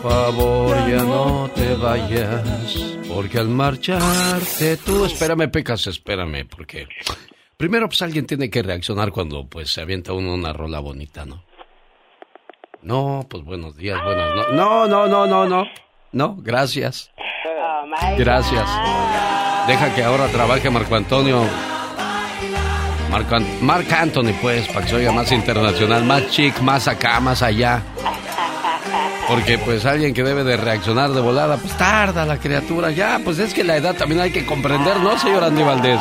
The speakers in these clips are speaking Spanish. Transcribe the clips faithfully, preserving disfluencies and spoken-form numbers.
favor, ya no te vayas, porque al marcharte tú... Espérame, Pecas, espérame, porque... Primero, pues alguien tiene que reaccionar cuando pues se avienta uno una rola bonita, ¿no? No, pues buenos días, buenas noches. No, no, no, no, no. No, gracias. Gracias. Deja que ahora trabaje Marco Antonio. Marco An- Marc Anthony, pues, para que se oiga más internacional, más chic, más acá, más allá. Porque, pues, alguien que debe de reaccionar de volada, pues, tarda la criatura. Ya, pues, es que la edad también hay que comprender, ¿no, señor Andy Valdés?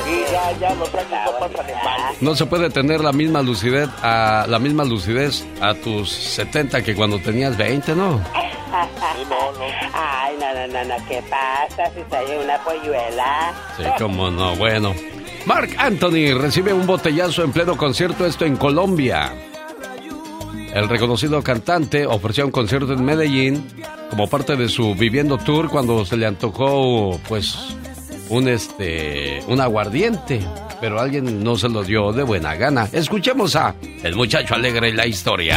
No se puede tener la misma lucidez a, la misma lucidez a tus setenta que cuando tenías veinte, ¿no? Ay, no, no, no, no, ¿qué pasa si soy una polluela? Sí, cómo no, bueno. Marc Anthony recibe un botellazo en pleno concierto, esto en Colombia. El reconocido cantante ofreció un concierto en Medellín como parte de su Viviendo Tour cuando se le antojó, pues, un este, un aguardiente, pero alguien no se lo dio de buena gana. Escuchemos a El Muchacho Alegre y la historia.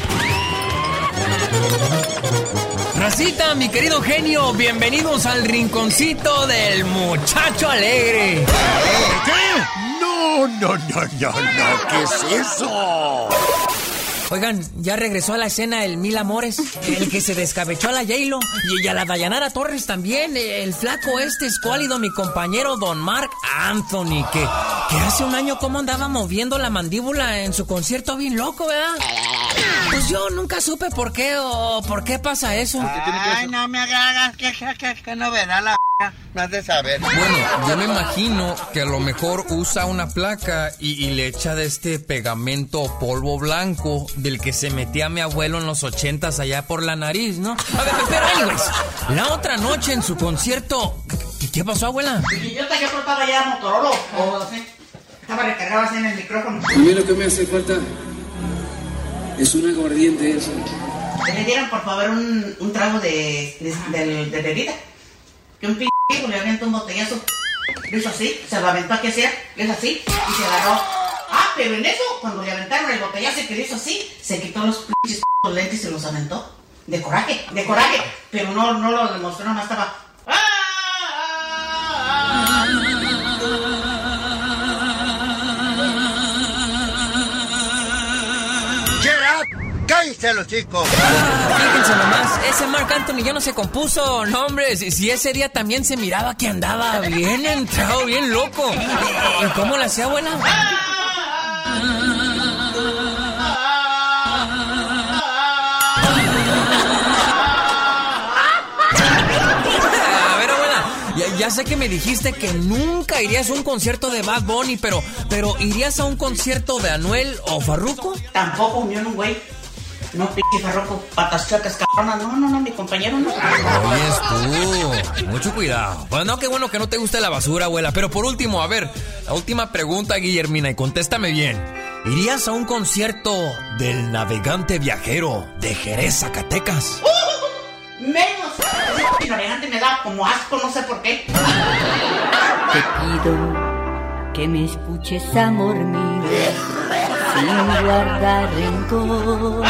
Racita, mi querido genio, bienvenidos al rinconcito del Muchacho Alegre. ¿Qué? No, no, no, no, no, ¿qué es eso? Oigan, ya regresó a la escena el Mil Amores, el que se descabechó a la J-Lo y a la Dayanara Torres también, el flaco este escuálido, mi compañero Don Marc Anthony, que, que hace un año cómo andaba moviendo la mandíbula en su concierto bien loco, ¿verdad? Pues yo nunca supe por qué o por qué pasa eso. Ay, no me hagas, que, que, que, que novedad la no has de saber. Bueno, yo me imagino que a lo mejor usa una placa y, y le echa de este pegamento o polvo blanco del que se metía mi abuelo en los ochentas allá por la nariz, ¿no? A ver, pero anyways, la otra noche en su concierto, ¿qué, qué pasó, abuela? Yo te había portado allá a Motorola, o así. Estaba recargado así en el micrófono. A mí lo que me hace falta es un aguardiente eso. Que le dieran por favor un, un trago de, de, de, de bebida. Que un p*** le avienta un botellazo. Lo hizo así, se lo aventó aquí así, le hizo así y se agarró. Ah, pero en eso, cuando le aventaron el botellazo y que le hizo así, se quitó los pinches lentes y se los aventó. De coraje, de coraje. Pero no, no lo demostró, nomás estaba. ¡Ah! ¡Ah! ¡Cállate los chicos! Ah, fíjense nomás, ese Marc Anthony ya no se compuso, no hombre, si, si ese día también se miraba que andaba bien entrado, bien loco. ¿Y, y cómo le hacía, abuela? A ver, abuela, ya, ya sé que me dijiste que nunca irías a un concierto de Bad Bunny, pero, pero ¿irías a un concierto de Anuel o Farruko? Tampoco, ni un güey. No, pinche Farruko, patas chuecas, cabronas. No, no, no, mi compañero no. Oyes tú, mucho cuidado. Bueno, qué bueno que no te guste la basura, abuela. Pero por último, a ver, la última pregunta, Guillermina, y contéstame bien. ¿Irías a un concierto del Navegante Viajero de Jerez, Zacatecas? ¡Uh! Menos. Ese navegante me da como asco, no sé por qué. Te pido que me escuches, amor mío, sin guardar rencor.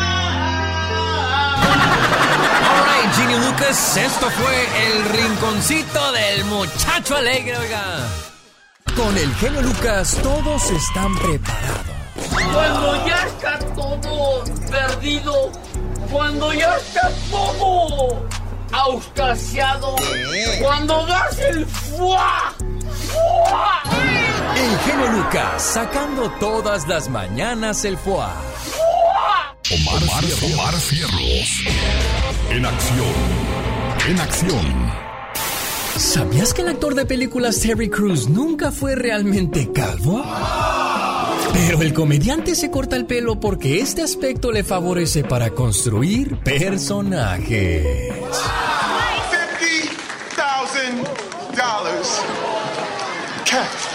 Alright, Ginny Lucas, esto fue el rinconcito del Muchacho Alegre, oiga. Con el genio Lucas todos están preparados. Cuando ya está todo perdido, cuando ya está todo auscasiado, cuando das el fuá, fuá. El genio Lucas sacando todas las mañanas el foie. Omar, Omar, Omar Fierros. En acción. En acción. ¿Sabías que el actor de películas Terry Crews nunca fue realmente calvo? Pero el comediante se corta el pelo porque este aspecto le favorece para construir personajes. cincuenta mil dólares cash.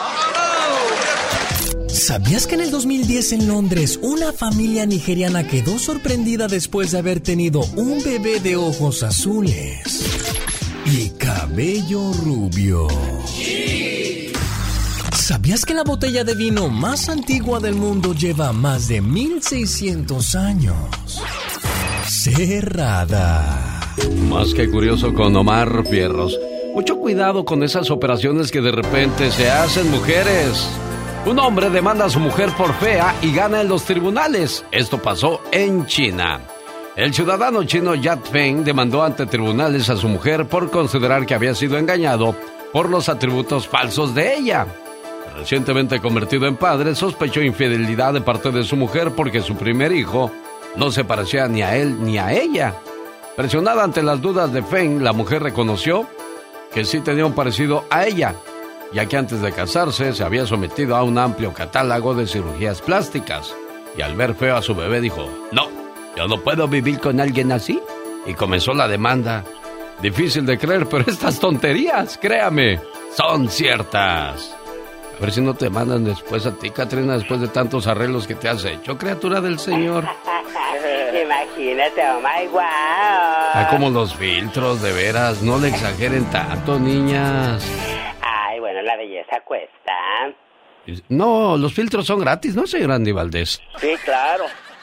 ¿Sabías que en el dos mil diez en Londres una familia nigeriana quedó sorprendida después de haber tenido un bebé de ojos azules y cabello rubio? ¿Sabías que la botella de vino más antigua del mundo lleva más de mil seiscientos años? cerrada. Más que curioso con Omar Fierros. Mucho cuidado con esas operaciones que de repente se hacen, mujeres. Un hombre demanda a su mujer por fea y gana en los tribunales. Esto pasó en China. El ciudadano chino Yat Feng demandó ante tribunales a su mujer por considerar que había sido engañado por los atributos falsos de ella. Recientemente convertido en padre, sospechó infidelidad de parte de su mujer porque su primer hijo no se parecía ni a él ni a ella. Presionada ante las dudas de Feng, la mujer reconoció que sí tenía un parecido a ella, ya que antes de casarse se había sometido a un amplio catálogo de cirugías plásticas. Y al ver feo a su bebé dijo, no, yo no puedo vivir con alguien así. Y comenzó la demanda. Difícil de creer, pero estas tonterías, créame, son ciertas. A ver si no te mandan después a ti, Catrina, después de tantos arreglos que te has hecho, criatura del Señor. Imagínate, oh my wow. Ah, como los filtros, de veras, no le exageren tanto, niñas. Ay, bueno, la belleza cuesta. No, los filtros son gratis, ¿no, señor Andy Valdés? Sí, claro.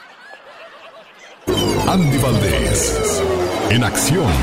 Andy Valdés, en acción.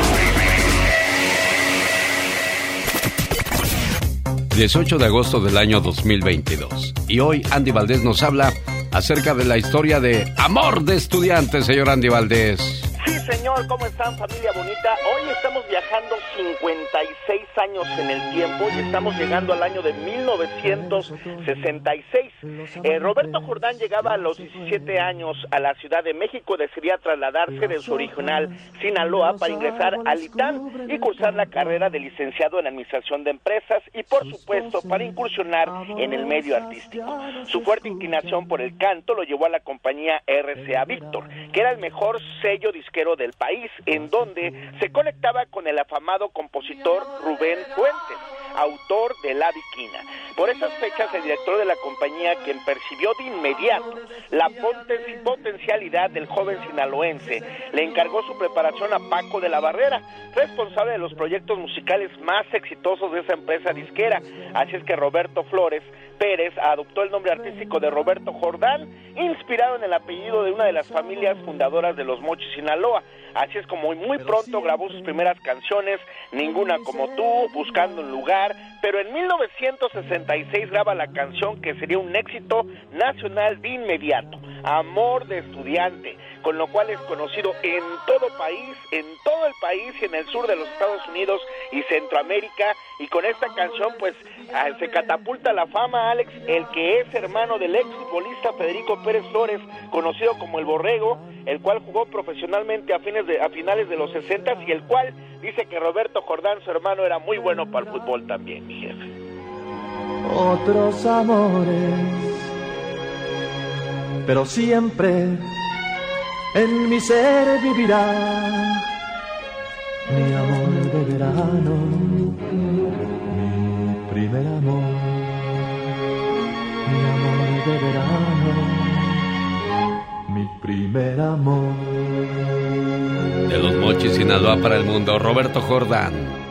dieciocho de agosto del año dos mil veintidós. Y hoy Andy Valdés nos habla acerca de la historia de amor de estudiantes, señor Andy Valdés. Sí, señor, ¿cómo están, familia bonita? Hoy estamos viajando cincuenta y seis años en el tiempo y estamos llegando al año de mil novecientos sesenta y seis. Eh, Roberto Jordán llegaba a los diecisiete años a la Ciudad de México, decidía trasladarse de su original Sinaloa para ingresar al I T A M y cursar la carrera de licenciado en Administración de Empresas y, por supuesto, para incursionar en el medio artístico. Su fuerte inclinación por el canto lo llevó a la compañía R C A Víctor, que era el mejor sello disquero del país, en donde se conectaba con el afamado compositor Rubén Fuentes, autor de La Bikina. Por esas fechas, el director de la compañía, quien percibió de inmediato la poten- potencialidad del joven sinaloense, le encargó su preparación a Paco de la Barrera, responsable de los proyectos musicales más exitosos de esa empresa disquera. Así es que Roberto Flores Pérez adoptó el nombre artístico de Roberto Jordán, inspirado en el apellido de una de las familias fundadoras de Los Mochis, Sinaloa. Así es como muy pronto grabó sus primeras canciones, Ninguna como tú, Buscando un lugar, pero en mil novecientos sesenta y seis graba la canción que sería un éxito nacional de inmediato, Amor de Estudiante, con lo cual es conocido en todo país, en todo el país y en el sur de los Estados Unidos y Centroamérica, y con esta canción pues se catapulta a la fama, Alex, el que es hermano del ex futbolista Federico Pérez Flores, conocido como El Borrego, el cual jugó profesionalmente a fines de, a finales de los sesenta y el cual dice que Roberto Jordán, su hermano, era muy bueno para el fútbol también, mi jefe. Otros amores, pero siempre en mi ser vivirá mi amor de verano, mi primer amor, mi amor de verano, mi primer amor. De Los Mochis, Sinaloa para el mundo, Roberto Jordán.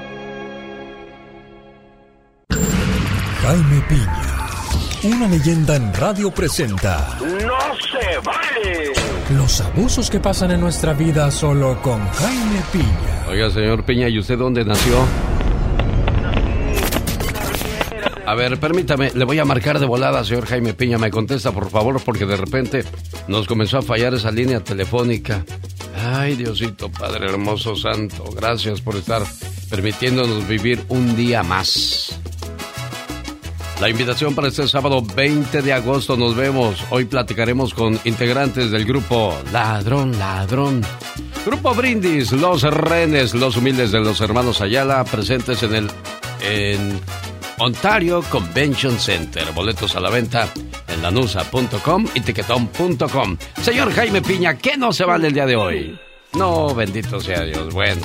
Jaime Piña, una leyenda en radio presenta. ¡No se vale! Los abusos que pasan en nuestra vida solo con Jaime Piña. Oiga, señor Piña, ¿y usted dónde nació? A ver, permítame, le voy a marcar de volada, señor Jaime Piña. Me contesta, por favor, porque de repente nos comenzó a fallar esa línea telefónica. Ay, Diosito, Padre hermoso, santo, gracias por estar permitiéndonos vivir un día más. La invitación para este sábado veinte de agosto, nos vemos. Hoy platicaremos con integrantes del grupo Ladrón, Ladrón. Grupo Brindis, Los Renes, Los Humildes de los Hermanos Ayala, presentes en el en Ontario Convention Center. Boletos a la venta en lanusa punto com y tiquetón punto com. Señor Jaime Piña, ¿qué no se vale el día de hoy? No, bendito sea Dios. Bueno.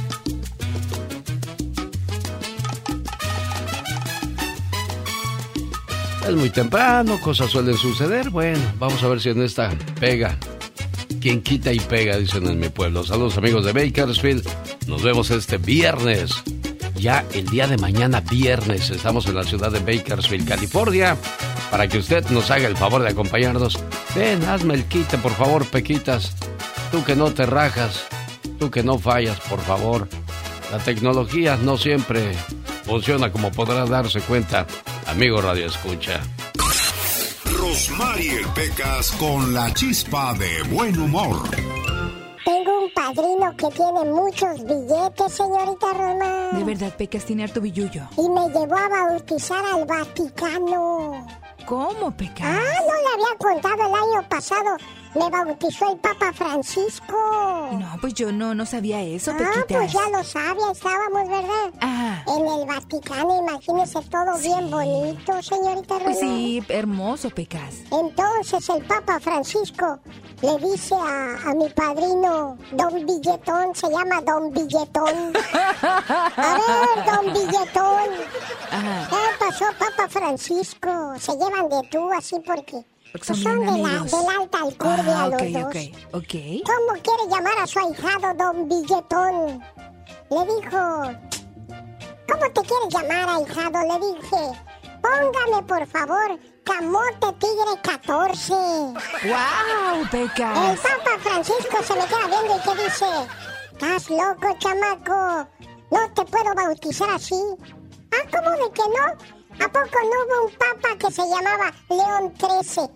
Es muy temprano, cosas suelen suceder. Bueno, vamos a ver si en esta pega. Quien quita y pega, dicen en mi pueblo. Saludos, amigos de Bakersfield. Nos vemos este viernes. Ya el día de mañana, viernes, estamos en la ciudad de Bakersfield, California, para que usted nos haga el favor de acompañarnos. Ven, hazme el quite, por favor, Pequitas. tú que no te rajas, tú que no fallas, por favor. La tecnología no siempre funciona como podrás darse cuenta, amigo Radio Escucha. Rosmarie Pecas con la chispa de buen humor. Tengo un padrino que tiene muchos billetes, señorita Roma. De verdad, Pecas tiene harto billullo. Y me llevó a bautizar al Vaticano. ¿Cómo, Pecas? Ah, no le había contado el año pasado. Me bautizó el Papa Francisco. No, pues yo no, no sabía eso, Ah, Pequitas. pues ya lo sabía, estábamos, ¿verdad? Ah. En el Vaticano, imagínese todo sí. bien bonito, señorita Roma. Pues sí, hermoso, Pecas. Entonces el Papa Francisco le dice a, a mi padrino, Don Billetón, se llama Don Billetón. A ver, Don Billetón. Ajá. ¿Qué pasó, Papa Francisco? Se llevan de tú así porque... Porque son, son de la, de la alta alcurnia ah, los okay, dos. Okay, okay. ¿Cómo quiere llamar a su ahijado Don Billetón? Le dijo, ¿cómo te quieres llamar, ahijado? Le dije, póngame por favor Camote Tigre catorce. ¡Wow, Pecas! El Papa Francisco se me queda viendo y que dice, ¿estás loco, chamaco? No te puedo bautizar así. Ah, ¿cómo de que no? ¿A poco no hubo un papa que se llamaba León trece?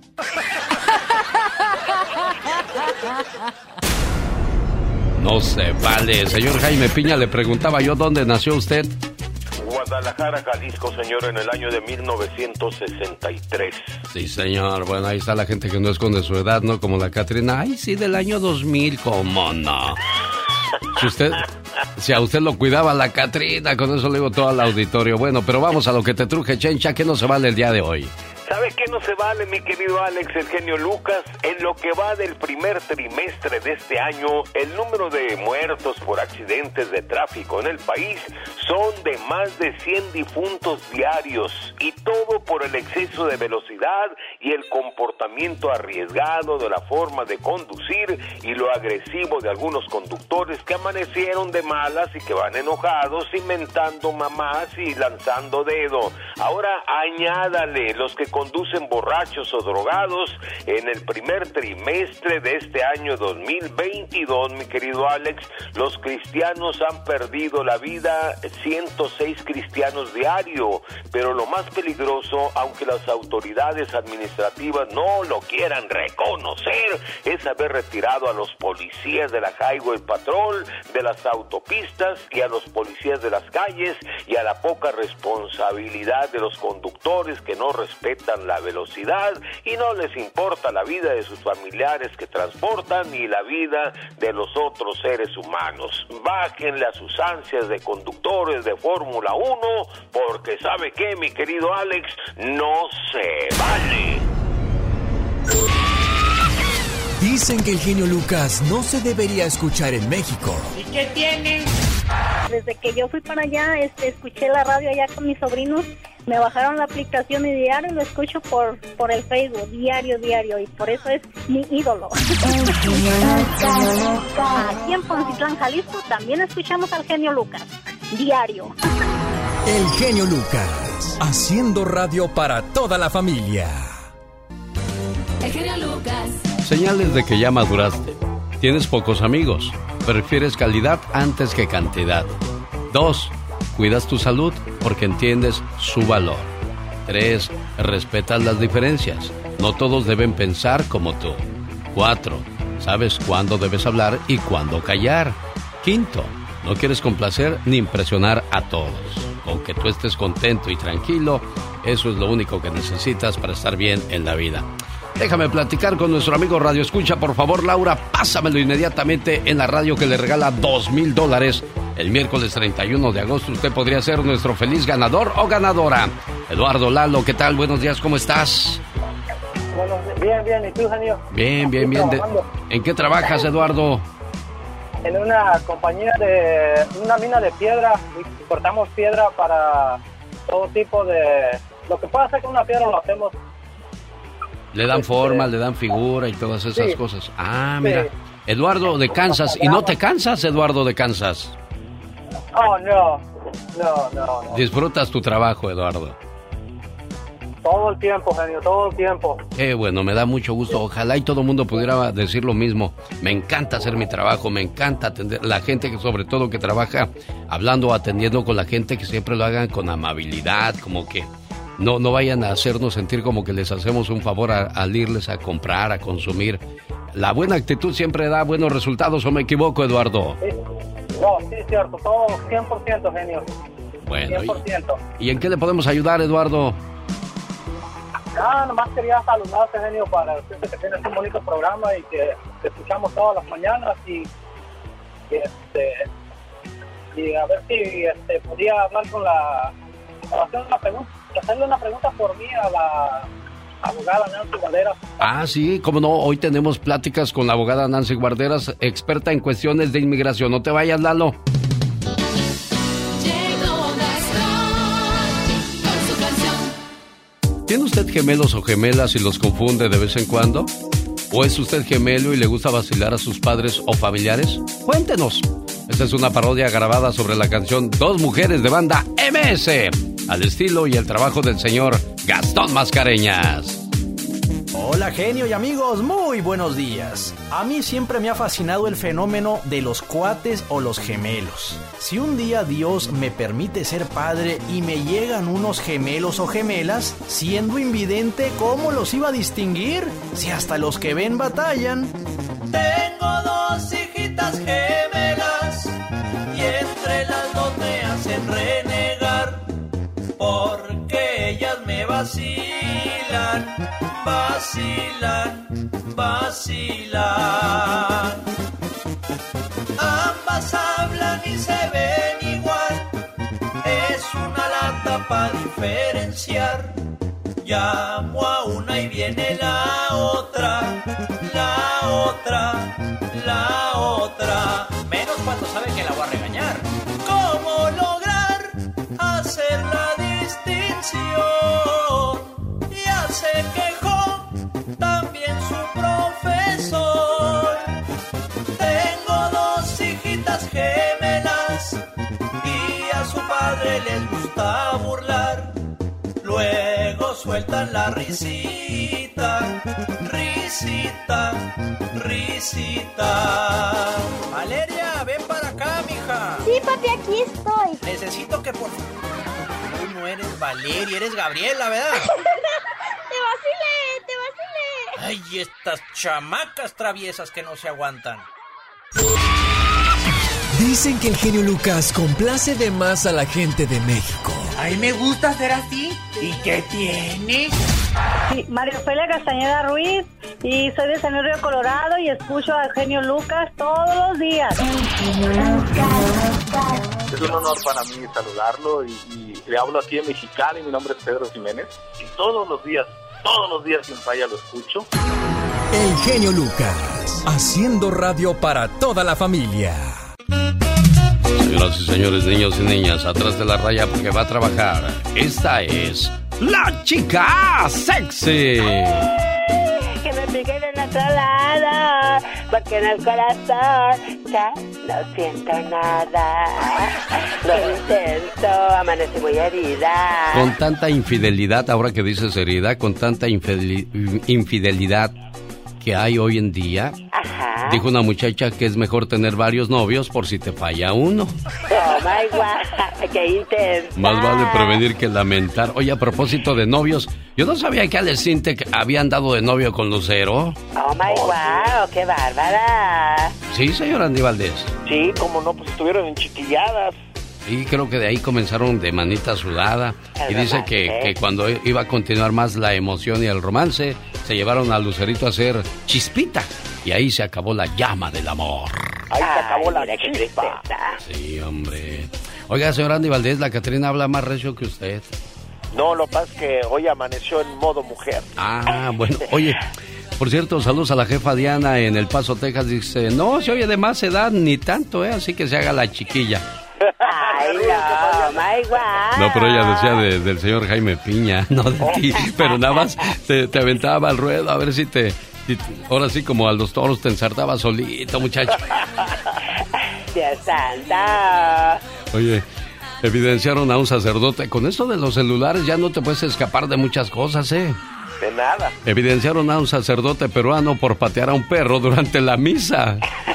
No se vale. Señor Jaime Piña, le preguntaba yo dónde nació usted. Guadalajara, Jalisco, señor, en el año de mil novecientos sesenta y tres. Sí, señor. Bueno, ahí está la gente que no esconde su edad, ¿no? Como la Catrina. Ay, sí, del año dos mil, ¿cómo no? Si usted... Si a usted lo cuidaba la Catrina, con eso le digo todo al auditorio. Bueno, pero vamos a lo que te truje, Chencha, que no se vale el día de hoy. ¿Sabe qué no se vale, mi querido Alex, el genio Lucas? En lo que va del primer trimestre de este año, el número de muertos por accidentes de tráfico en el país son de más de cien difuntos diarios, y todo por el exceso de velocidad y el comportamiento arriesgado de la forma de conducir y lo agresivo de algunos conductores que amanecieron de malas y que van enojados, inventando mamás y lanzando dedo. Ahora añádale los que conducen borrachos o drogados en el primer trimestre de este año dos mil veintidós, mi querido Alex. Los cristianos han perdido la vida, ciento seis cristianos diario, pero lo más peligroso, aunque las autoridades administrativas no lo quieran reconocer, es haber retirado a los policías de la Highway Patrol, de las autopistas, y a los policías de las calles, y a la poca responsabilidad de los conductores que no respetan la velocidad y no les importa la vida de sus familiares que transportan ni la vida de los otros seres humanos. Bájenle a sus ansias de conductores de Fórmula uno, porque ¿sabe qué, mi querido Alex? No se vale. Dicen que el genio Lucas no se debería escuchar en México. ¿Y qué tiene? Desde que yo fui para allá, este, escuché la radio allá con mis sobrinos, me bajaron la aplicación y diario lo escucho por, por el Facebook, diario, diario, y por eso es mi ídolo. Aquí en Poncitlán, Jalisco, también escuchamos al genio Lucas, diario. El genio Lucas, haciendo radio para toda la familia. El genio Lucas. Señales de que ya maduraste. Tienes pocos amigos. Prefieres calidad antes que cantidad. Dos, cuidas tu salud porque entiendes su valor. Tres, respetas las diferencias. No todos deben pensar como tú. Cuatro, sabes cuándo debes hablar y cuándo callar. Quinto, no quieres complacer ni impresionar a todos. Con que tú estés contento y tranquilo, eso es lo único que necesitas para estar bien en la vida. Déjame platicar con nuestro amigo Radio Escucha, por favor, Laura, pásamelo inmediatamente en la radio que le regala dos mil dólares. El miércoles treinta y uno de agosto usted podría ser nuestro feliz ganador o ganadora. Eduardo Lalo, ¿qué tal? Buenos días, ¿cómo estás? Bueno, bien, bien, ¿y tú, genio? Bien, bien, bien. De... ¿En qué trabajas, Eduardo? En una compañía de... una mina de piedra. Cortamos piedra para todo tipo de... Lo que pueda hacer con una piedra lo hacemos. Le dan forma, le dan figura y todas esas sí. cosas. Ah, mira. Sí. Eduardo de Kansas. ¿Y no te cansas, Eduardo de Kansas? Oh, no. No, no, no. Disfrutas tu trabajo, Eduardo. Todo el tiempo, genio, todo el tiempo. Qué bueno, me da mucho gusto. Ojalá y todo el mundo pudiera decir lo mismo. Me encanta hacer mi trabajo, me encanta atender. La gente que sobre todo que trabaja hablando o atendiendo con la gente, que siempre lo hagan con amabilidad, como que no, no vayan a hacernos sentir como que les hacemos un favor a- al irles a comprar, a consumir. La buena actitud siempre da buenos resultados, ¿o me equivoco, Eduardo? Sí. No, sí, es cierto, todo cien por ciento, genio. Bueno, cien por ciento. ¿y, ¿y en qué le podemos ayudar, Eduardo? Ah, nomás quería saludarte, genio, para decirte que tienes un bonito programa y que te escuchamos todas las mañanas y, y, este y a ver si este podía hablar con la para hacer una pregunta, hacerle una pregunta por mí a la abogada Nancy Guarderas. Ah, sí, cómo no, hoy tenemos pláticas con la abogada Nancy Guarderas, experta en cuestiones de inmigración. No te vayas, Lalo. ¿Tiene usted gemelos o gemelas y los confunde de vez en cuando? ¿O es usted gemelo y le gusta vacilar a sus padres o familiares? Cuéntenos. Esta es una parodia grabada sobre la canción Dos Mujeres de Banda M S, al estilo y el trabajo del señor Gastón Mascareñas. Hola genio y amigos, muy buenos días. A mí siempre me ha fascinado el fenómeno de los cuates o los gemelos. Si un día Dios me permite ser padre y me llegan unos gemelos o gemelas, siendo invidente, ¿cómo los iba a distinguir? Si hasta los que ven batallan. Tengo dos hijitas gemelas y entre las dos me hacen renegar porque ellas me vacilan, vacilan, vacilan. Ambas hablan y se ven igual, es una lata para diferenciar. Llamo a una y viene la otra, la otra, la otra. Menos cuando sabe que la voy a regañar. ¿Cómo lograr hacer la distinción? Ya se quejó también su profesor. Tengo dos hijitas gemelas y a su padre les gusta burlar. Luego sueltan la risita, risita, risita. Valeria, ven para acá, mija. Sí, papi, aquí estoy. Necesito que por... Tú no eres Valeria, eres Gabriela, ¿verdad? Te vacilé, te vacilé. Ay, estas chamacas traviesas que no se aguantan. Dicen que el genio Lucas complace de más a la gente de México. A mí me gusta ser así. ¿Y qué tiene? Sí, María Ofelia Castañeda Ruiz, y soy de San Luis Río Colorado y escucho al genio Lucas todos los días. Es un honor para mí saludarlo y, y le hablo aquí en Mexicali. Mi nombre es Pedro Jiménez y todos los días, todos los días sin falla lo escucho. El genio Lucas, haciendo radio para toda la familia. Señoras y señores, niños y niñas, atrás de la raya porque va a trabajar. Esta es la chica sexy. Que me piquen en otro lado, porque en el corazón ya no siento nada. Lo intento, amanecí muy herida. Con tanta infidelidad, ahora que dices herida, con tanta infideli- infidelidad que hay hoy en día, Ajá. dijo una muchacha que es mejor tener varios novios por si te falla uno. Oh my God, qué intenso. Más vale prevenir que lamentar. Oye, a propósito de novios, yo no sabía que Alex Sintek había andado de novio con Lucero. Oh my God, qué bárbara. Sí, señor Andy Valdés. Sí, cómo no, pues estuvieron en chiquilladas. Y creo que de ahí comenzaron de manita sudada. Y dice que, que cuando iba a continuar más la emoción y el romance, se llevaron a Lucerito a hacer chispita. Y ahí se acabó la llama del amor. Ahí se acabó la mira qué chispa. Sí, hombre. Oiga, señor Andy Valdés, la Catrina habla más recio que usted. No, lo que pasa es que hoy amaneció en modo mujer. Ah, bueno. Oye, por cierto, saludos a la jefa Diana en El Paso, Texas. Dice, no, se oye de más edad, ni tanto, ¿eh? Así que se haga la chiquilla. Ay, no, my God. No, pero ella decía de, del señor Jaime Piña, no de ti. Pero nada más te, te aventaba al ruedo a ver si te... si te- ahora sí, como a los toros te ensartaba solito, muchacho. Dios santo. Oye, Evidenciaron a un sacerdote. Con esto de los celulares ya no te puedes escapar de muchas cosas, ¿eh? De nada. Evidenciaron a un sacerdote peruano por patear a un perro durante la misa.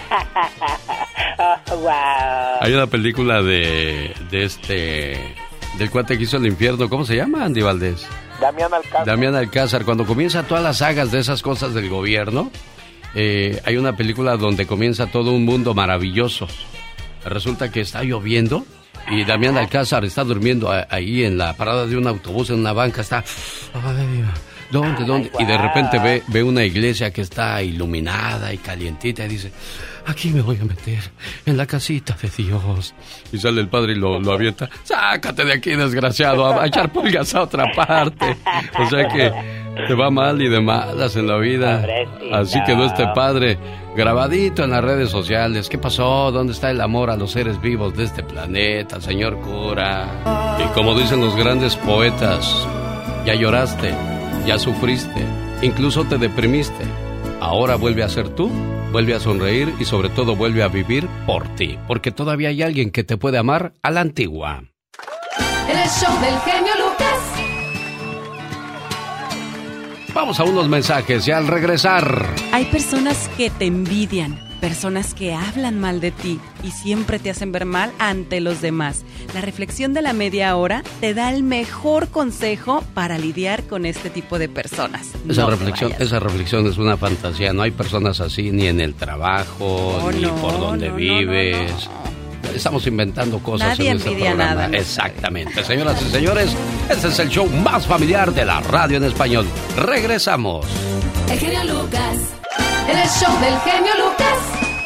Oh, wow. Hay una película de, de este... del cuate que hizo el infierno. ¿Cómo se llama, Andy Valdés? Damián Alcázar. Damián Alcázar. Cuando comienza todas las sagas de esas cosas del gobierno, eh, hay una película donde comienza todo un mundo maravilloso. Resulta que está lloviendo y Damián Alcázar está durmiendo ahí en la parada de un autobús, en una banca. Está... Ay, ¿dónde, dónde? Y de repente ve, ve una iglesia que está iluminada y calientita y dice... Aquí me voy a meter, en la casita de Dios. Y sale el padre y lo, lo avienta. Sácate de aquí, desgraciado, a, a echar pulgas a otra parte. O sea que te va mal y de malas en la vida. Pobrecito. Así quedó este padre, grabadito en las redes sociales. ¿Qué pasó? ¿Dónde está el amor a los seres vivos de este planeta, señor cura? Y como dicen los grandes poetas, ya lloraste, ya sufriste, incluso te deprimiste. Ahora vuelve a ser tú, vuelve a sonreír y sobre todo vuelve a vivir por ti, porque todavía hay alguien que te puede amar a la antigua. El show del genio Lucas. Vamos a unos mensajes y al regresar... Hay personas que te envidian, personas que hablan mal de ti y siempre te hacen ver mal ante los demás. La reflexión de la media hora te da el mejor consejo para lidiar con este tipo de personas. Esa No te reflexión, vayas. esa reflexión es una fantasía. No hay personas así ni en el trabajo, No, ni no, por donde no, no, vives. Estamos inventando cosas Nadie en este envidia programa. nada, no Exactamente. Señoras y señores, este es el show más familiar de la radio en español. Regresamos. El genio Lucas. El show del genio Lucas.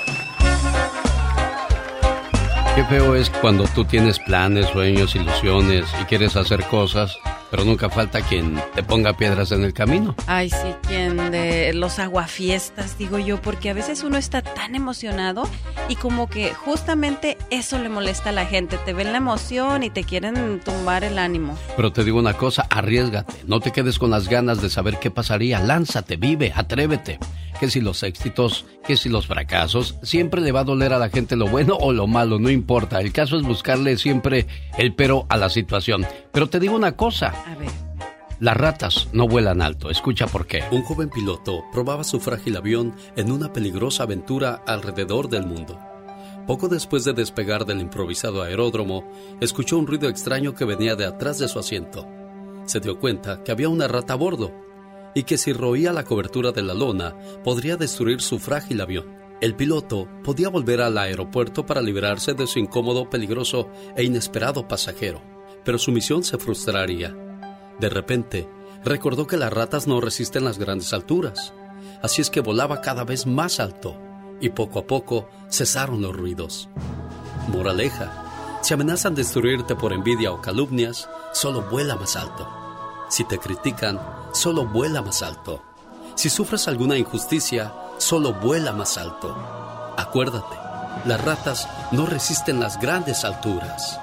Qué feo es cuando tú tienes planes, sueños, ilusiones y quieres hacer cosas, pero nunca falta quien te ponga piedras en el camino. Ay, sí, quien de los aguafiestas, digo yo, porque a veces uno está tan emocionado y como que justamente eso le molesta a la gente. Te ven la emoción y te quieren tumbar el ánimo. Pero te digo una cosa, arriésgate, no te quedes con las ganas de saber qué pasaría, lánzate, vive, atrévete. Que si los éxitos, que si los fracasos, siempre le va a doler a la gente lo bueno o lo malo, no importa. El caso es buscarle siempre el pero a la situación. Pero te digo una cosa. A ver. Las ratas no vuelan alto, escucha por qué. Un joven piloto probaba su frágil avión en una peligrosa aventura alrededor del mundo. Poco después de despegar del improvisado aeródromo, escuchó un ruido extraño que venía de atrás de su asiento. Se dio cuenta que había una rata a bordo y que si roía la cobertura de la lona podría destruir su frágil avión. El piloto podía volver al aeropuerto para librarse de su incómodo, peligroso e inesperado pasajero, pero su misión se frustraría. De repente, recordó que las ratas no resisten las grandes alturas, así es que volaba cada vez más alto y poco a poco cesaron los ruidos. Moraleja: si amenazan destruirte por envidia o calumnias, solo vuela más alto. Si te critican, solo vuela más alto. Si sufres alguna injusticia, solo vuela más alto. Acuérdate, las ratas no resisten las grandes alturas.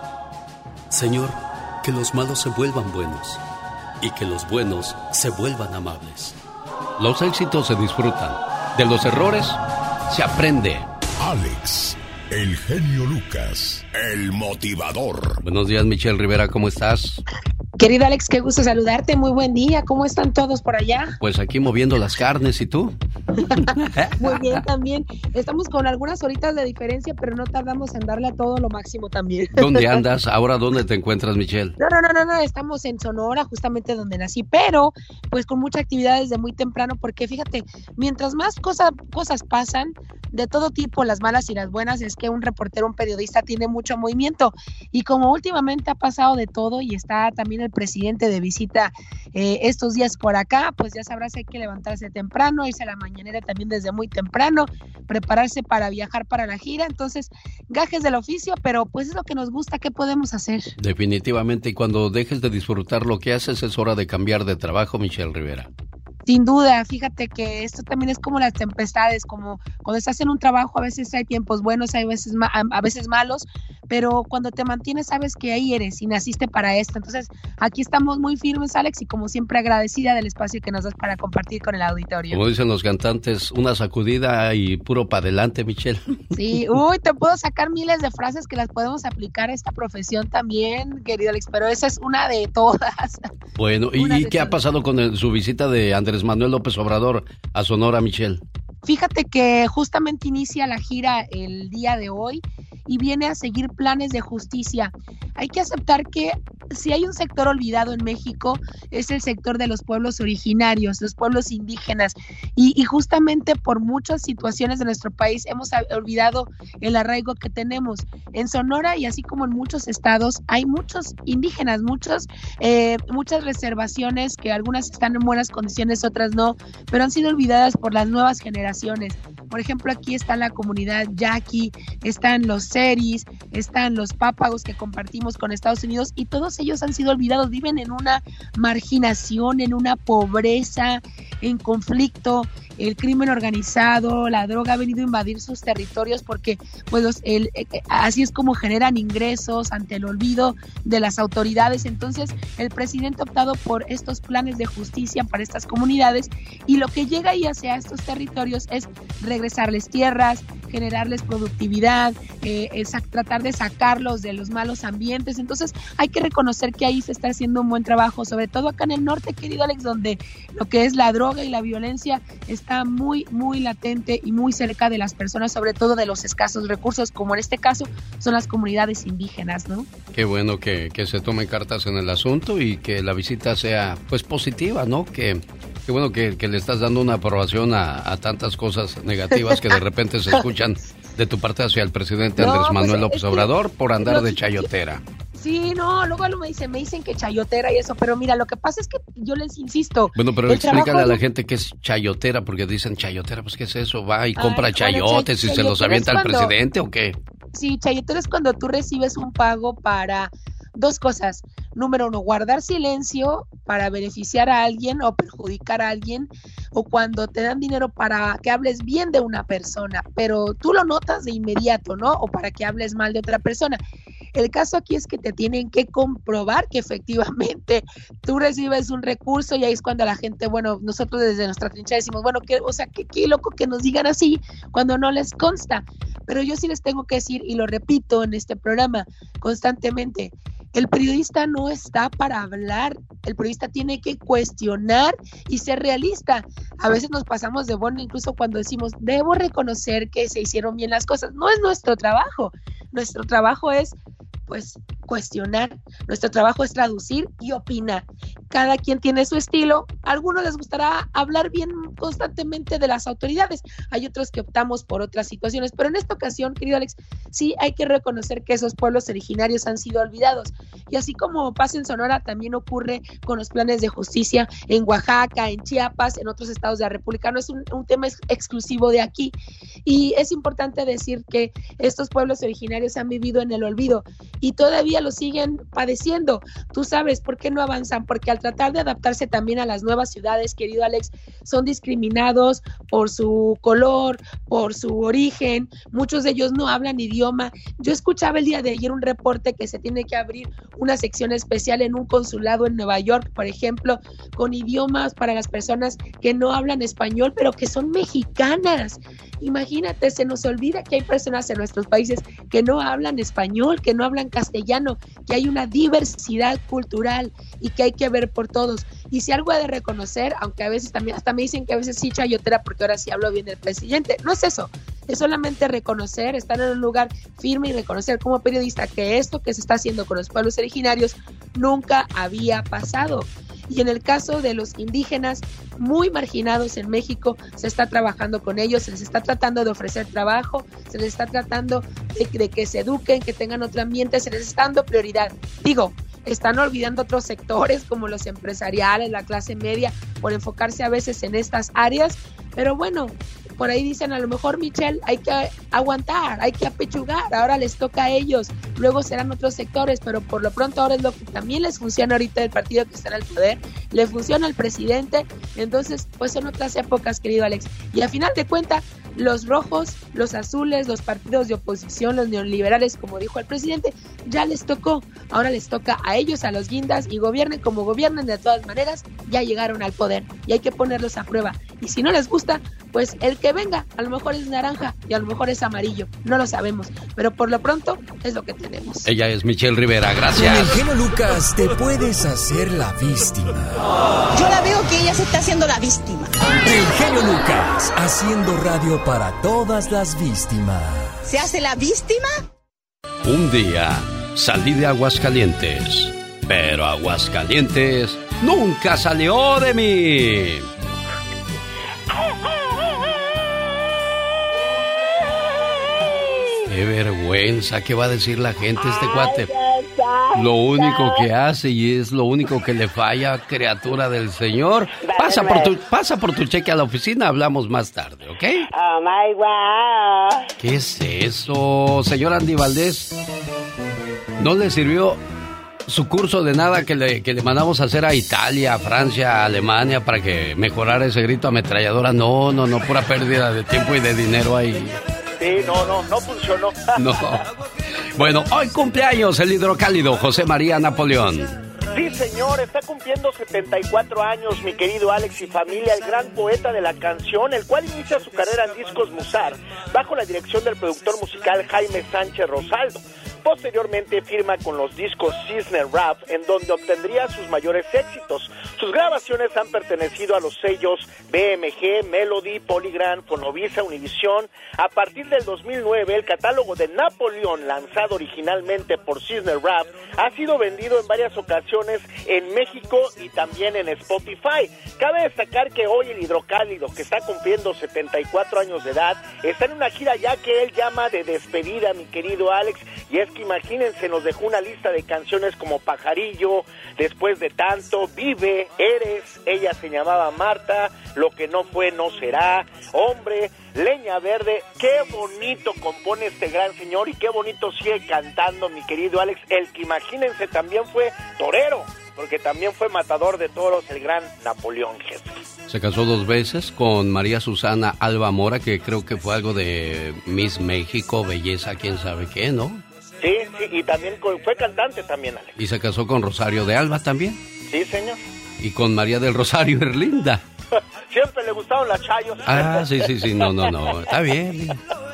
Señor, que los malos se vuelvan buenos y que los buenos se vuelvan amables. Los éxitos se disfrutan, de los errores se aprende. Alex, el genio Lucas, el motivador. Buenos días, Michelle Rivera, ¿cómo estás? Querido Alex, qué gusto saludarte, muy buen día, ¿cómo están todos por allá? Pues aquí moviendo las carnes, ¿y tú? Muy bien también, estamos con algunas horitas de diferencia, pero no tardamos en darle a todo lo máximo también. ¿Dónde andas? ¿Ahora dónde te encuentras, Michelle? No, no, no, no, no, estamos en Sonora, justamente donde nací, pero pues con mucha actividad desde muy temprano, porque fíjate, mientras más cosa, cosas pasan, de todo tipo, las malas y las buenas, es que un reportero, un periodista tiene mucho movimiento, y como últimamente ha pasado de todo y está también el presidente de visita eh, estos días por acá, pues ya sabrás, hay que levantarse temprano, irse a la mañanera también desde muy temprano, prepararse para viajar para la gira, entonces gajes del oficio, pero pues es lo que nos gusta, ¿qué podemos hacer? Definitivamente, y cuando dejes de disfrutar lo que haces, es hora de cambiar de trabajo, Michelle Rivera. Sin duda, fíjate que esto también es como las tempestades, como cuando estás en un trabajo, a veces hay tiempos buenos, hay veces ma- a veces malos, pero cuando te mantienes sabes que ahí eres y naciste para esto. Entonces, aquí estamos muy firmes, Alex, y como siempre agradecida del espacio que nos das para compartir con el auditorio. Como dicen los cantantes, una sacudida y puro para adelante, Michelle. Sí, uy, te puedo sacar miles de frases que las podemos aplicar a esta profesión también, querido Alex, pero esa es una de todas. Bueno, ¿y, y qué ha pasado con el, su visita de Andrés Manuel López Obrador a Sonora, Michelle? Fíjate que justamente inicia la gira el día de hoy y viene a seguir planes de justicia. Hay que aceptar que si hay un sector olvidado en México es el sector de los pueblos originarios, los pueblos indígenas, y, y justamente por muchas situaciones de nuestro país hemos olvidado el arraigo que tenemos. En Sonora y así como en muchos estados hay muchos indígenas, muchos, eh, muchas reservaciones que algunas están en buenas condiciones, otras no, pero han sido olvidadas por las nuevas generaciones. Por ejemplo, aquí está la comunidad yaqui, están los seris, están los pápagos que compartimos con Estados Unidos y todos ellos han sido olvidados, viven en una marginación, en una pobreza, en conflicto. El crimen organizado, la droga ha venido a invadir sus territorios porque pues los, el, eh, así es como generan ingresos ante el olvido de las autoridades. Entonces el presidente ha optado por estos planes de justicia para estas comunidades y lo que llega ahí hacia estos territorios es regresarles tierras, generarles productividad, eh, es tratar de sacarlos de los malos ambientes. Entonces hay que reconocer que ahí se está haciendo un buen trabajo, sobre todo acá en el norte, querido Alex, donde lo que es la droga y la violencia está muy, muy latente y muy cerca de las personas, sobre todo de los escasos recursos, como en este caso son las comunidades indígenas, ¿no? Qué bueno que, que se tomen cartas en el asunto y que la visita sea pues positiva, ¿no? Que Qué bueno que, que le estás dando una aprobación a, a tantas cosas negativas que de repente se escuchan de tu parte hacia el presidente No, Andrés Manuel pues, López es que Obrador por andar los- de chayotera. Sí, no, luego me dicen, me dicen que chayotera y eso, pero mira, lo que pasa es que yo les insisto. Bueno, pero el explícale trabajo a la de- gente qué es chayotera, porque dicen chayotera, pues ¿qué es eso? ¿Va y Ay, compra bueno, chayotes chay- y se los chayotera avienta es al cuando- presidente o qué? Sí, chayotera es cuando tú recibes un pago para dos cosas. Número uno, guardar silencio para beneficiar a alguien o perjudicar a alguien, o cuando te dan dinero para que hables bien de una persona, pero tú lo notas de inmediato, ¿no? O para que hables mal de otra persona. El caso aquí es que te tienen que comprobar que efectivamente tú recibes un recurso y ahí es cuando la gente, bueno, nosotros desde nuestra trinchera decimos, bueno, que, o sea, qué qué loco que nos digan así cuando no les consta. Pero yo sí les tengo que decir, y lo repito en este programa constantemente, el periodista no está para hablar, el periodista tiene que cuestionar y ser realista. A veces nos pasamos de bueno, incluso cuando decimos, debo reconocer que se hicieron bien las cosas. No es nuestro trabajo, nuestro trabajo es pues cuestionar, nuestro trabajo es traducir y opinar. Cada quien tiene su estilo, a algunos les gustará hablar bien constantemente de las autoridades, hay otros que optamos por otras situaciones, pero en esta ocasión, querido Alex, sí hay que reconocer que esos pueblos originarios han sido olvidados, y así como pasa en Sonora, también ocurre con los planes de justicia en Oaxaca, en Chiapas, en otros estados de la República. No es un, un tema ex- exclusivo de aquí, y es importante decir que estos pueblos originarios han vivido en el olvido y todavía lo siguen padeciendo. Tú sabes por qué no avanzan, porque al tratar de adaptarse también a las nuevas ciudades, querido Alex, son discriminados por su color, por su origen, muchos de ellos no hablan idioma. Yo escuchaba el día de ayer un reporte que se tiene que abrir una sección especial en un consulado en Nueva York, por ejemplo, con idiomas para las personas que no hablan español, pero que son mexicanas. Imagínate, se nos olvida que hay personas en nuestros países que no hablan español, que no hablan castellano, que hay una diversidad cultural y que hay que ver por todos. Y si algo ha de reconocer, aunque a veces también, hasta me dicen que a veces sí chayotera porque ahora sí hablo bien del presidente, no es eso, es solamente reconocer, estar en un lugar firme y reconocer como periodista que esto que se está haciendo con los pueblos originarios nunca había pasado. Y en el caso de los indígenas muy marginados en México, se está trabajando con ellos, se les está tratando de ofrecer trabajo, se les está tratando de, de que se eduquen, que tengan otro ambiente, se les está dando prioridad. Digo, están olvidando otros sectores como los empresariales, la clase media, por enfocarse a veces en estas áreas, pero bueno, por ahí dicen a lo mejor, Michelle, hay que aguantar, hay que apechugar, ahora les toca a ellos, luego serán otros sectores, pero por lo pronto ahora es lo que también les funciona ahorita el partido que está en el poder, le funciona al presidente, entonces pues son otras épocas, querido Alex, y a final de cuentas los rojos, los azules, los partidos de oposición, los neoliberales, como dijo el presidente, ya les tocó. Ahora les toca a ellos, a los guindas, y gobiernen como gobiernen, de todas maneras, ya llegaron al poder y hay que ponerlos a prueba. Y si no les gusta, pues el que venga, a lo mejor es naranja y a lo mejor es amarillo, no lo sabemos, pero por lo pronto es lo que tenemos. Ella es Michelle Rivera, gracias. Con el genio Lucas te puedes hacer la víctima. Yo la veo que ella se está haciendo la víctima. El genio Lucas, haciendo radio para todas las víctimas. ¿Se hace la víctima? Un día salí de Aguascalientes, pero Aguascalientes nunca salió de mí. Qué vergüenza, ¿qué va a decir la gente este cuate? Lo único que hace y es lo único que le falla, criatura del Señor. Pasa por tu, pasa por tu cheque a la oficina, hablamos más tarde, ¿ok? Oh my wow. ¿Qué es eso, señor Andy Valdés? ¿No le sirvió su curso de nada que le, que le mandamos a hacer a Italia, a Francia, a Alemania para que mejorara ese grito ametralladora? No, no, no, pura pérdida de tiempo y de dinero ahí. Sí, no, no, no funcionó. No. Bueno, hoy cumpleaños el hidrocálido José María Napoleón. Sí, señor, está cumpliendo setenta y cuatro años, mi querido Alex y familia, el gran poeta de la canción, el cual inicia su carrera en Discos Musar, bajo la dirección del productor musical Jaime Sánchez Rosaldo. Posteriormente firma con los discos Cisne Rap, en donde obtendría sus mayores éxitos. Sus grabaciones han pertenecido a los sellos B M G, Melody, Polygram, Fonovisa, Univisión. A partir del dos mil nueve, el catálogo de Napoleón, lanzado originalmente por Cisne Rap, ha sido vendido en varias ocasiones en México y también en Spotify. Cabe destacar que hoy el hidrocálido, que está cumpliendo setenta y cuatro años de edad, está en una gira ya que él llama de despedida, mi querido Alex, y es que imagínense, nos dejó una lista de canciones como Pajarillo, Después de Tanto, Vive, Eres, Ella se llamaba Marta, Lo que no fue no será, Hombre, Leña Verde. Qué bonito compone este gran señor y qué bonito sigue cantando, mi querido Alex, el que imagínense también fue torero, porque también fue matador de toros, el gran Napoleón, jefe. Se casó dos veces con María Susana Alba Mora, que creo que fue algo de Miss México, belleza, quién sabe qué, ¿no? Sí, sí, y también fue cantante también, Alex. Y se casó con Rosario de Alba también. Sí, señor. Y con María del Rosario Erlinda. Siempre le gustaron las chayos. Ah, sí, sí, sí, no, no, no, está bien.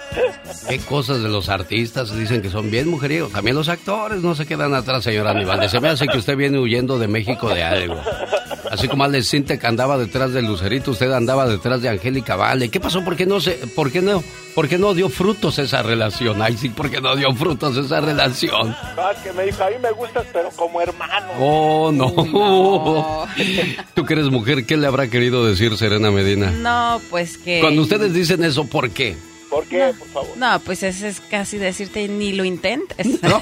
Qué cosas de los artistas, dicen que son bien mujeriegos. También los actores no se quedan atrás, señor Aníbal. Se me hace que usted viene huyendo de México de algo. Así como Alex Sintek andaba detrás de Lucerito, usted andaba detrás de Angélica Vale. ¿Qué pasó? ¿Por qué no se, por qué no, por qué no dio frutos esa relación? Ay, sí, ¿por qué no dio frutos esa relación? Ah, que me dijo, a mí me gustas, pero como hermano. Oh, no. no. Tú que eres mujer, ¿qué le habrá querido decir Serena Medina? No, pues que... Cuando ustedes dicen eso, ¿por qué? ¿Por qué, no, por favor? No, pues eso es casi decirte ni lo intentes. El show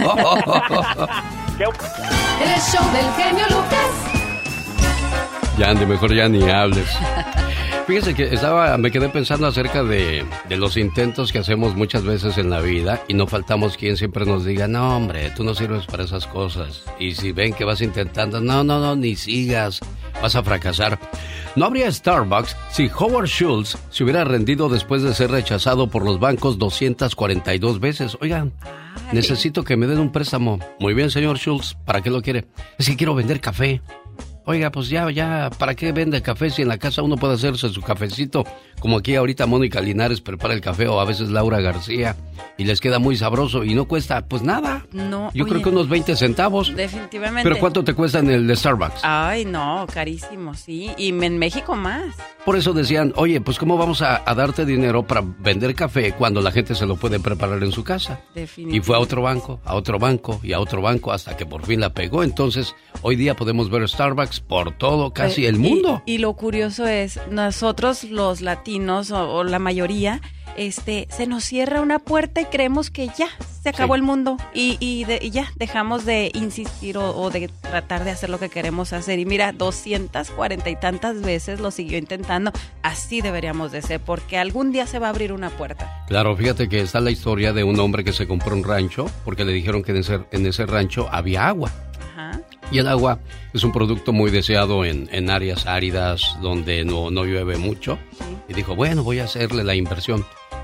del genio Lucas. Ya, Andy, mejor ya ni hables. Fíjese que estaba, me quedé pensando acerca de, de los intentos que hacemos muchas veces en la vida y no faltamos quien siempre nos diga, no, hombre, tú no sirves para esas cosas. Y si ven que vas intentando, no, no, no, ni sigas, vas a fracasar. No habría Starbucks si Howard Schultz se hubiera rendido después de ser rechazado por los bancos doscientas cuarenta y dos veces. Oigan, necesito que me den un préstamo. Muy bien, señor Schultz, ¿para qué lo quiere? Es que quiero vender café. Oiga, pues ya, ya, ¿para qué vende café si en la casa uno puede hacerse su cafecito? Como aquí ahorita Mónica Linares prepara el café o a veces Laura García y les queda muy sabroso y no cuesta, pues nada. No, Yo oye, creo que unos veinte centavos. Definitivamente. ¿Pero cuánto te cuesta en el de Starbucks? Ay, no, carísimo, sí. Y en México más. Por eso decían, oye, pues ¿cómo vamos a, a darte dinero para vender café cuando la gente se lo puede preparar en su casa? Definitivamente. Y fue a otro banco, a otro banco y a otro banco hasta que por fin la pegó. Entonces, hoy día podemos ver Starbucks por todo, casi eh, el mundo. Y, y lo curioso es, nosotros los latinos o, o la mayoría, este, se nos cierra una puerta y creemos que ya se acabó Sí. el mundo y, y, de, y ya dejamos de insistir o, o de tratar de hacer lo que queremos hacer. Y mira, doscientas cuarenta y tantas veces lo siguió intentando. Así deberíamos de ser, porque algún día se va a abrir una puerta. Claro, fíjate que está la historia de un hombre que se compró un rancho porque le dijeron que en ese, en ese rancho había agua. Ajá. Y el agua es un producto muy deseado en, en áreas áridas donde no, no llueve mucho. Sí. Y dijo, bueno, voy a hacerle la inversión.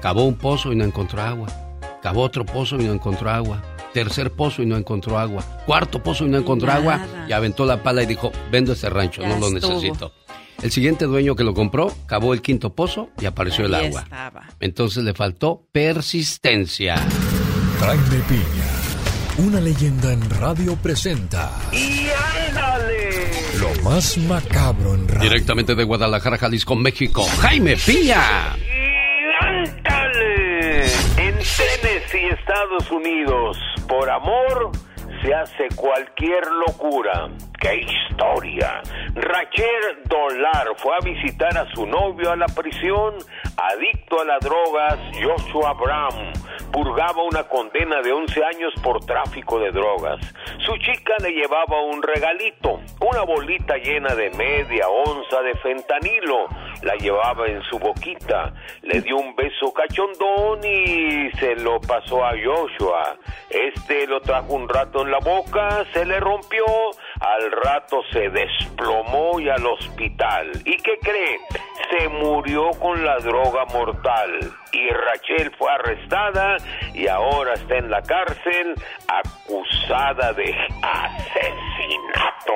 Cavó un pozo y no encontró agua. Cavó otro pozo y no encontró agua. Tercer pozo y no encontró agua. Cuarto pozo y no encontró Nada. agua. Y aventó la pala y dijo, vendo este rancho, ya no lo estuvo. necesito. El siguiente dueño que lo compró, cavó el quinto pozo y apareció Ahí el agua. Estaba. Entonces le faltó persistencia. Jaime Piña, una leyenda en radio presenta. ¡Y ándale! Lo más macabro en radio. Directamente de Guadalajara, Jalisco, México, Jaime Piña. ¡Y ándale! En Tennessee, Estados Unidos, por amor se hace cualquier locura. ¡Qué historia! Rachel Dollar fue a visitar a su novio a la prisión, adicto a las drogas. Joshua Brown purgaba una condena de once años por tráfico de drogas. Su chica le llevaba un regalito, una bolita llena de media onza de fentanilo. La llevaba en su boquita, le dio un beso cachondón y se lo pasó a Joshua. Este lo trajo un rato en la boca, se le rompió, al rato se desplomó y al hospital. ¿Y qué cree? Se murió con la droga mortal. Y Rachel fue arrestada y ahora está en la cárcel acusada de asesinato.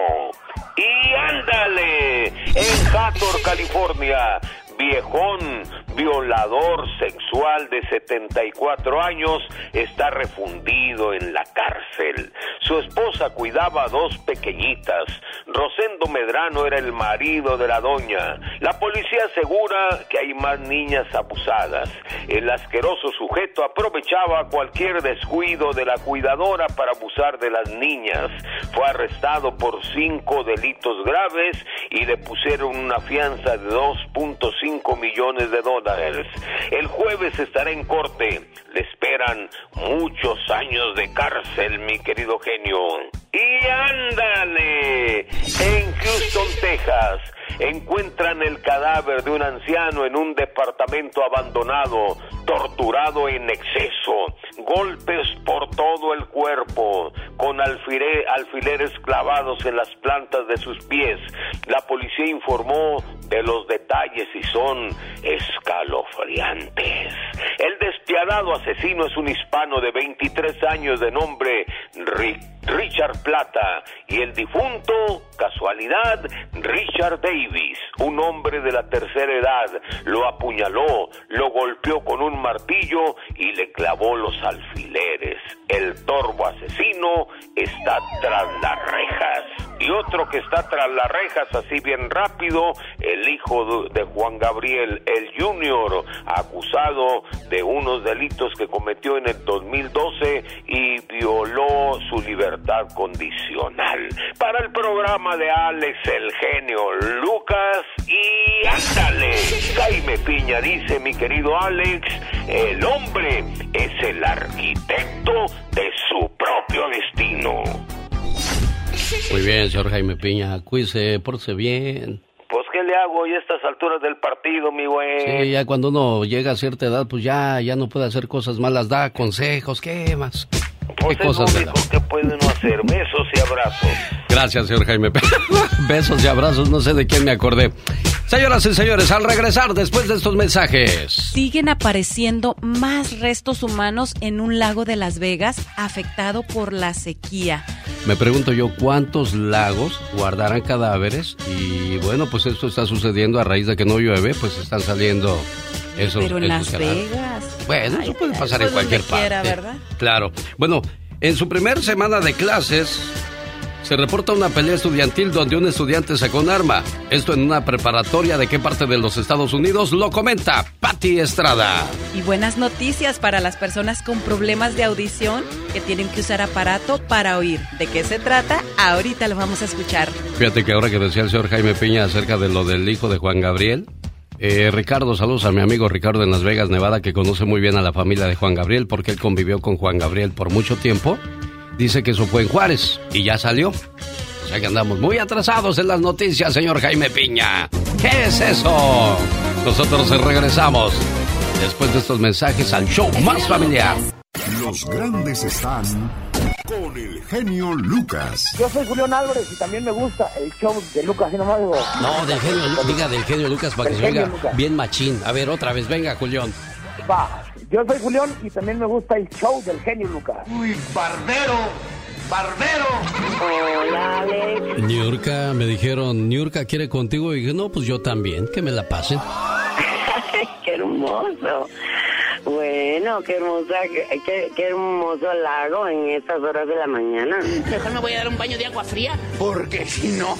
Y ándale, en Hathor, California, viejón, violador sexual de setenta y cuatro años, está refundido en la cárcel. Su esposa cuidaba a dos pequeñitas. Rosendo Medrano era el marido de la doña. La policía asegura que hay más niñas abusadas. El asqueroso sujeto aprovechaba cualquier descuido de la cuidadora para abusar de las niñas. Fue arrestado por cinco delitos graves y le pusieron una fianza de dos punto cinco millones de dólares. El jueves estará en corte. Le esperan muchos años de cárcel, mi querido genio. Y ándale, en Houston, Texas, encuentran el cadáver de un anciano en un departamento abandonado, torturado en exceso, golpes por todo el cuerpo, con alfile- alfileres clavados en las plantas de sus pies. La policía informó de los detalles y son escalofriantes. El despiadado asesino es un hispano de veintitrés años de nombre Rick. Richard Plata, y el difunto, casualidad, Richard Davis, un hombre de la tercera edad, lo apuñaló, lo golpeó con un martillo y le clavó los alfileres. El torvo asesino está tras las rejas. Y otro que está tras las rejas, así bien rápido, el hijo de Juan Gabriel, el Junior, acusado de unos delitos que cometió en el dos mil doce y violó su libertad condicional. Para el programa de Alex, el genio Lucas, y ándale, Jaime Piña dice, mi querido Alex, el hombre es el arquitecto de su propio destino. Muy bien, señor Jaime Piña, cuídese, pórtese bien. Pues, ¿qué le hago ya a estas alturas del partido, mi güey? Sí, ya cuando uno llega a cierta edad, pues ya, ya no puede hacer cosas malas, da consejos, ¿qué más? Pues ¿Qué es cosas lo único que puede uno hacer, besos y abrazos. Gracias, señor Jaime Piña. Besos y abrazos, no sé de quién me acordé. Señoras y señores, al regresar después de estos mensajes. Siguen apareciendo más restos humanos en un lago de Las Vegas afectado por la sequía. Me pregunto yo, ¿cuántos lagos guardarán cadáveres? Y bueno, pues esto está sucediendo a raíz de que no llueve, pues están saliendo esos. Pero en esos Las cadáveres. Vegas. Bueno, Ay, eso puede pero pasar eso en cualquier donde parte. quiera, ¿verdad? Claro. Bueno, en su primer semana de clases se reporta una pelea estudiantil donde un estudiante sacó un arma. Esto en una preparatoria de qué parte de los Estados Unidos, lo comenta Pati Estrada. Y buenas noticias para las personas con problemas de audición que tienen que usar aparato para oír. ¿De qué se trata? Ahorita lo vamos a escuchar. Fíjate que ahora que decía el señor Jaime Piña acerca de lo del hijo de Juan Gabriel, eh, Ricardo, saludos a mi amigo Ricardo en Las Vegas, Nevada, que conoce muy bien a la familia de Juan Gabriel porque él convivió con Juan Gabriel por mucho tiempo. Dice que eso fue en Juárez y ya salió. O sea que andamos muy atrasados en las noticias, señor Jaime Piña. ¿Qué es eso? Nosotros regresamos después de estos mensajes al show más familiar. Los grandes están con el genio Lucas. Yo soy Julián Álvarez y también me gusta el show de Lucas, y no más digo. No, del genio, diga del genio Lucas para que se oiga bien machín. A ver, otra vez, venga, Julián. Va, yo soy Julián y también me gusta el show del genio Lucas. Uy, barbero, barbero. Hola, Alex. Niurka, me dijeron, Niurka quiere contigo. Y dije, no, pues yo también, que me la pasen. Qué hermoso. Bueno, qué hermosa, qué, qué, qué hermoso lago en estas horas de la mañana. Mejor me voy a dar un baño de agua fría. Porque si no...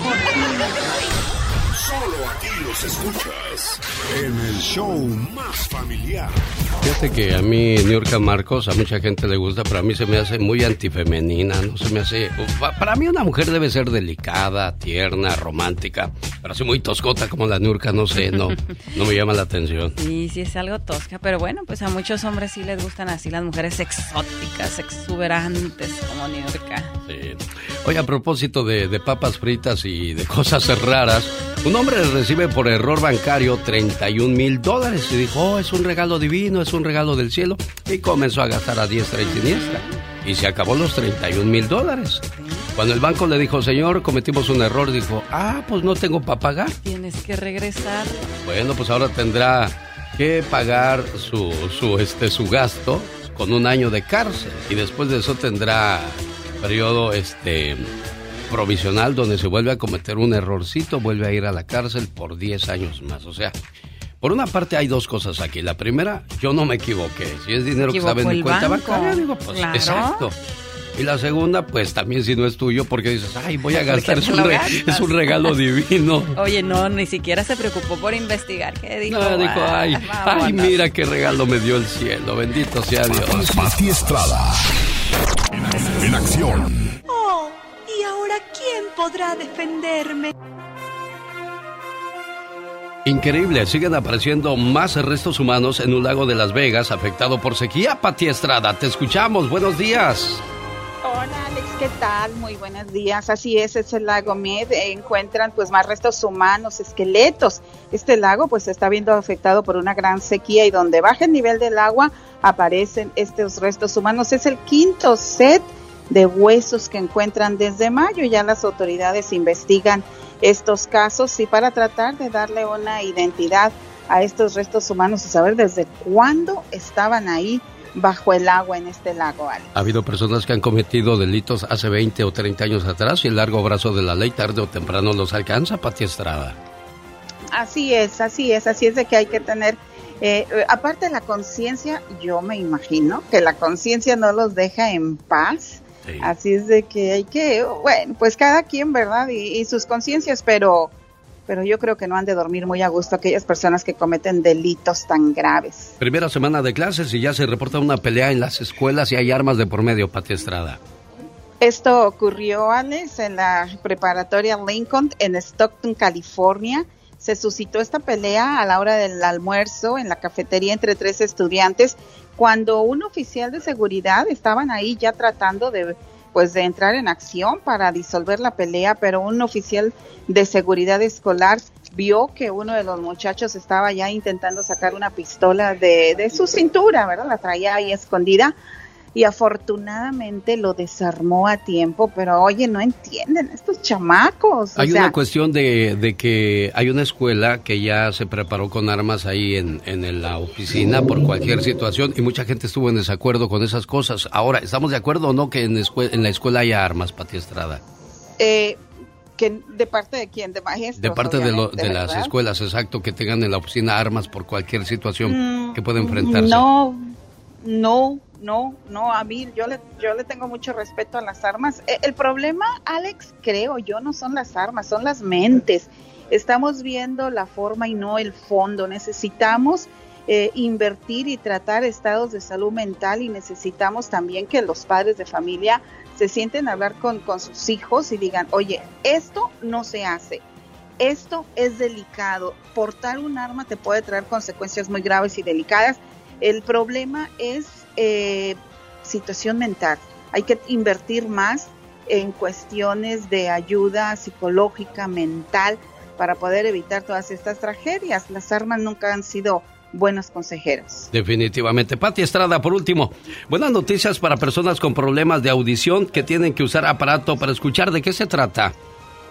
Solo aquí los escuchas en el show más familiar. Fíjate que a mí, Niurka Marcos, a mucha gente le gusta, pero a mí se me hace muy antifemenina, no se me hace... Para mí una mujer debe ser delicada, tierna, romántica, pero así muy toscota como la Niurka, no sé, no, no me llama la atención. Sí, sí es algo tosca, pero bueno, pues a muchos hombres sí les gustan así las mujeres exóticas, exuberantes como Niurka. Sí. Oye, a propósito de, de papas fritas y de cosas raras, un hombre recibe por error bancario treinta y un mil dólares y dijo, oh, es un regalo divino, es un regalo del cielo, y comenzó a gastar a diestra y siniestra y se acabó los treinta y un mil dólares. Cuando el banco le dijo, señor, cometimos un error, dijo, ah, pues no tengo para pagar. Tienes que regresar. Bueno, pues ahora tendrá que pagar su, su, este, su gasto con un año de cárcel y después de eso tendrá periodo este provisional donde se vuelve a cometer un errorcito, vuelve a ir a la cárcel por diez años más. O sea, por una parte hay dos cosas aquí. La primera, yo no me equivoqué. Si es dinero que estaba en mi cuenta bancaria, digo, pues claro. Exacto. Y la segunda, pues también si no es tuyo, porque dices, ay, voy a gastar, es un, re, es un regalo divino. Oye, no, ni siquiera se preocupó por investigar. ¿Qué dijo? No, dijo, ay, ay, mira qué regalo me dio el cielo, bendito sea Dios. Pati Estrada, en acción. Oh, ¿y ahora quién podrá defenderme? Increíble, siguen apareciendo más restos humanos en un lago de Las Vegas afectado por sequía. Pati Estrada, te escuchamos, buenos días. Hola Alex, ¿qué tal? Muy buenos días. Así es, es el lago Mead. Eh, encuentran pues más restos humanos, esqueletos. Este lago pues se está viendo afectado por una gran sequía y donde baja el nivel del agua aparecen estos restos humanos. Es el quinto set de huesos que encuentran desde mayo. Ya las autoridades investigan estos casos y para tratar de darle una identidad a estos restos humanos y saber desde cuándo estaban ahí bajo el agua en este lago, Alex. Ha habido personas que han cometido delitos hace veinte o treinta años atrás y el largo brazo de la ley tarde o temprano los alcanza, Pati Estrada. Así es, así es, así es de que hay que tener, eh, aparte de la conciencia, yo me imagino que la conciencia no los deja en paz, sí. Así es de que hay que, bueno, pues cada quien, ¿verdad? Y, y sus conciencias, pero... pero yo creo que no han de dormir muy a gusto aquellas personas que cometen delitos tan graves. Primera semana de clases y ya se reporta una pelea en las escuelas y hay armas de por medio, Pati Estrada. Esto ocurrió, Alex, en la preparatoria Lincoln en Stockton, California. Se suscitó esta pelea a la hora del almuerzo en la cafetería entre tres estudiantes cuando un oficial de seguridad estaban ahí ya tratando de... pues de entrar en acción para disolver la pelea, pero un oficial de seguridad escolar vio que uno de los muchachos estaba ya intentando sacar una pistola de, de su cintura, ¿verdad? La traía ahí escondida y afortunadamente lo desarmó a tiempo, pero oye, no entienden estos chamacos. Hay o sea, una cuestión de, de que hay una escuela que ya se preparó con armas ahí en, en la oficina por cualquier situación y mucha gente estuvo en desacuerdo con esas cosas. Ahora, ¿estamos de acuerdo o no que en, escue- en la escuela haya armas, Pati Estrada? Eh, que ¿de parte de quién? ¿De maestros? De parte de, lo, de las ¿verdad? escuelas, exacto, que tengan en la oficina armas por cualquier situación Mm, que pueda enfrentarse. No, no, no, no, a mí yo le, yo le tengo mucho respeto a las armas. Eh, El problema, Alex, creo yo, no son las armas, son las mentes. Estamos viendo la forma y no el fondo. Necesitamos eh, invertir y tratar estados de salud mental y necesitamos también que los padres de familia se sienten a hablar con, con sus hijos y digan, oye, esto no se hace. Esto es delicado. Portar un arma te puede traer consecuencias muy graves y delicadas. El problema es eh, situación mental. Hay que invertir más en cuestiones de ayuda psicológica, mental, para poder evitar todas estas tragedias. Las armas nunca han sido buenos consejeros. Definitivamente. Pati Estrada, por último, buenas noticias para personas con problemas de audición que tienen que usar aparato para escuchar. ¿De qué se trata?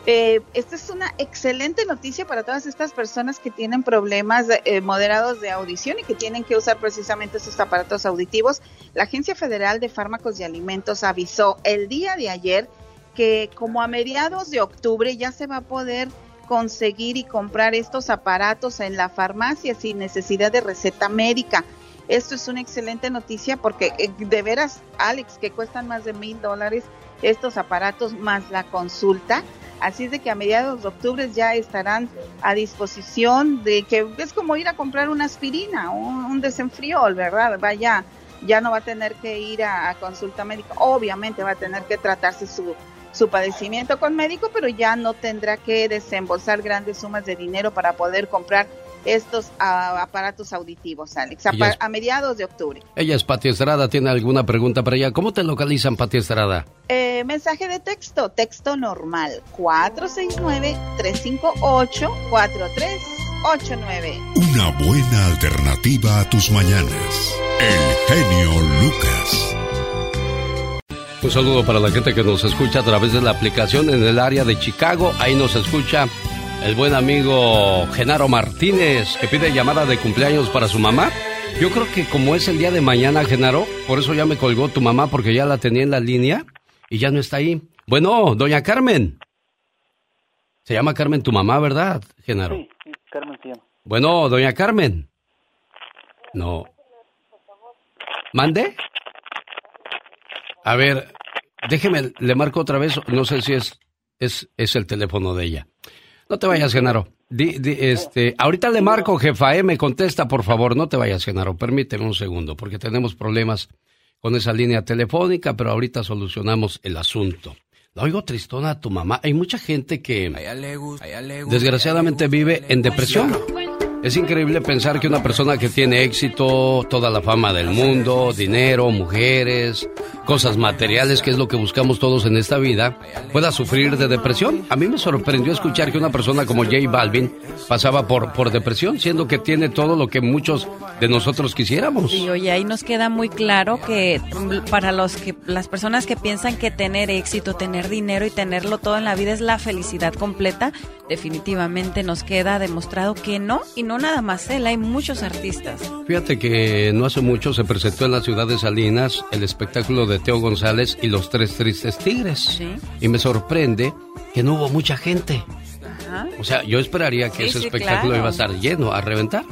Eh, esta es una excelente noticia para todas estas personas que tienen problemas eh, moderados de audición y que tienen que usar precisamente estos aparatos auditivos. La Agencia Federal de Fármacos y Alimentos avisó el día de ayer que como a mediados de octubre ya se va a poder conseguir y comprar estos aparatos en la farmacia sin necesidad de receta médica. Esto es una excelente noticia porque eh, de veras, Alex, que cuestan más de mil dólares estos aparatos más la consulta. Así es de que a mediados de octubre ya estarán a disposición de que es como ir a comprar una aspirina, un, un desenfriol, ¿verdad? Vaya, ya no va a tener que ir a, a consulta médica. Obviamente va a tener que tratarse su su padecimiento con médico, pero ya no tendrá que desembolsar grandes sumas de dinero para poder comprar estos uh, aparatos auditivos, Alex, a, es, a mediados de octubre. Ella es Pati Estrada, ¿tiene alguna pregunta para ella? ¿Cómo te localizan, Pati Estrada? Eh, mensaje de texto, texto normal, cuatro seis nueve, tres cinco ocho, cuatro tres ocho nueve. Una buena alternativa a tus mañanas. El genio Lucas. Un saludo para la gente que nos escucha a través de la aplicación en el área de Chicago. Ahí nos escucha el buen amigo Genaro Martínez, que pide llamada de cumpleaños para su mamá. Yo creo que como es el día de mañana, Genaro, por eso ya me colgó tu mamá, porque ya la tenía en la línea y ya no está ahí. Bueno, doña Carmen. Se llama Carmen tu mamá, ¿verdad, Genaro? Sí, Carmen se llama. Bueno, doña Carmen. No. ¿Mande? A ver, déjeme, le marco otra vez, no sé si es, es, es el teléfono de ella. No te vayas, Genaro. Di, di, este, ahorita le marco, jefa, eh, me contesta, por favor, no te vayas, Genaro, permíteme un segundo, porque tenemos problemas con esa línea telefónica, pero ahorita solucionamos el asunto. La oigo tristona a tu mamá. Hay mucha gente que desgraciadamente vive en depresión. Es increíble pensar que una persona que tiene éxito, toda la fama del mundo, dinero, mujeres, cosas materiales, que es lo que buscamos todos en esta vida, pueda sufrir de depresión. A mí me sorprendió escuchar que una persona como J Balvin pasaba por, por depresión, siendo que tiene todo lo que muchos de nosotros quisiéramos. Sí, oye, ahí nos queda muy claro que para los que las personas que piensan que tener éxito, tener dinero y tenerlo todo en la vida es la felicidad completa, definitivamente nos queda demostrado que no, y no nada más él, hay muchos artistas. Fíjate que no hace mucho se presentó en la ciudad de Salinas el espectáculo de Teo González y los Tres Tristes Tigres. ¿Sí? Y me sorprende que no hubo mucha gente. Ajá. O sea, yo esperaría que sí, ese sí, espectáculo claro. iba a estar lleno, a reventar.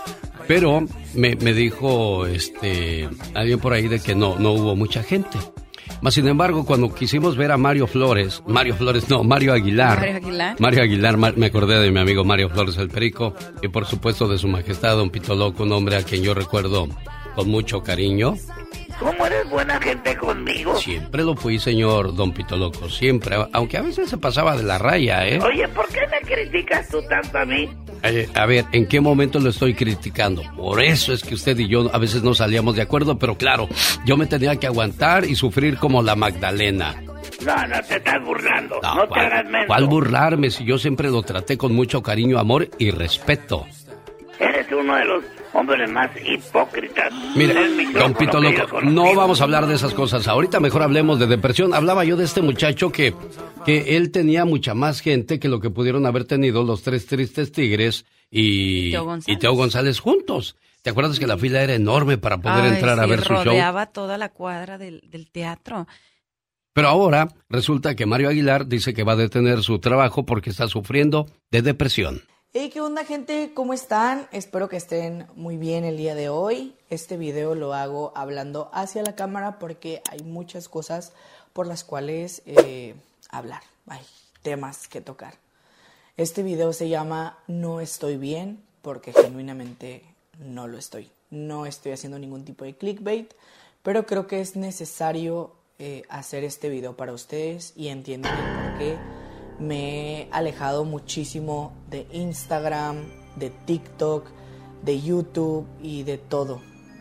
Pero me, me dijo este alguien por ahí de que no, no hubo mucha gente. Más sin embargo, cuando quisimos ver a Mario Flores, Mario Flores, no, Mario Aguilar. Mario Aguilar. Mario Aguilar, me acordé de mi amigo Mario Flores el Perico y por supuesto de su majestad Don Pito Loco, un hombre a quien yo recuerdo con mucho cariño. ¿Cómo eres buena gente conmigo? Siempre lo fui, señor Don Pito Loco, siempre, aunque a veces se pasaba de la raya, ¿eh? Oye, ¿por qué me criticas tú tanto a mí? Eh, a ver, ¿en qué momento lo estoy criticando? Por eso es que usted y yo a veces no salíamos de acuerdo, pero claro, yo me tenía que aguantar y sufrir como la Magdalena. No, no te estás burlando, no, no ¿cuál, te hagas menso. ¿Cuál burlarme si yo siempre lo traté con mucho cariño, amor y respeto? Eres uno de los hombres más hipócritas. Mira, Don Pito Loco, no vamos a hablar de esas cosas. Ahorita mejor hablemos de depresión. Hablaba yo de este muchacho que, que él tenía mucha más gente que lo que pudieron haber tenido los Tres Tristes Tigres y Teo González, y Teo González juntos. ¿Te acuerdas que la fila era enorme para poder Ay, entrar sí, a ver su show? Rodeaba toda la cuadra del, del teatro. Pero ahora resulta que Mario Aguilar dice que va a detener su trabajo porque está sufriendo de depresión. Hey, ¿qué onda, gente? ¿Cómo están? Espero que estén muy bien el día de hoy. Este video lo hago hablando hacia la cámara porque hay muchas cosas por las cuales eh, hablar. Hay temas que tocar. Este video se llama No estoy bien porque genuinamente no lo estoy. No estoy haciendo ningún tipo de clickbait, pero creo que es necesario eh, hacer este video para ustedes y entiendan el por qué me he alejado muchísimo de Instagram, de TikTok, de YouTube y de todo.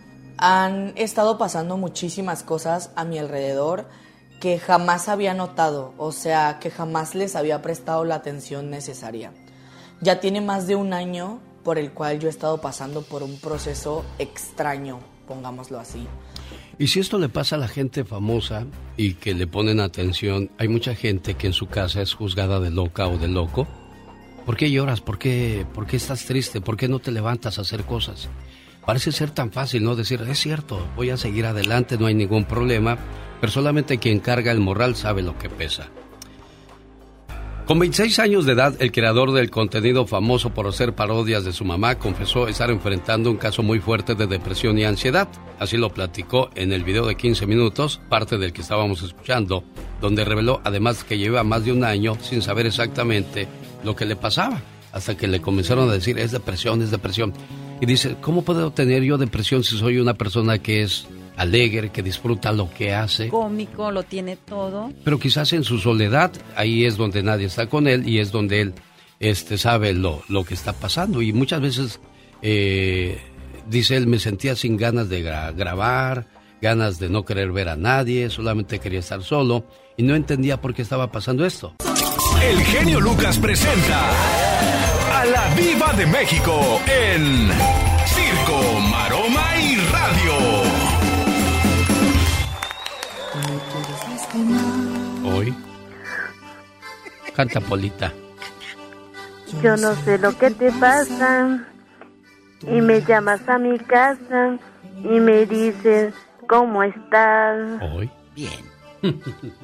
Han estado pasando muchísimas cosas a mi alrededor que jamás había notado, o sea, que jamás les había prestado la atención necesaria. Ya tiene más de un año por el cual yo he estado pasando por un proceso extraño, pongámoslo así. Y si esto le pasa a la gente famosa y que le ponen atención, hay mucha gente que en su casa es juzgada de loca o de loco. ¿Por qué lloras? ¿Por qué, por qué estás triste? ¿Por qué no te levantas a hacer cosas? Parece ser tan fácil, ¿no? Decir, es cierto, voy a seguir adelante, no hay ningún problema. Pero solamente quien carga el morral sabe lo que pesa. Con veintiséis años de edad, el creador del contenido famoso por hacer parodias de su mamá confesó estar enfrentando un caso muy fuerte de depresión y ansiedad. Así lo platicó en el video de quince minutos, parte del que estábamos escuchando, donde reveló además que lleva más de un año sin saber exactamente lo que le pasaba, hasta que le comenzaron a decir, es depresión, es depresión. Y dice, ¿cómo puedo tener yo depresión si soy una persona que es alegre, que disfruta lo que hace? Cómico, lo tiene todo. Pero quizás en su soledad, ahí es donde nadie está con él y es donde él este, sabe lo, lo que está pasando. Y muchas veces, eh, dice él, me sentía sin ganas de gra- grabar, ganas de no querer ver a nadie, solamente quería estar solo y no entendía por qué estaba pasando esto. El genio Lucas presenta a la Diva de México en Circo, Maroma y Radio. Hoy canta Polita. Yo no sé lo que te pasa y me llamas a mi casa y me dices ¿cómo estás? Hoy. Bien.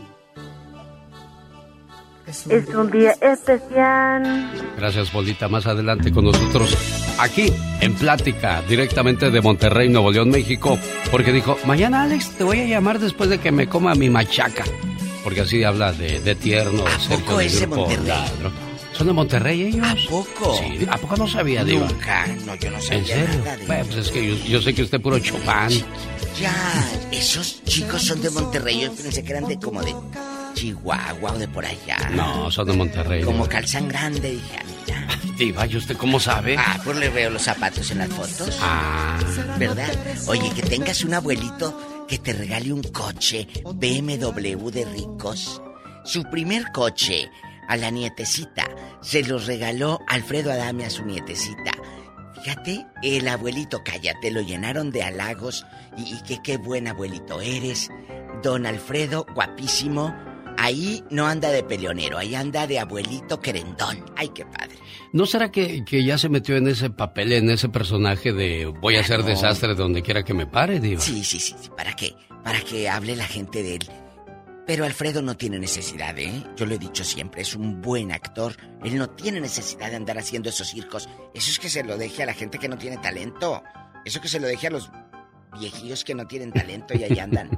Es un día especial. Gracias, Polita. Más adelante con nosotros aquí en Plática, directamente de Monterrey, Nuevo León, México, porque dijo, mañana Alex te voy a llamar después de que me coma mi machaca, porque así habla de, de tierno. ¿A Sergio poco del es de grupo Monterrey? Ladro. ¿Son de Monterrey ellos? ¿A poco? Sí, ¿a poco no sabía, Diva? Nunca, no, yo no sabía ¿En serio? nada de Bueno, pues es que yo, yo sé que usted puro chupán. Ya, esos chicos son de Monterrey, yo pensé que eran de como de Chihuahua o de por allá. No, son de Monterrey. Como Diva. calzan grande, dije, mira. Diva, ¿y usted cómo sabe? Ah, pues le veo los zapatos en las fotos. Ah. ¿Verdad? Oye, que tengas un abuelito que te regale un coche B M W de ricos. Su primer coche a la nietecita se los regaló Alfredo Adame a su nietecita. Fíjate, el abuelito, cállate, lo llenaron de halagos y, y que qué buen abuelito eres. Don Alfredo, guapísimo. Ahí no anda de peleonero, ahí anda de abuelito querendón. Ay, qué padre. ¿No será que, que ya se metió en ese papel, en ese personaje de voy a hacer no. desastre donde quiera que me pare, Diva? Sí, sí, sí, sí, ¿para qué? Para que hable la gente de él. Pero Alfredo no tiene necesidad, ¿eh? Yo lo he dicho siempre, es un buen actor. Él no tiene necesidad de andar haciendo esos circos. Eso es que se lo deje a la gente que no tiene talento. Eso que se lo deje a los viejillos que no tienen talento y ahí andan.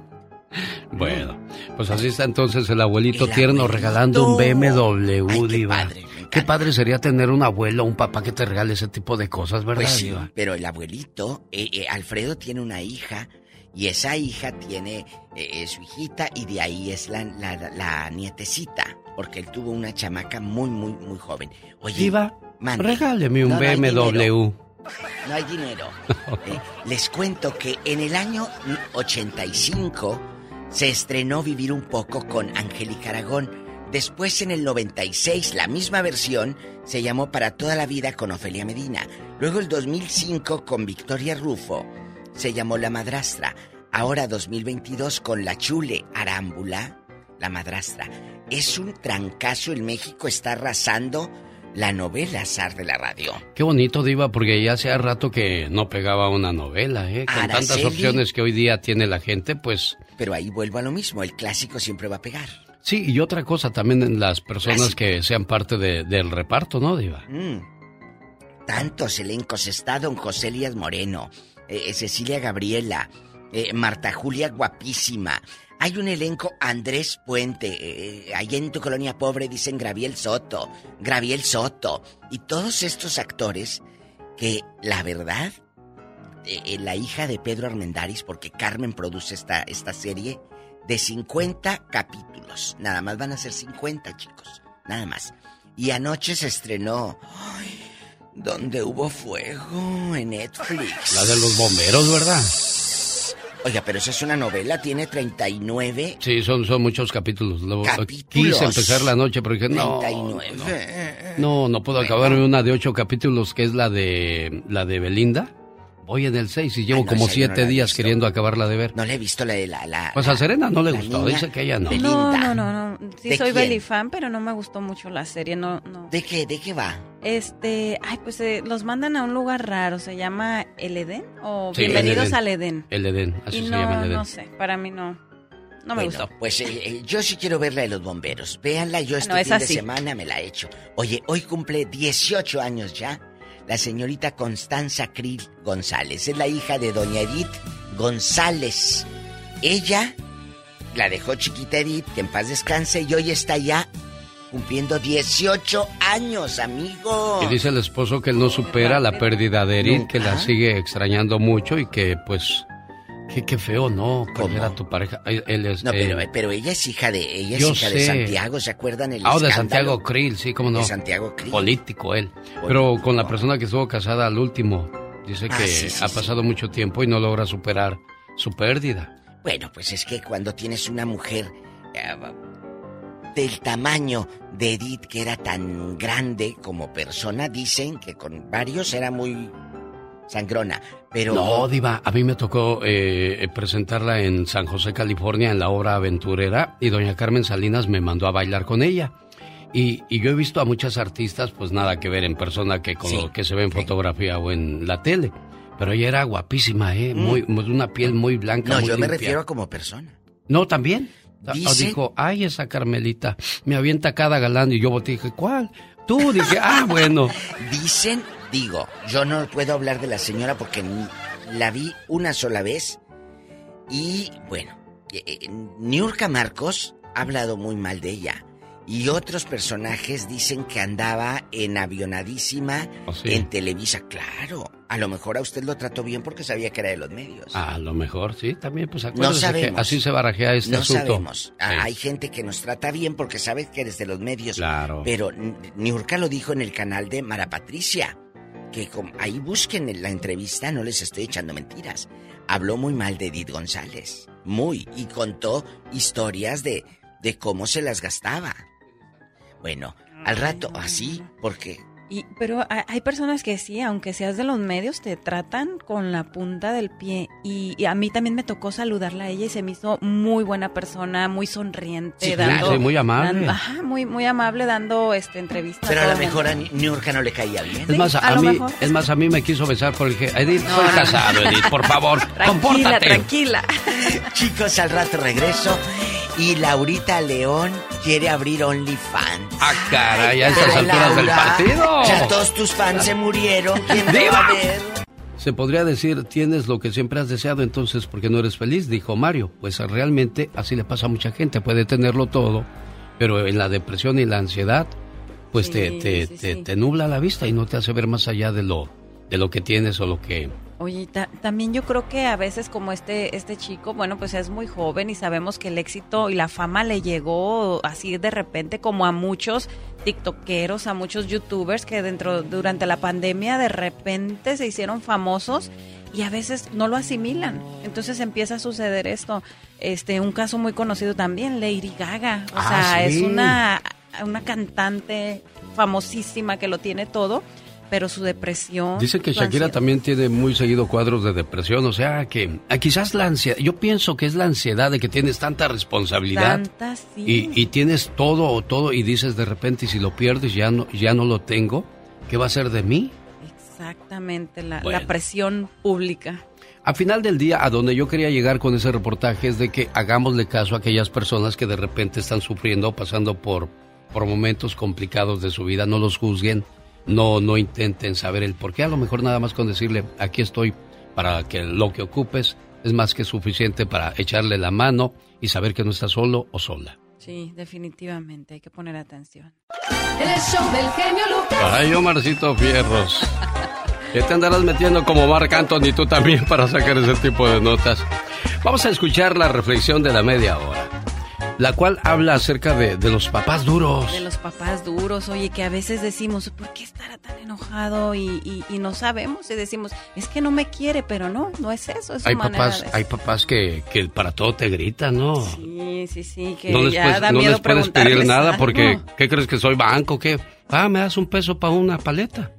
Bueno, pues así está entonces el abuelito El tierno abuelito. regalando un B M W, Ay, qué Diva. padre, Qué padre sería tener un abuelo o un papá que te regale ese tipo de cosas, ¿verdad, Pues sí, Diva? pero el abuelito, eh, eh, Alfredo tiene una hija y esa hija tiene eh, su hijita y de ahí es la, la, la nietecita, porque él tuvo una chamaca muy, muy, muy joven. Oye, Diva, mande. regáleme un No, no hay B M W. dinero. No hay dinero. Eh, les cuento que en el año ochenta y cinco se estrenó Vivir un poco con Angélica Aragón. Después, en el noventa y seis, la misma versión se llamó Para toda la vida con Ofelia Medina. Luego, el dos mil cinco, con Victoria Rufo, se llamó La Madrastra. Ahora, dos mil veintidós, con La Chule Arámbula, La Madrastra. Es un trancazo. En México está arrasando la novela zar de la radio. Qué bonito, Diva, porque ya hacía rato que no pegaba una novela, ¿eh? Con Araceli. tantas opciones que hoy día tiene la gente, pues... Pero ahí vuelvo a lo mismo, el clásico siempre va a pegar. Sí, y otra cosa también en las personas Clásico. que sean parte de, del reparto, ¿no, Diva? Mm. Tantos elencos, está don José Elías Moreno, eh, Cecilia Gabriela, eh, Marta Julia guapísima. Hay un elenco, Andrés Puente, eh, allá en tu colonia pobre dicen Graviel Soto, Graviel Soto. Y todos estos actores que, la verdad, eh, la hija de Pedro Armendáriz, porque Carmen produce esta, esta serie, de cincuenta capítulos. Nada más van a ser cincuenta, chicos. Nada más. Y anoche se estrenó... Ay, Donde hubo fuego en Netflix. La de los bomberos, ¿verdad? Oiga, pero esa es una novela, tiene treinta y nueve. Sí, son, son muchos capítulos. Lo, Capítulos. Quise empezar la noche, pero dije, no, treinta y nueve. no, no puedo acabar una de ocho capítulos, que es la de la de Belinda. voy en el seis y llevo Ay, no, como esa yo siete no la he días visto. queriendo acabarla de ver. No le he visto la de la... la Pues la, a Serena no le la gustó, niña dice que ella no. Belinda. No, no, no, no. Sí ¿De soy quién? Beli fan, pero no me gustó mucho la serie, no, no. ¿De qué? ¿De qué va? Este, ay, pues eh, los mandan a un lugar raro, se llama El Edén o Sí, Bienvenidos el Edén. al Edén. El Edén, así y se no, llama el Edén. no sé, para mí no, no me Bueno, gustó. Pues eh, eh, yo sí quiero ver la de los bomberos. Véanla, yo este No, es fin de así. semana me la he hecho. Oye, hoy cumple dieciocho años ya la señorita Constanza Krill González. Es la hija de doña Edith González. Ella la dejó chiquita Edith, que en paz descanse, y hoy está ya cumpliendo dieciocho años, amigo. Y dice el esposo que él no supera la pérdida de Edith, que la sigue extrañando mucho y que pues... Qué, qué feo, ¿no? Perder a tu pareja. Él, él es, No, pero, eh, pero ella es hija de ella es yo hija sé. de Santiago, ¿se acuerdan el Ah, oh, de escándalo? Santiago Krill, sí, cómo no. De Santiago Krill. Político él. Pero con la persona que estuvo casada al último. Dice Ah, que sí, sí, ha sí. pasado mucho tiempo y no logra superar su pérdida. Bueno, pues es que cuando tienes una mujer eh, del tamaño de Edith, que era tan grande como persona, dicen que con varios era muy sangrona, pero... No, diva, a mí me tocó eh, presentarla en San José, California, en la obra Aventurera, y doña Carmen Salinas me mandó a bailar con ella. Y, y yo he visto a muchas artistas, pues nada que ver en persona que con Sí, lo que se ve en sí. fotografía o en la tele. Pero ella era guapísima, ¿eh? Mm. Muy, muy- una piel muy blanca, No, muy yo me limpia. refiero a como persona. No, también. Dice- Dijo, ay, esa Carmelita, me avienta cada galán. Y yo volteé y dije, ¿cuál? Tú, dije, ah, bueno. Dicen, digo, yo no puedo hablar de la señora porque n- la vi una sola vez. Y bueno, eh, eh, Niurka Marcos ha hablado muy mal de ella. Y otros personajes dicen que andaba en avionadísima ¿Oh, sí? en Televisa. Claro, a lo mejor a usted lo trató bien porque sabía que era de los medios. A lo mejor, sí, también, pues No acuérdese que sabemos. así se barajea este no asunto. sabemos. Ah, Sí. Hay gente que nos trata bien porque sabe que eres de los medios. Claro. Pero N- Niurka lo dijo en el canal de Mara Patricia. Que com- ahí busquen en la entrevista, no les estoy echando mentiras. Habló muy mal de Edith González. Muy. Y contó historias de, de cómo se las gastaba. Bueno, al rato, así, porque... Y, pero hay, hay personas que sí, aunque seas de los medios, te tratan con la punta del pie. Y, y a mí también me tocó saludarla a ella y se me hizo muy buena persona, muy sonriente. Sí, dando, sí, muy amable. dando- ajá, muy, muy amable dando este, entrevistas. Pero a todo lo el mejor a mundo. Ni- Niurka no le caía bien. Es más, a, a lo mí, mejor. es más, a mí me quiso besar porque dije, Edith, No, soy no, no. casado, Edith, por favor, Tranquila, compórtate. tranquila. Chicos, al rato regreso. Y Laurita León quiere abrir OnlyFans. Ah, caray, a esas Ay, alturas del Laura, partido. Ya todos tus fans se murieron. ¿Quién te ¡Diva! va a ver? Se podría decir, tienes lo que siempre has deseado, entonces, ¿por qué no eres feliz? Dijo Mario. Pues realmente así le pasa a mucha gente, puede tenerlo todo, pero en la depresión y la ansiedad, pues Sí, te, te, sí, te, sí. te nubla la vista y no te hace ver más allá de lo, de lo que tienes o lo que... Oye, ta- también yo creo que a veces como este este chico, bueno, pues es muy joven y sabemos que el éxito y la fama le llegó así de repente como a muchos tiktokeros, a muchos youtubers que dentro durante la pandemia de repente se hicieron famosos y a veces no lo asimilan. Entonces empieza a suceder esto. Este, un caso muy conocido también, Lady Gaga. O Ah, sea, sí. es una una cantante famosísima que lo tiene todo, pero su depresión. Dice que su Shakira ansiedad. también tiene muy seguido cuadros de depresión, o sea que ah, quizás la ansiedad, yo pienso que es la ansiedad de que tienes tanta responsabilidad Tanta, sí. y, y tienes todo, todo y dices de repente, y si lo pierdes ya no, ya no lo tengo, ¿qué va a ser de mí? Exactamente, la, Bueno. la presión pública. Al final del día, a donde yo quería llegar con ese reportaje es de que hagámosle caso a aquellas personas que de repente están sufriendo, pasando por, por momentos complicados de su vida, no los juzguen, no, no intenten saber el por qué, a lo mejor nada más con decirle, aquí estoy para que lo que ocupes es más que suficiente para echarle la mano y saber que no estás solo o sola. Sí, definitivamente, hay que poner atención. El show del genio Lucas. Ay, Omarcito Fierros. ¿Qué te andarás metiendo como Marc Anthony tú también para sacar ese tipo de notas? Vamos a escuchar la reflexión de la media hora, la cual habla acerca de, de los papás duros. De los papás duros, oye, que a veces decimos, ¿por qué estará tan enojado? Y, y, y no sabemos, y decimos, es que no me quiere, pero no, no es eso, es su Hay manera papás, de hay papás que, que para todo te gritan, ¿no? Sí, sí, sí, que No les ya puedes, da no miedo les puedes pedir preguntarles nada algo. porque, ¿qué crees que soy banco? ¿Qué? Ah, ¿me das un peso para una paleta?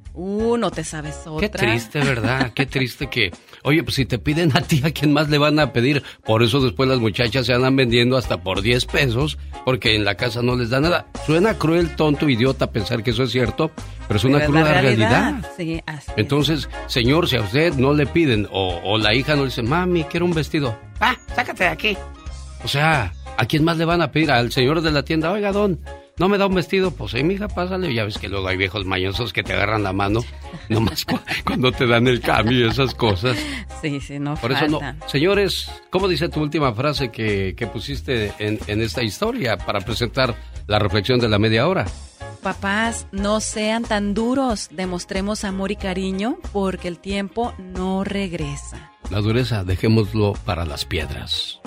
Uh, no te sabes otra. Qué triste, ¿verdad? Qué triste que... Oye, pues si te piden a ti, ¿a quién más le van a pedir? Por eso después las muchachas se andan vendiendo hasta por diez pesos, porque en la casa no les da nada. Suena cruel, tonto, idiota pensar que eso es cierto, pero es una Pero cruda la realidad. realidad. Sí, así es. Entonces, señor, si a usted no le piden, o, o la hija no le dice, mami, quiero un vestido. Ah, sácate de aquí. O sea, ¿a quién más le van a pedir? Al señor de la tienda, oiga, don, ¿no me da un vestido? Pues, eh, mija, pásale. Ya ves que luego hay viejos mañosos que te agarran la mano, nomás cu cuando te dan el cambio y esas cosas. Sí, sí, no Por falta. eso no. Señores, ¿cómo dice tu última frase que, que pusiste en, en esta historia para presentar la reflexión de la media hora? Papás, no sean tan duros. Demostremos amor y cariño porque el tiempo no regresa. La dureza, dejémoslo para las piedras.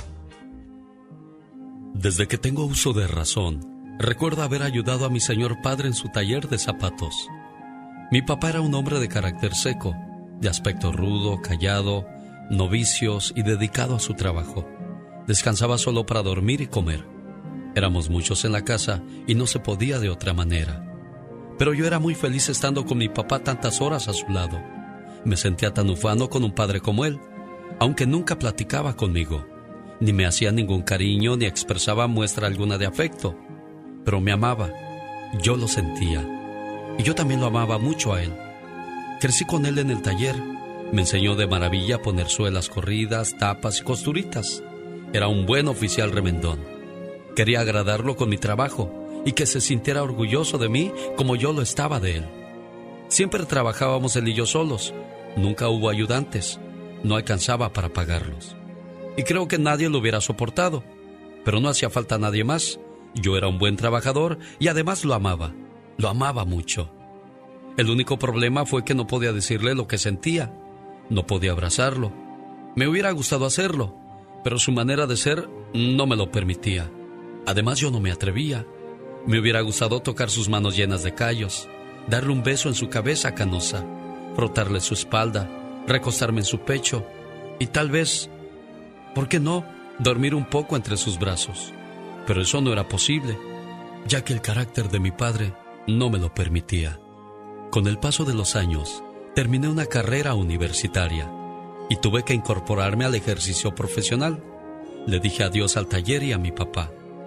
Desde que tengo uso de razón, recuerdo haber ayudado a mi señor padre en su taller de zapatos. Mi papá era un hombre de carácter seco, de aspecto rudo, callado, no vicios y dedicado a su trabajo. Descansaba solo para dormir y comer. Éramos muchos en la casa y no se podía de otra manera. Pero yo era muy feliz estando con mi papá tantas horas a su lado. Me sentía tan ufano con un padre como él, aunque nunca platicaba conmigo, ni me hacía ningún cariño ni expresaba muestra alguna de afecto. Pero me amaba, yo lo sentía, y yo también lo amaba mucho a él. Crecí con él en el taller, me enseñó de maravilla a poner suelas corridas, tapas y costuritas. Era un buen oficial remendón. Quería agradarlo con mi trabajo y que se sintiera orgulloso de mí como yo lo estaba de él. Siempre trabajábamos él y yo solos, nunca hubo ayudantes, no alcanzaba para pagarlos. Y creo que nadie lo hubiera soportado, pero no hacía falta nadie más. Yo era un buen trabajador y además lo amaba, lo amaba mucho. El único problema fue que no podía decirle lo que sentía, no podía abrazarlo. Me hubiera gustado hacerlo, pero su manera de ser no me lo permitía. Además yo no me atrevía. Me hubiera gustado tocar sus manos llenas de callos, darle un beso en su cabeza canosa, frotarle su espalda, recostarme en su pecho y tal vez, ¿por qué no?, dormir un poco entre sus brazos. Pero eso no era posible, ya que el carácter de mi padre no me lo permitía. Con el paso de los años, terminé una carrera universitaria y tuve que incorporarme al ejercicio profesional. Le dije adiós al taller y a mi papá.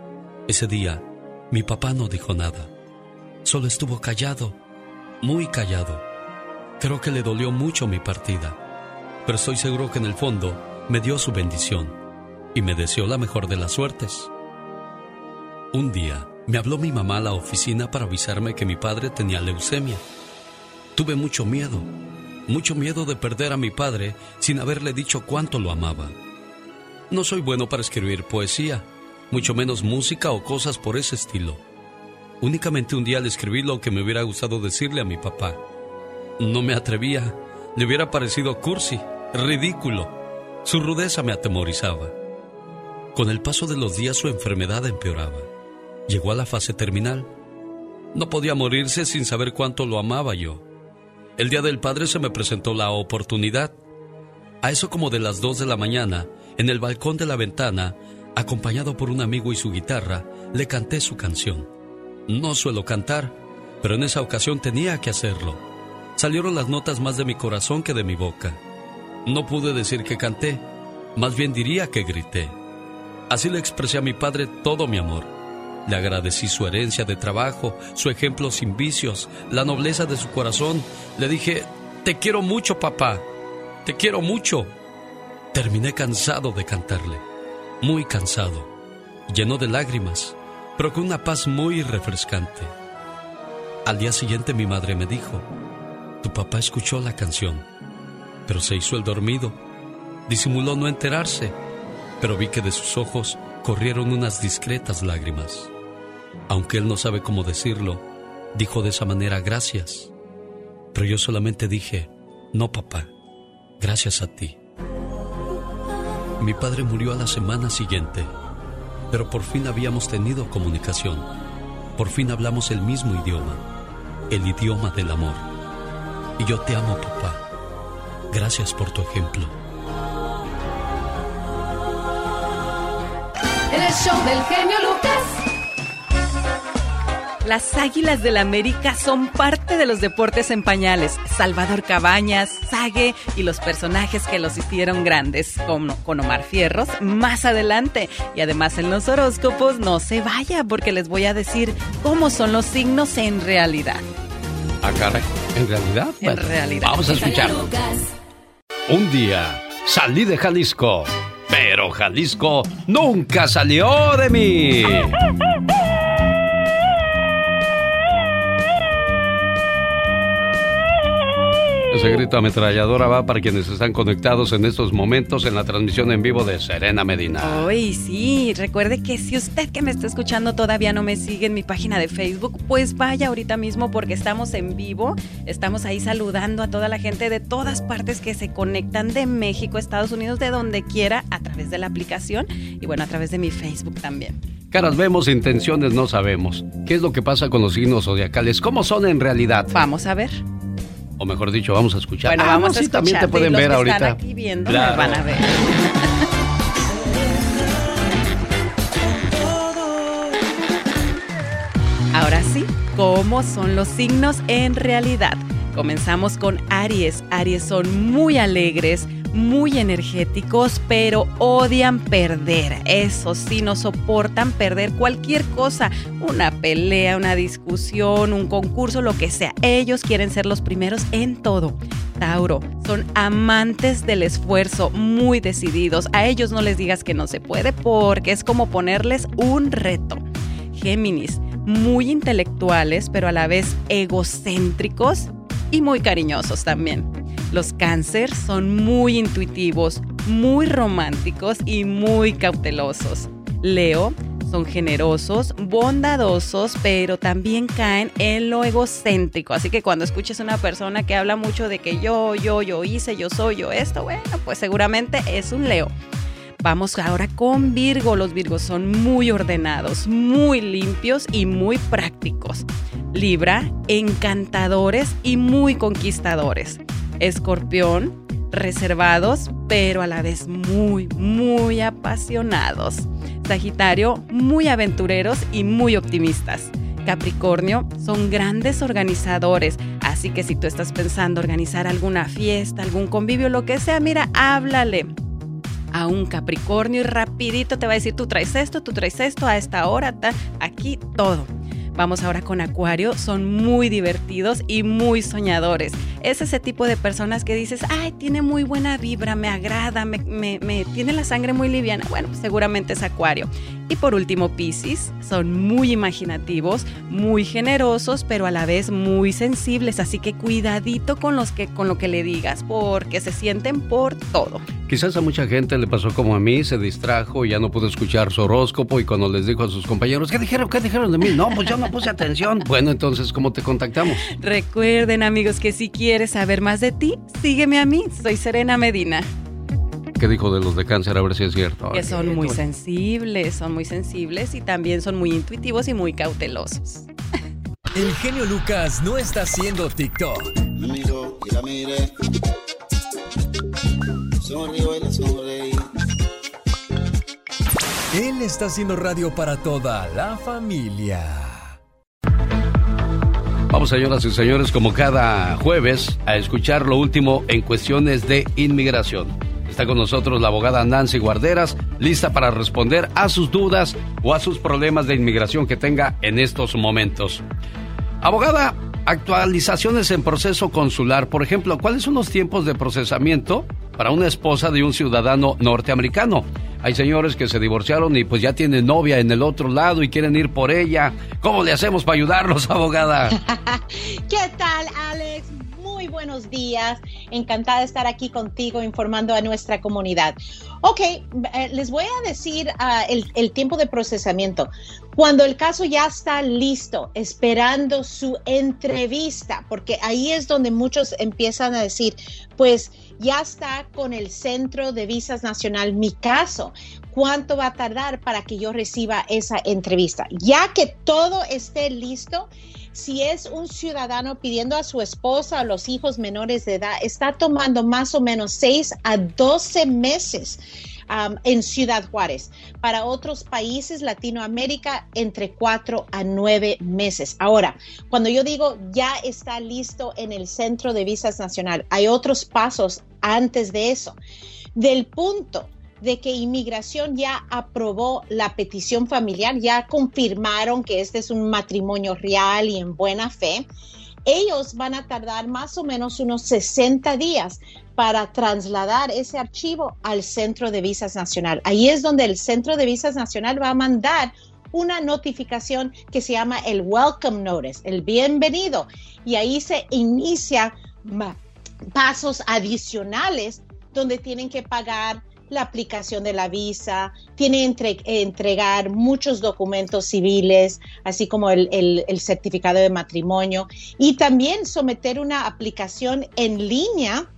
Ese día, mi papá no dijo nada. Solo estuvo callado, muy callado. Creo que le dolió mucho mi partida, pero estoy seguro que en el fondo me dio su bendición y me deseó la mejor de las suertes. Un día, me habló mi mamá a la oficina para avisarme que mi padre tenía leucemia. Tuve mucho miedo, mucho miedo de perder a mi padre sin haberle dicho cuánto lo amaba. No soy bueno para escribir poesía, mucho menos música o cosas por ese estilo. Únicamente un día le escribí lo que me hubiera gustado decirle a mi papá. No me atrevía, le hubiera parecido cursi, ridículo. Su rudeza me atemorizaba. Con el paso de los días su enfermedad empeoraba. Llegó a la fase terminal. No podía morirse sin saber cuánto lo amaba yo. El día del padre se me presentó la oportunidad. A eso como de las dos de la mañana, en el balcón de la ventana, acompañado por un amigo y su guitarra, le canté su canción. No suelo cantar, pero en esa ocasión tenía que hacerlo. Salieron las notas más de mi corazón que de mi boca. No pude decir que canté, más bien diría que grité. Así le expresé a mi padre todo mi amor. Le agradecí su herencia de trabajo, su ejemplo sin vicios, la nobleza de su corazón. Le dije, te quiero mucho, papá, te quiero mucho. Terminé cansado de cantarle, muy cansado, lleno de lágrimas, pero con una paz muy refrescante. Al día siguiente mi madre me dijo, tu papá escuchó la canción, pero se hizo el dormido. Disimuló no enterarse, pero vi que de sus ojos corrieron unas discretas lágrimas. Aunque él no sabe cómo decirlo, dijo de esa manera gracias. Pero yo solamente dije, no papá, gracias a ti. Mi padre murió a la semana siguiente, pero por fin habíamos tenido comunicación. Por fin hablamos el mismo idioma, el idioma del amor. Y yo te amo, papá. Gracias por tu ejemplo. El show del genio Lucas. Las Águilas del América son parte de los deportes en pañales. Salvador Cabañas, Sague y los personajes que los hicieron grandes, como con Omar Fierros, más adelante. Y además en los horóscopos, no se vaya, porque les voy a decir cómo son los signos en realidad. Ah, caray, ¿en realidad? En Bueno, realidad. Vamos a escuchar. Un día salí de Jalisco, pero Jalisco nunca salió de mí. Ese grito ametralladora va para quienes están conectados en estos momentos en la transmisión en vivo de Serena Medina. Ay, sí, recuerde que si usted que me está escuchando todavía no me sigue en mi página de Facebook, pues vaya ahorita mismo porque estamos en vivo, estamos ahí saludando a toda la gente de todas partes que se conectan de México, Estados Unidos, de donde quiera, a través de la aplicación y bueno, a través de mi Facebook también. Caras vemos, intenciones no sabemos. ¿Qué es lo que pasa con los signos zodiacales? ¿Cómo son en realidad? Vamos a ver. O mejor dicho, vamos a escuchar. Bueno, ah, vamos no, a sí, escuchar. también te pueden los ver que ahorita. Están aquí viendo, claro. Me van a ver. Ahora sí, ¿cómo son los signos en realidad? Comenzamos con Aries. Aries son muy alegres, muy energéticos, pero odian perder. Eso sí, no soportan perder cualquier cosa. Una pelea, una discusión, un concurso, lo que sea. Ellos quieren ser los primeros en todo. Tauro, son amantes del esfuerzo, muy decididos. A ellos no les digas que no se puede porque es como ponerles un reto. Géminis, muy intelectuales, pero a la vez egocéntricos y muy cariñosos también. Los Cáncer son muy intuitivos, muy románticos y muy cautelosos. Leo son generosos, bondadosos, pero también caen en lo egocéntrico. Así que cuando escuches a una persona que habla mucho de que yo, yo, yo hice, yo soy, yo esto, bueno, pues seguramente es un Leo. Vamos ahora con Virgo. Los Virgos son muy ordenados, muy limpios y muy prácticos. Libra, encantadores y muy conquistadores. Escorpión, reservados, pero a la vez muy, muy apasionados. Sagitario, muy aventureros y muy optimistas. Capricornio, son grandes organizadores, así que si tú estás pensando organizar alguna fiesta, algún convivio, lo que sea, mira, háblale a un Capricornio y rapidito te va a decir, tú traes esto, tú traes esto, a esta hora, ta, aquí, todo. Vamos ahora con Acuario, son muy divertidos y muy soñadores. Es ese tipo de personas que dices, ay, tiene muy buena vibra, me agrada, me, me, me tiene la sangre muy liviana. Bueno, pues seguramente es Acuario. Y por último, Piscis, son muy imaginativos, muy generosos, pero a la vez muy sensibles. Así que cuidadito con, los que, con lo que le digas, porque se sienten por todo. Quizás a mucha gente le pasó como a mí, se distrajo y ya no pudo escuchar su horóscopo y cuando les dijo a sus compañeros, ¿qué dijeron? ¿Qué dijeron de mí? No, pues yo no puse atención. Bueno, entonces, ¿cómo te contactamos? Recuerden, amigos, que si quieres saber más de ti, sígueme a mí. Soy Serena Medina. ¿Qué dijo de los de Cáncer? A ver si es cierto. Que son muy sensibles, son muy sensibles y también son muy intuitivos y muy cautelosos. El genio Lucas no está haciendo TikTok. Me miro y la miré. Sonrío y la sonreí. Él está haciendo radio para toda la familia. Vamos, señoras y señores, como cada jueves, a escuchar lo último en cuestiones de inmigración. Está con nosotros la abogada Nancy Guarderas, lista para responder a sus dudas o a sus problemas de inmigración que tenga en estos momentos. Abogada, actualizaciones en proceso consular. Por ejemplo, ¿cuáles son los tiempos de procesamiento para una esposa de un ciudadano norteamericano? Hay señores que se divorciaron y pues ya tienen novia en el otro lado y quieren ir por ella. ¿Cómo le hacemos para ayudarlos, abogada? ¿Qué tal, Alex? Muy buenos días. Encantada de estar aquí contigo informando a nuestra comunidad. Ok, eh, les voy a decir uh, el, el tiempo de procesamiento. Cuando el caso ya está listo, esperando su entrevista, porque ahí es donde muchos empiezan a decir, pues ya está con el Centro de Visas Nacional mi caso. ¿Cuánto va a tardar para que yo reciba esa entrevista? Ya que todo esté listo, si es un ciudadano pidiendo a su esposa o los hijos menores de edad, está tomando más o menos seis a doce meses um, en Ciudad Juárez. Para otros países, Latinoamérica, entre cuatro a nueve meses. Ahora, cuando yo digo ya está listo en el Centro de Visas Nacional, hay otros pasos antes de eso. Del punto de que Inmigración ya aprobó la petición familiar, ya confirmaron que este es un matrimonio real y en buena fe, ellos van a tardar más o menos unos sesenta días para trasladar ese archivo al Centro de Visas Nacional. Ahí es donde el Centro de Visas Nacional va a mandar una notificación que se llama el Welcome Notice, el bienvenido, y ahí se inicia pasos adicionales donde tienen que pagar la aplicación de la visa, tienen que entre, entregar muchos documentos civiles, así como el, el, el certificado de matrimonio, y también someter una aplicación en línea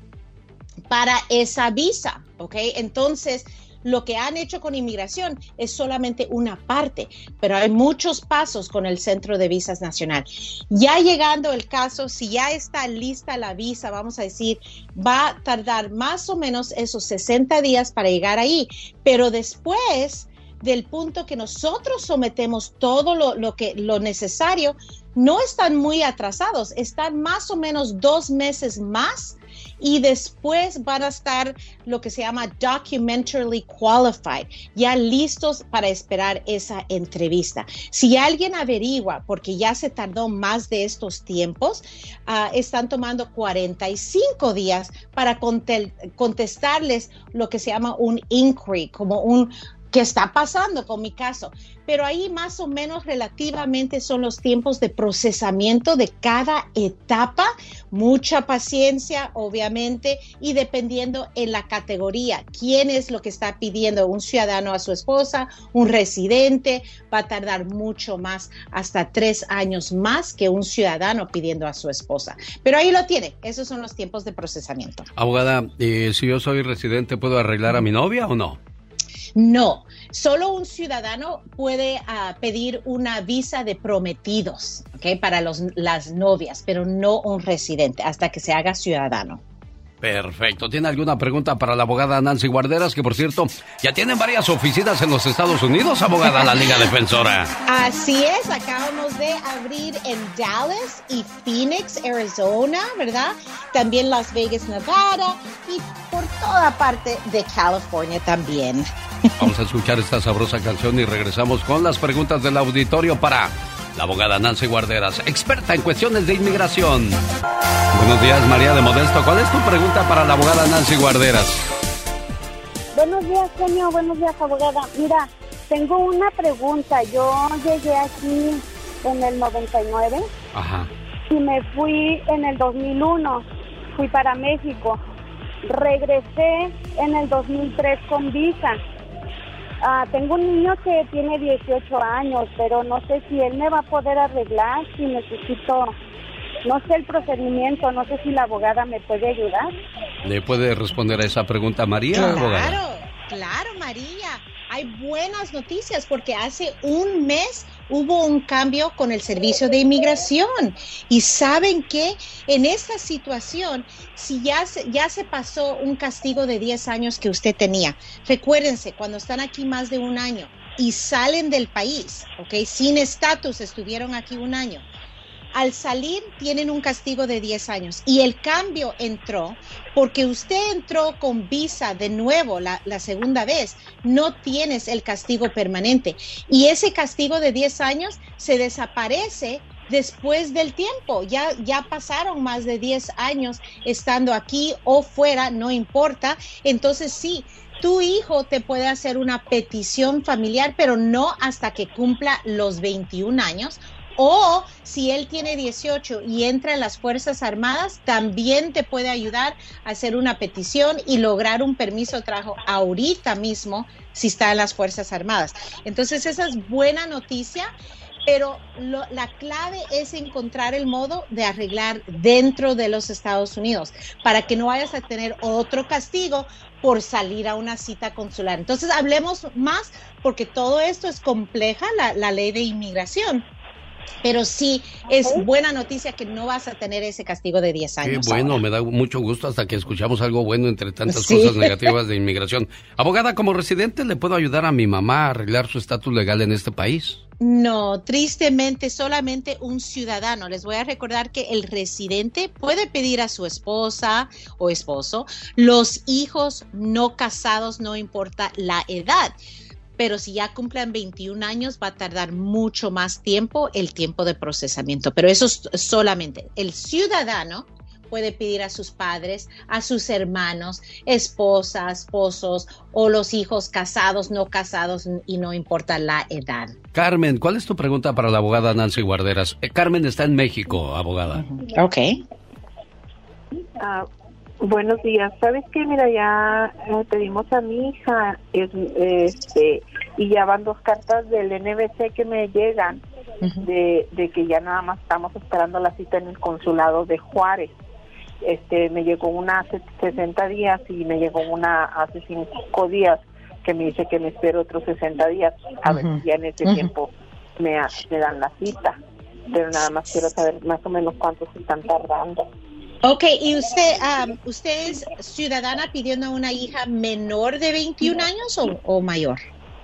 para esa visa, ¿ok? Entonces, lo que han hecho con Inmigración es solamente una parte, pero hay muchos pasos con el Centro de Visas Nacional. Ya llegando el caso, si ya está lista la visa, vamos a decir, va a tardar más o menos esos sesenta días para llegar ahí, pero después del punto que nosotros sometemos todo lo, lo, que, lo necesario, no están muy atrasados, están más o menos dos meses más. Y después van a estar lo que se llama documentarily qualified, ya listos para esperar esa entrevista. Si alguien averigua, porque ya se tardó más de estos tiempos, uh, están tomando cuarenta y cinco días para conte- contestarles lo que se llama un inquiry, como un ¿qué está pasando con mi caso? Pero ahí más o menos relativamente son los tiempos de procesamiento de cada etapa. Mucha paciencia, obviamente, y dependiendo en la categoría. ¿Quién es lo que está pidiendo? ¿Un ciudadano a su esposa? ¿Un residente? Va a tardar mucho más, hasta tres años más que un ciudadano pidiendo a su esposa. Pero ahí lo tiene. Esos son los tiempos de procesamiento. Abogada, eh, si yo soy residente, ¿puedo arreglar a mi novia o no? No, solo un ciudadano puede uh, pedir una visa de prometidos, ¿okay? Para los, las novias, pero no un residente hasta que se haga ciudadano. Perfecto. ¿Tiene alguna pregunta para la abogada Nancy Guarderas? Que, por cierto, ya tienen varias oficinas en los Estados Unidos, abogada, la Liga Defensora. Así es, acabamos de abrir en Dallas y Phoenix, Arizona, ¿verdad? También Las Vegas, Nevada y por toda parte de California también. Vamos a escuchar esta sabrosa canción y regresamos con las preguntas del auditorio para la abogada Nancy Guarderas, experta en cuestiones de inmigración. Buenos días, María de Modesto. ¿Cuál es tu pregunta para la abogada Nancy Guarderas? Buenos días, genio. Buenos días, abogada. Mira, tengo una pregunta. Yo llegué aquí en el noventa y nueve. Ajá. Y me fui en el dos mil uno. Fui para México. Regresé en el dos mil tres con visa. Uh, tengo un niño que tiene dieciocho años, pero no sé si él me va a poder arreglar, si necesito, no sé el procedimiento, no sé si la abogada me puede ayudar. ¿Le puede responder a esa pregunta María, claro, abogada? Claro, María. Hay buenas noticias porque hace un mes hubo un cambio con el Servicio de Inmigración. Y ¿saben qué? En esta situación, si ya se, ya se pasó un castigo de diez años que usted tenía, recuérdense, cuando están aquí más de un año y salen del país, ¿ok? Sin estatus, estuvieron aquí un año. Al salir tienen un castigo de diez años y el cambio entró porque usted entró con visa de nuevo la, la segunda vez, no tienes el castigo permanente y ese castigo de diez años se desaparece después del tiempo. Ya, ya pasaron más de diez años estando aquí o fuera, no importa. Entonces sí, tu hijo te puede hacer una petición familiar, pero no hasta que cumpla los veintiún años. O si él tiene dieciocho y entra en las Fuerzas Armadas, también te puede ayudar a hacer una petición y lograr un permiso de trabajo ahorita mismo si está en las Fuerzas Armadas. Entonces esa es buena noticia, pero lo, la clave es encontrar el modo de arreglar dentro de los Estados Unidos para que no vayas a tener otro castigo por salir a una cita consular. Entonces hablemos más porque todo esto es compleja, la, la ley de inmigración. Pero sí, es buena noticia que no vas a tener ese castigo de diez años. Qué bueno, ahora. me da mucho gusto hasta que escuchamos algo bueno entre tantas Sí. cosas negativas de inmigración. Abogada, como residente, ¿le puedo ayudar a mi mamá a arreglar su estatus legal en este país? No, tristemente solamente un ciudadano. Les voy a recordar que el residente puede pedir a su esposa o esposo, los hijos no casados, no importa la edad. Pero si ya cumplen veintiún años, va a tardar mucho más tiempo el tiempo de procesamiento. Pero eso es solamente el ciudadano puede pedir a sus padres, a sus hermanos, esposas, esposos o los hijos casados, no casados y no importa la edad. Carmen, ¿cuál es tu pregunta para la abogada Nancy Guarderas? Eh, Carmen está en México, abogada. Ok. Ah, buenos días. ¿Sabes qué? Mira, ya eh, pedimos a mi hija es, este y ya van dos cartas del N B C que me llegan de, de que ya nada más estamos esperando la cita en el consulado de Juárez. Este, me llegó una hace sesenta días y me llegó una hace cinco días que me dice que me espero otros sesenta días. A ver si ya en ese Ujú. tiempo me, me dan la cita. Pero nada más quiero saber más o menos cuánto se están tardando. Ok, ¿y usted um, usted es ciudadana pidiendo a una hija menor de veintiún años o, o mayor?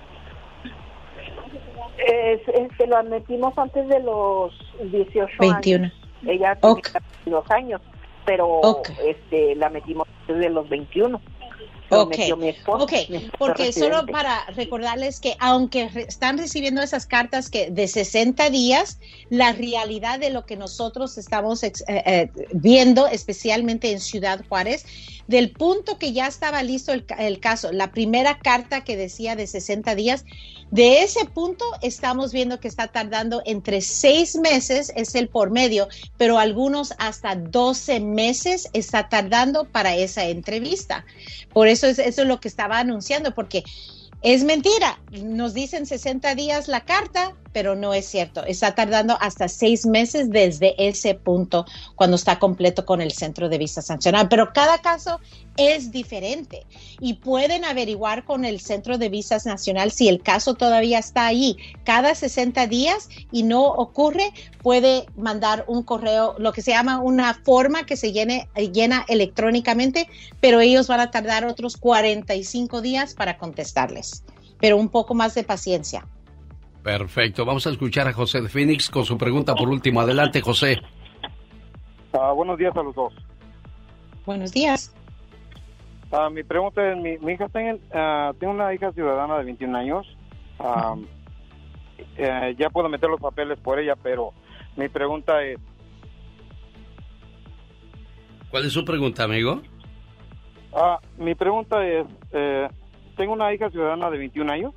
Es, este, lo admitimos antes de los dieciocho veintiuno. años. Ella tiene Ok. dos años, pero Ok. este, la metimos antes de los veintiuno. Lo Ok, metió mi esposo, ok, mi esposo porque solo residente. para recordarles que aunque re- están recibiendo esas cartas que de sesenta días, la realidad de lo que nosotros estamos ex- eh, eh, viendo, especialmente en Ciudad Juárez, del punto que ya estaba listo el, ca- el caso, la primera carta que decía de sesenta días, de ese punto estamos viendo que está tardando entre seis meses, es el por medio, pero algunos hasta doce meses está tardando para esa entrevista. Por eso es, eso es lo que estaba anunciando, porque es mentira. Nos dicen sesenta días la carta, pero no es cierto. Está tardando hasta seis meses desde ese punto cuando está completo con el centro de visa sancionado. Pero cada caso es diferente y pueden averiguar con el centro de visas nacional si el caso todavía está ahí. Cada sesenta días y no ocurre, puede mandar un correo, lo que se llama una forma que se llene, llena electrónicamente, pero ellos van a tardar otros cuarenta y cinco días para contestarles. Pero un poco más de paciencia. Perfecto, vamos a escuchar a José de Phoenix con su pregunta por último. Adelante, José. Ah, buenos días a los dos. Buenos días. Ah, mi pregunta es, mi, mi hija tiene, ah, tengo una hija ciudadana de veintiún años. Ah, eh, ya puedo meter los papeles por ella, pero mi pregunta es... ¿Cuál es su pregunta, amigo? Ah, mi pregunta es, eh, tengo una hija ciudadana de veintiún años.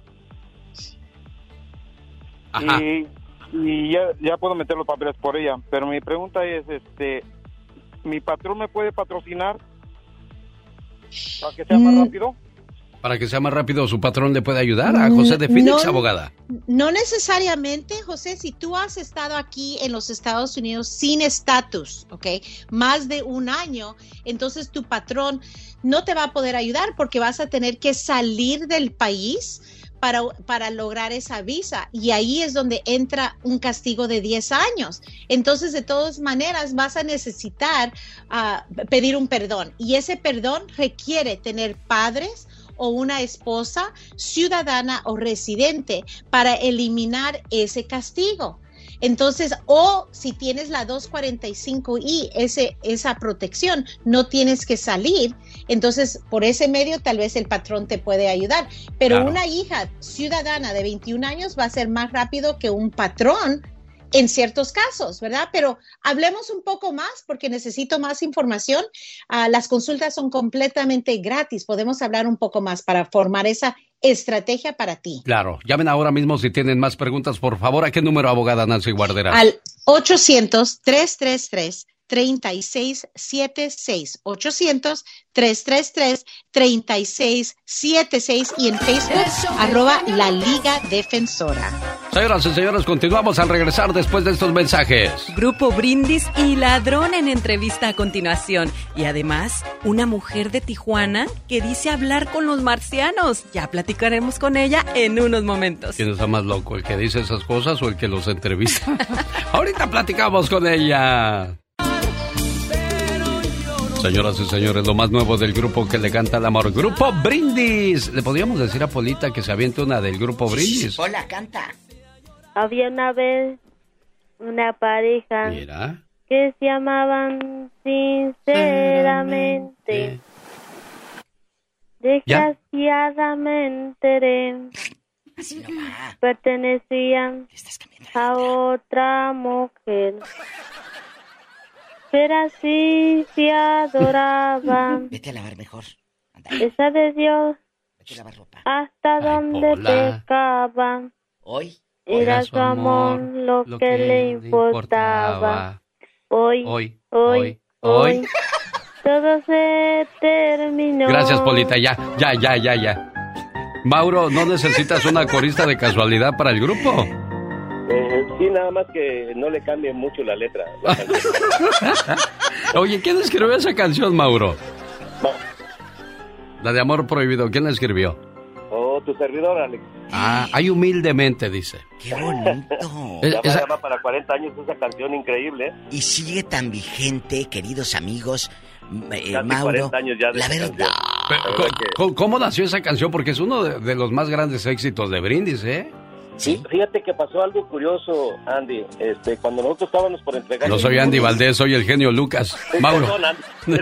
Ajá. Y, y ya, ya puedo meter los papeles por ella, pero mi pregunta es, este, ¿mi patrón me puede patrocinar para que sea más Mm. rápido? Para que sea más rápido, ¿su patrón le puede ayudar a José de Phoenix, No. abogada? No necesariamente, José, si tú has estado aquí en los Estados Unidos sin estatus, ¿ok? Más de un año, entonces tu patrón no te va a poder ayudar porque vas a tener que salir del país para, para lograr esa visa. Y ahí es donde entra un castigo de diez años. Entonces, de todas maneras, vas a necesitar uh, pedir un perdón. Y ese perdón requiere tener padres o una esposa ciudadana o residente para eliminar ese castigo. Entonces, o si tienes la doscientos cuarenta y cinco I, ese, esa protección, no tienes que salir. Entonces, por ese medio, tal vez el patrón te puede ayudar. Pero Claro. una hija ciudadana de veintiún años va a ser más rápido que un patrón en ciertos casos, ¿verdad? Pero hablemos un poco más porque necesito más información. Uh, las consultas son completamente gratis. Podemos hablar un poco más para formar esa estrategia para ti. Claro, llamen ahora mismo si tienen más preguntas, por favor. ¿A qué número, abogada Nancy Guarderas? Al ochocientos, tres tres tres, tres seis siete seis. ochocientos, tres tres tres, tres seis siete seis y en Facebook, arroba La Liga Defensora. Señoras y señores, continuamos al regresar después de estos mensajes. Grupo Brindis y Ladrón en entrevista a continuación. Y además, una mujer de Tijuana que dice hablar con los marcianos. Ya platicaremos con ella en unos momentos. ¿Quién está más loco, el que dice esas cosas o el que los entrevista? Ahorita platicamos con ella. Señoras y señores, lo más nuevo del grupo que le canta el amor, Grupo Brindis. ¿Le podríamos decir a Polita que se aviente una del Grupo Brindis? Hola, canta. Había una vez una pareja Mira. que se amaban sinceramente. Desgraciadamente pertenecían a otra mujer. Pero así se adoraban. Vete a lavar mejor. Esa de Dios. Vete a lavar ropa. Hasta donde pecaban. Hoy. Era su amor lo, lo que, que le importaba. Hoy, hoy, hoy, hoy, todo se terminó. Gracias, Polita. Ya, ya, ya, ya, ya. Mauro, ¿no necesitas una corista de casualidad para el grupo? Eh, sí, nada más que no le cambie mucho la letra. La Oye, ¿quién escribió esa canción, Mauro? No. La de Amor Prohibido, ¿quién la escribió? Oh, tu servidor, Alex. Ah, hay humildemente, dice. ¡Qué bonito! Ya esa... va para cuarenta años esa canción increíble. Y sigue tan vigente, queridos amigos. Eh, Casi Mauro, cuarenta años ya de la verdad. Pero, ¿cómo, ¿Cómo nació esa canción? Porque es uno de, de los más grandes éxitos de Brindis, ¿eh? Sí. Fíjate que pasó algo curioso, Andy. Este, cuando nosotros estábamos por entregar... No soy Andy Valdés, soy el genio Lucas. Mauro. Perdón, Andy.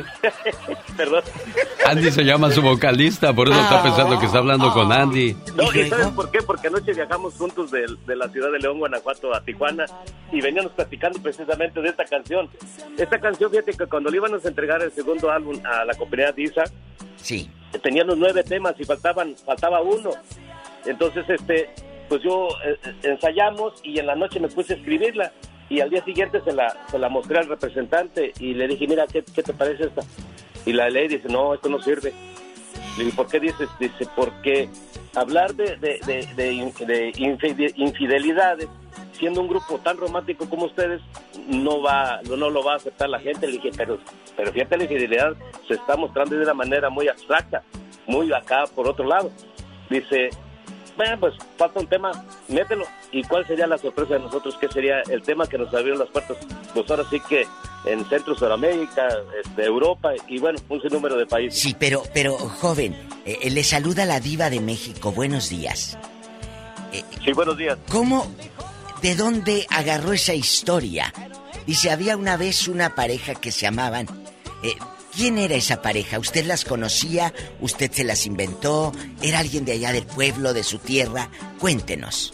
Perdón. Andy se llama su vocalista, por eso oh. está pensando que está hablando oh. con Andy. No, ¿y sabes por qué? Porque anoche viajamos juntos de, de la ciudad de León, Guanajuato, a Tijuana, y veníamos platicando precisamente de esta canción. Esta canción, fíjate que cuando le íbamos a entregar el segundo álbum a la compañía Disa, sí. teníamos nueve temas y faltaban faltaba uno. Entonces, este... pues yo eh, ensayamos y en la noche me puse a escribirla y al día siguiente se la se la mostré al representante y le dije, mira, ¿qué, qué te parece esta? Y la ley dice, no, esto no sirve. Le dije, ¿por qué dices? Dice, porque hablar de, de, de, de, de infidelidades, siendo un grupo tan romántico como ustedes, no va no, no lo va a aceptar la gente. Le dije, pero, pero fíjate, la infidelidad se está mostrando de una manera muy abstracta, muy acá por otro lado. Dice... bueno, pues falta un tema, mételo. ¿Y cuál sería la sorpresa de nosotros? ¿Qué sería el tema que nos abrió las puertas? Pues ahora sí que en Centro, Sudamérica, este, Europa y bueno, un sinnúmero de países. Sí, pero, pero joven, eh, le saluda la diva de México. Buenos días. Eh, sí, buenos días. ¿Cómo, de dónde agarró esa historia? Dice, había una vez una pareja que se amaban... Eh, ¿quién era esa pareja? ¿Usted las conocía? ¿Usted se las inventó? ¿Era alguien de allá del pueblo, de su tierra? Cuéntenos.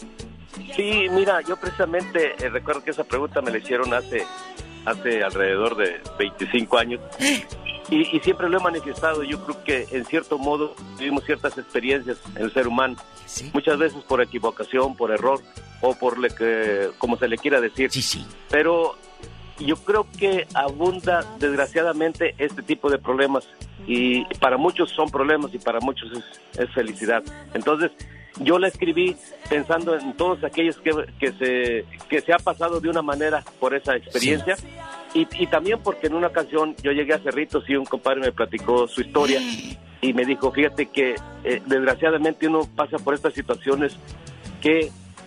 Sí, mira, yo precisamente eh, recuerdo que esa pregunta me la hicieron hace, hace alrededor de veinticinco años. Y, y siempre lo he manifestado. Yo creo que en cierto modo vivimos ciertas experiencias en el ser humano. ¿Sí? Muchas veces por equivocación, por error o por lo que, como se le quiera decir. Sí, sí. Pero... yo creo que abunda desgraciadamente este tipo de problemas y para muchos son problemas y para muchos es, es felicidad. Entonces yo la escribí pensando en todos aquellos que, que se que se ha pasado de una manera por esa experiencia. Sí. y, y también porque en una canción yo llegué a Cerritos y un compadre me platicó su historia y me dijo, fíjate que eh, desgraciadamente uno pasa por estas situaciones que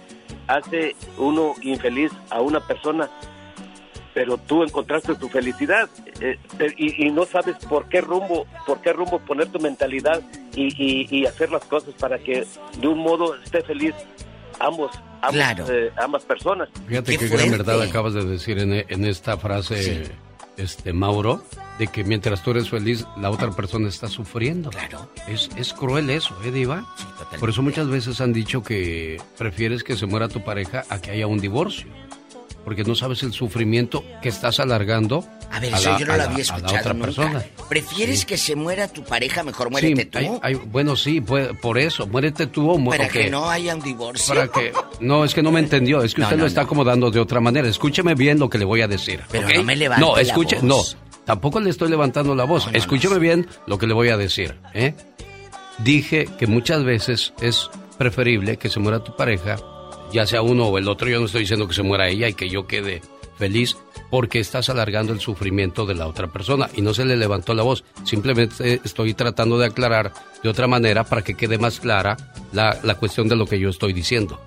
hace uno infeliz a una persona, pero tú encontraste tu felicidad eh, y, y no sabes por qué rumbo, por qué rumbo poner tu mentalidad y, y, y hacer las cosas para que de un modo esté feliz ambos, ambos claro. eh, ambas personas. Fíjate qué, qué gran verdad acabas de decir en, en esta frase, sí. este Mauro, de que mientras tú eres feliz, la otra persona está sufriendo. Claro. Es, es cruel eso, ¿eh, Diva? Sí, totalmente. Por eso muchas veces han dicho que prefieres que se muera tu pareja a que haya un divorcio. Porque no sabes el sufrimiento que estás alargando a ver, a eso la, yo no a lo la, había escuchado a la otra nunca. persona. ¿Prefieres sí. que se muera tu pareja? Mejor muérete sí, tú. Hay, hay, bueno, sí, puede, por eso. Muérete tú o muérete. Para que no haya un divorcio. Para que... No, es que no me entendió. Es que no, usted no, lo está no. acomodando de otra manera. Escúcheme bien lo que le voy a decir. Pero ¿okay? no me levante No, escuche, la no. voz. Tampoco le estoy levantando la voz. No, no, Escúcheme no. bien lo que le voy a decir. ¿eh? Dije que muchas veces es preferible que se muera tu pareja ya sea uno o el otro. Yo no estoy diciendo que se muera ella y que yo quede feliz, porque estás alargando el sufrimiento de la otra persona y no se le levantó la voz. Simplemente estoy tratando de aclarar de otra manera para que quede más clara la, la cuestión de lo que yo estoy diciendo.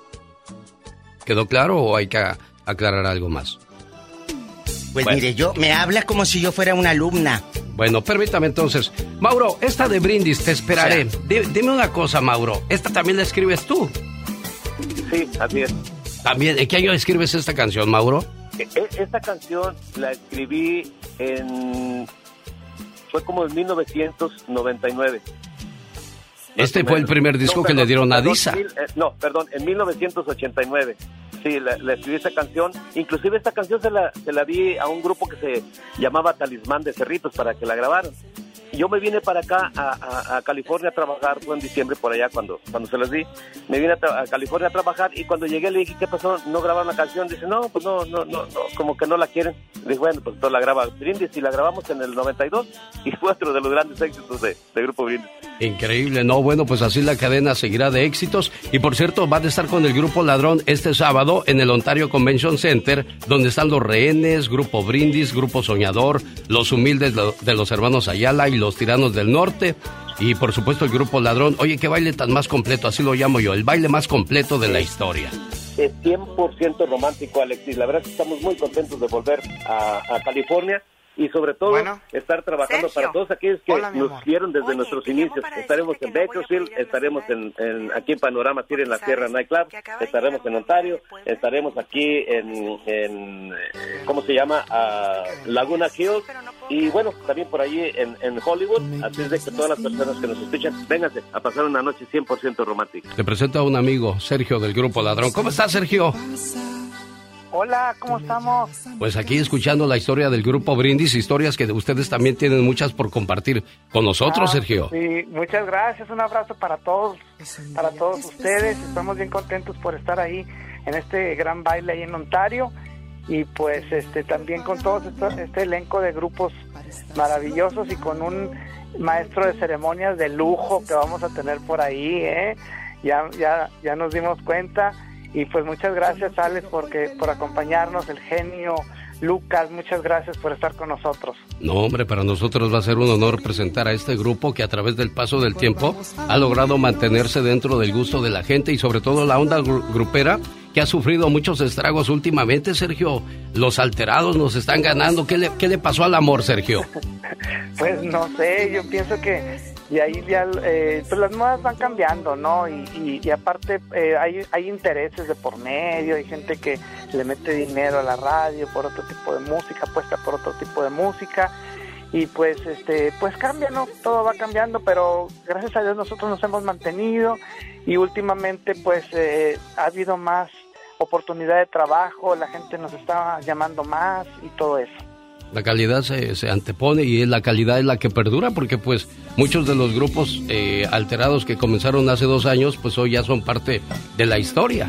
¿Quedó claro o hay que aclarar algo más? Pues bueno. Mire, yo me habla como si yo fuera una alumna. Bueno, permítame entonces. Mauro, esta de Brindis, te esperaré. Sí. D- dime una cosa, Mauro. ¿Esta también la escribes tú? Sí, así es. ¿También? ¿En qué año escribes esta canción, Mauro? Esta canción la escribí en... fue como en mil novecientos noventa y nueve. Este fue el primer disco no, perdón, que le dieron a perdón, Disa. Mil, eh, no, perdón, en mil novecientos ochenta y nueve. Sí, la, la escribí esta canción. Inclusive esta canción se la, se la di a un grupo que se llamaba Talismán de Cerritos para que la grabaran. Yo me vine para acá a, a, a California a trabajar, fue en diciembre por allá cuando, cuando se las di. Me vine a, tra- a California a trabajar y cuando llegué le dije, ¿qué pasó? ¿No grabaron la canción? Dice, no, pues no, no, no, no, como que no la quieren. Le dije, bueno, pues entonces la graba Brindis y la grabamos en el noventa y dos y fue otro de los grandes éxitos de, de Grupo Brindis. Increíble, ¿no? Bueno, pues así la cadena seguirá de éxitos. Y por cierto, van a estar con el Grupo Ladrón este sábado en el Ontario Convention Center, donde están Los Rehenes, Grupo Brindis, Grupo Soñador, Los Humildes de los Hermanos Ayala y Los Tiranos del Norte. Y por supuesto el Grupo Ladrón. Oye, qué baile tan más completo, así lo llamo yo, el baile más completo de la historia. Es cien por ciento romántico, Alexis. La verdad es que estamos muy contentos de volver a, a California. Y sobre todo, bueno, estar trabajando Sergio, para todos aquellos que Hola, nos vieron desde Oye, nuestros inicios. Estaremos en Bakersfield, estaremos en, en, aquí en Panorama City en la Sierra Nightclub, estaremos en Ontario, estaremos aquí en, en ¿cómo se llama? Uh, Laguna Hills. Y bueno, también por allí en, en Hollywood. Así es de que todas las personas que nos escuchan, vénganse a pasar una noche cien por ciento romántica. Te presento a un amigo, Sergio, del Grupo Ladrón. ¿Cómo estás, Sergio? Hola, ¿cómo estamos? Pues aquí escuchando la historia del Grupo Brindis, historias que ustedes también tienen muchas por compartir con nosotros, ah, Sergio. Sí, muchas gracias, un abrazo para todos, para todos ustedes. Estamos bien contentos por estar ahí en este gran baile ahí en Ontario y pues este también con todo este, este elenco de grupos maravillosos y con un maestro de ceremonias de lujo que vamos a tener por ahí, ¿eh? Ya, ya, ya nos dimos cuenta. Y pues muchas gracias, Alex, porque, por acompañarnos, el genio Lucas, muchas gracias por estar con nosotros. No, hombre, para nosotros va a ser un honor presentar a este grupo que a través del paso del tiempo ha logrado mantenerse dentro del gusto de la gente y sobre todo la onda gru- grupera que ha sufrido muchos estragos últimamente, Sergio. Los alterados nos están ganando. ¿Qué le, qué le pasó al amor, Sergio? Pues no sé, yo pienso que... Y ahí ya, eh, pues las modas van cambiando, ¿no? Y, y, y aparte eh, hay, hay intereses de por medio, hay gente que le mete dinero a la radio por otro tipo de música, apuesta por otro tipo de música, y pues este pues cambia, ¿no? Todo va cambiando, pero gracias a Dios nosotros nos hemos mantenido y últimamente pues eh, ha habido más oportunidad de trabajo, la gente nos está llamando más y todo eso. La calidad se, se antepone y la calidad es la que perdura porque pues muchos de los grupos eh, alterados que comenzaron hace dos años pues hoy ya son parte de la historia.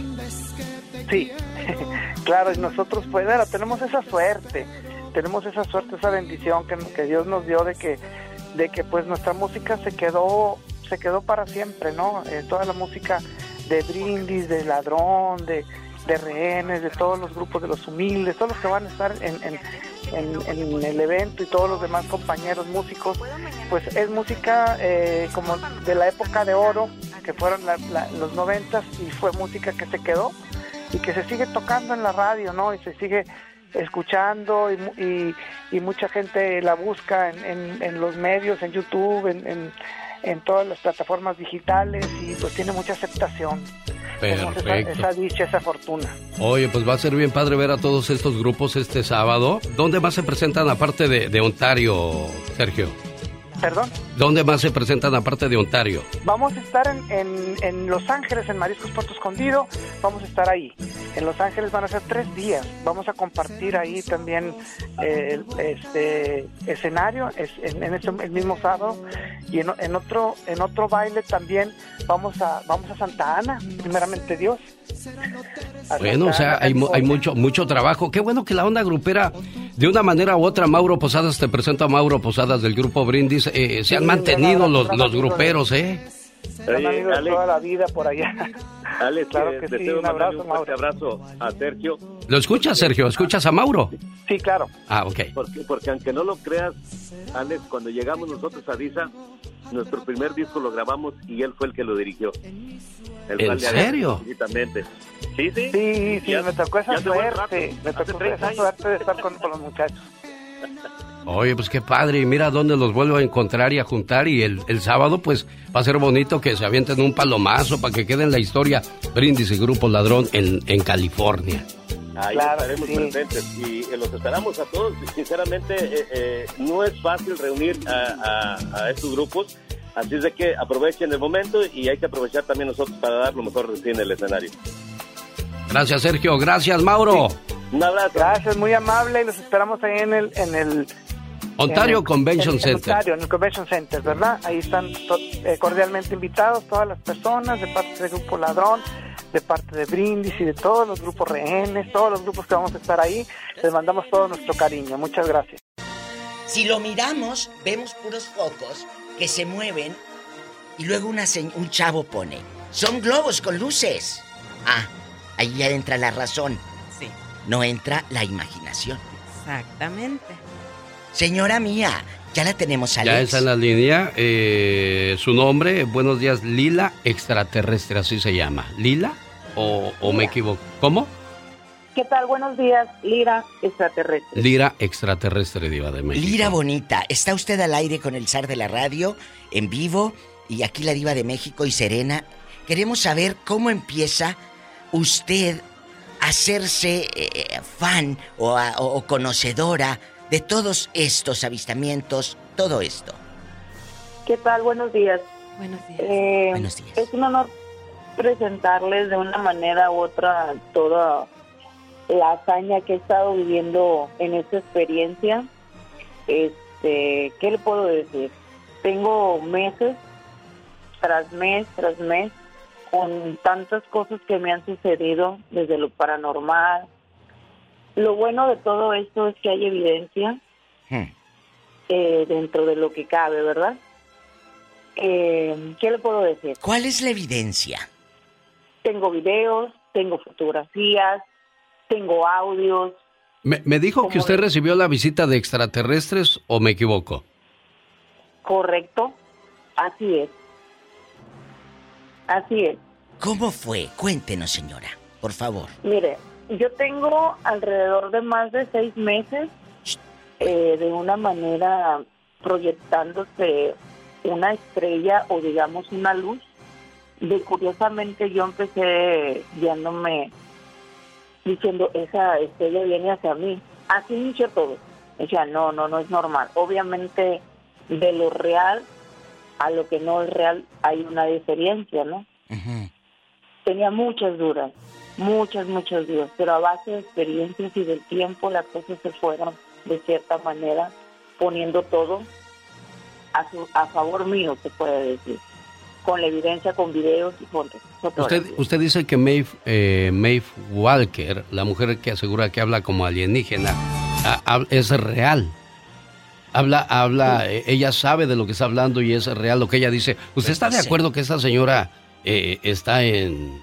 Sí, claro, y nosotros pues bueno, tenemos esa suerte, tenemos esa suerte, esa bendición que, que Dios nos dio de que, de que pues nuestra música se quedó, se quedó para siempre, ¿no? Eh, toda la música de Brindis, de Ladrón, de, de Rehenes, de todos los grupos de Los Humildes, todos los que van a estar en... en En, en el evento y todos los demás compañeros músicos, pues es música eh, como de la época de oro, que fueron la, la, los noventas, y fue música que se quedó y que se sigue tocando en la radio, ¿no? Y se sigue escuchando y, y, y mucha gente la busca en, en, en los medios, en YouTube, en, en, en todas las plataformas digitales y pues tiene mucha aceptación. Perfecto. Esa, esa dicha, esa fortuna. Oye, pues va a ser bien padre ver a todos estos grupos este sábado. ¿Dónde más se presentan aparte de, de Ontario, Sergio? ¿Perdón? ¿Dónde más se presentan aparte de Ontario? Vamos a estar en, en, en Los Ángeles, en Mariscos Puerto Escondido. Vamos a estar ahí. En Los Ángeles van a ser tres días. Vamos a compartir ahí también eh, este escenario es, en, en ese, el mismo sábado. Y en, en otro en otro baile también vamos a vamos a Santa Ana, primeramente Dios. Bueno, o sea, hay, hay mucho mucho trabajo. Qué bueno que la onda grupera, de una manera u otra, Mauro Posadas, te presento a Mauro Posadas del Grupo Brindis, eh, se han mantenido los, los gruperos, ¿eh? Son amigos de toda la vida por allá. Alex, claro eh, que sí, deseo un mandarle abrazo, un fuerte abrazo a Sergio. ¿Lo escuchas, Sergio? ¿Escuchas a Mauro? Sí, claro. Ah, ok. Porque, porque aunque no lo creas, Alex, cuando llegamos nosotros a Disa, nuestro primer disco lo grabamos y él fue el que lo dirigió. El ¿En cual le serio? agradezco infinitamente. Sí, sí. Sí, sí, Ya- me tocó esa ya hace buen suerte. rato, Me hace tocó tres esa años. suerte de estar con, con los muchachos. Oye, pues qué padre, y mira dónde los vuelvo a encontrar y a juntar, y el, el sábado pues va a ser bonito que se avienten un palomazo para que quede en la historia Brindis y Grupo Ladrón en, en California. Ahí Claro, estaremos sí. presentes y eh, los esperamos a todos. Sinceramente, eh, eh, no es fácil reunir a, a- a estos grupos, así es de que aprovechen el momento y hay que aprovechar también nosotros para dar lo mejor de sí en el escenario. Gracias, Sergio. Gracias, Mauro. Un abrazo. Gracias, muy amable, y los esperamos ahí en el... En el Ontario en el- Convention en- en Center. Ontario, en el Convention Center, ¿verdad? Ahí están to- eh, cordialmente invitados todas las personas de parte del Grupo Ladrón, de parte de Brindis y de todos los grupos rehenes, todos los grupos que vamos a estar ahí. Les mandamos todo nuestro cariño. Muchas gracias. Si lo miramos, vemos puros focos que se mueven y luego una se- un chavo pone, son globos con luces. Ah, ahí ya entra la razón. Sí. No entra la imaginación. Exactamente. Señora mía, ya la tenemos, Alex. Ya está en la línea. eh, su nombre, buenos días, Lila Extraterrestre, así se llama. ¿Lila? ¿O, o me equivoco? ¿Cómo? ¿Qué tal? Buenos días, Lira Extraterrestre. Lira Extraterrestre, Diva de México. Lira bonita, está usted al aire con el zar de la radio, en vivo, y aquí la Diva de México y Serena. Queremos saber cómo empieza usted a hacerse eh, fan o, a- o- o conocedora de todos estos avistamientos, todo esto. ¿Qué tal? Buenos días. Buenos días. Eh, Buenos días. Es un honor presentarles de una manera u otra toda la hazaña que he estado viviendo en esta experiencia. Este, ¿qué le puedo decir? Tengo meses tras mes tras mes con tantas cosas que me han sucedido desde lo paranormal. Lo bueno de todo esto es que hay evidencia Hmm. eh, dentro de lo que cabe, ¿verdad? Eh, ¿Qué le puedo decir? ¿Cuál es la evidencia? Tengo videos, tengo fotografías, tengo audios. ¿Me, me dijo que ¿Cómo usted es? recibió la visita de extraterrestres o me equivoco? Correcto, así es. Así es. ¿Cómo fue? Cuéntenos, señora, por favor. Mire, yo tengo alrededor de más de seis meses eh, de una manera proyectándose una estrella o digamos una luz. De curiosamente yo empecé guiándome diciendo, esa estrella viene hacia mí. Así inició todo. O sea, no, no, no es normal. Obviamente de lo real a lo que no es real hay una diferencia, ¿no? Ujú. Tenía muchas dudas, muchas, muchas dudas, pero a base de experiencias y del tiempo las cosas se fueron de cierta manera poniendo todo a, su, a favor mío, se puede decir, con la evidencia, con videos y con Usted, fotografías. usted dice que Maeve, eh, Maeve Walker, la mujer que asegura que habla como alienígena, a- hab- es real. Habla, habla, eh, ella sabe de lo que está hablando y es real lo que ella dice. ¿Usted está de acuerdo que esta señora eh, está en...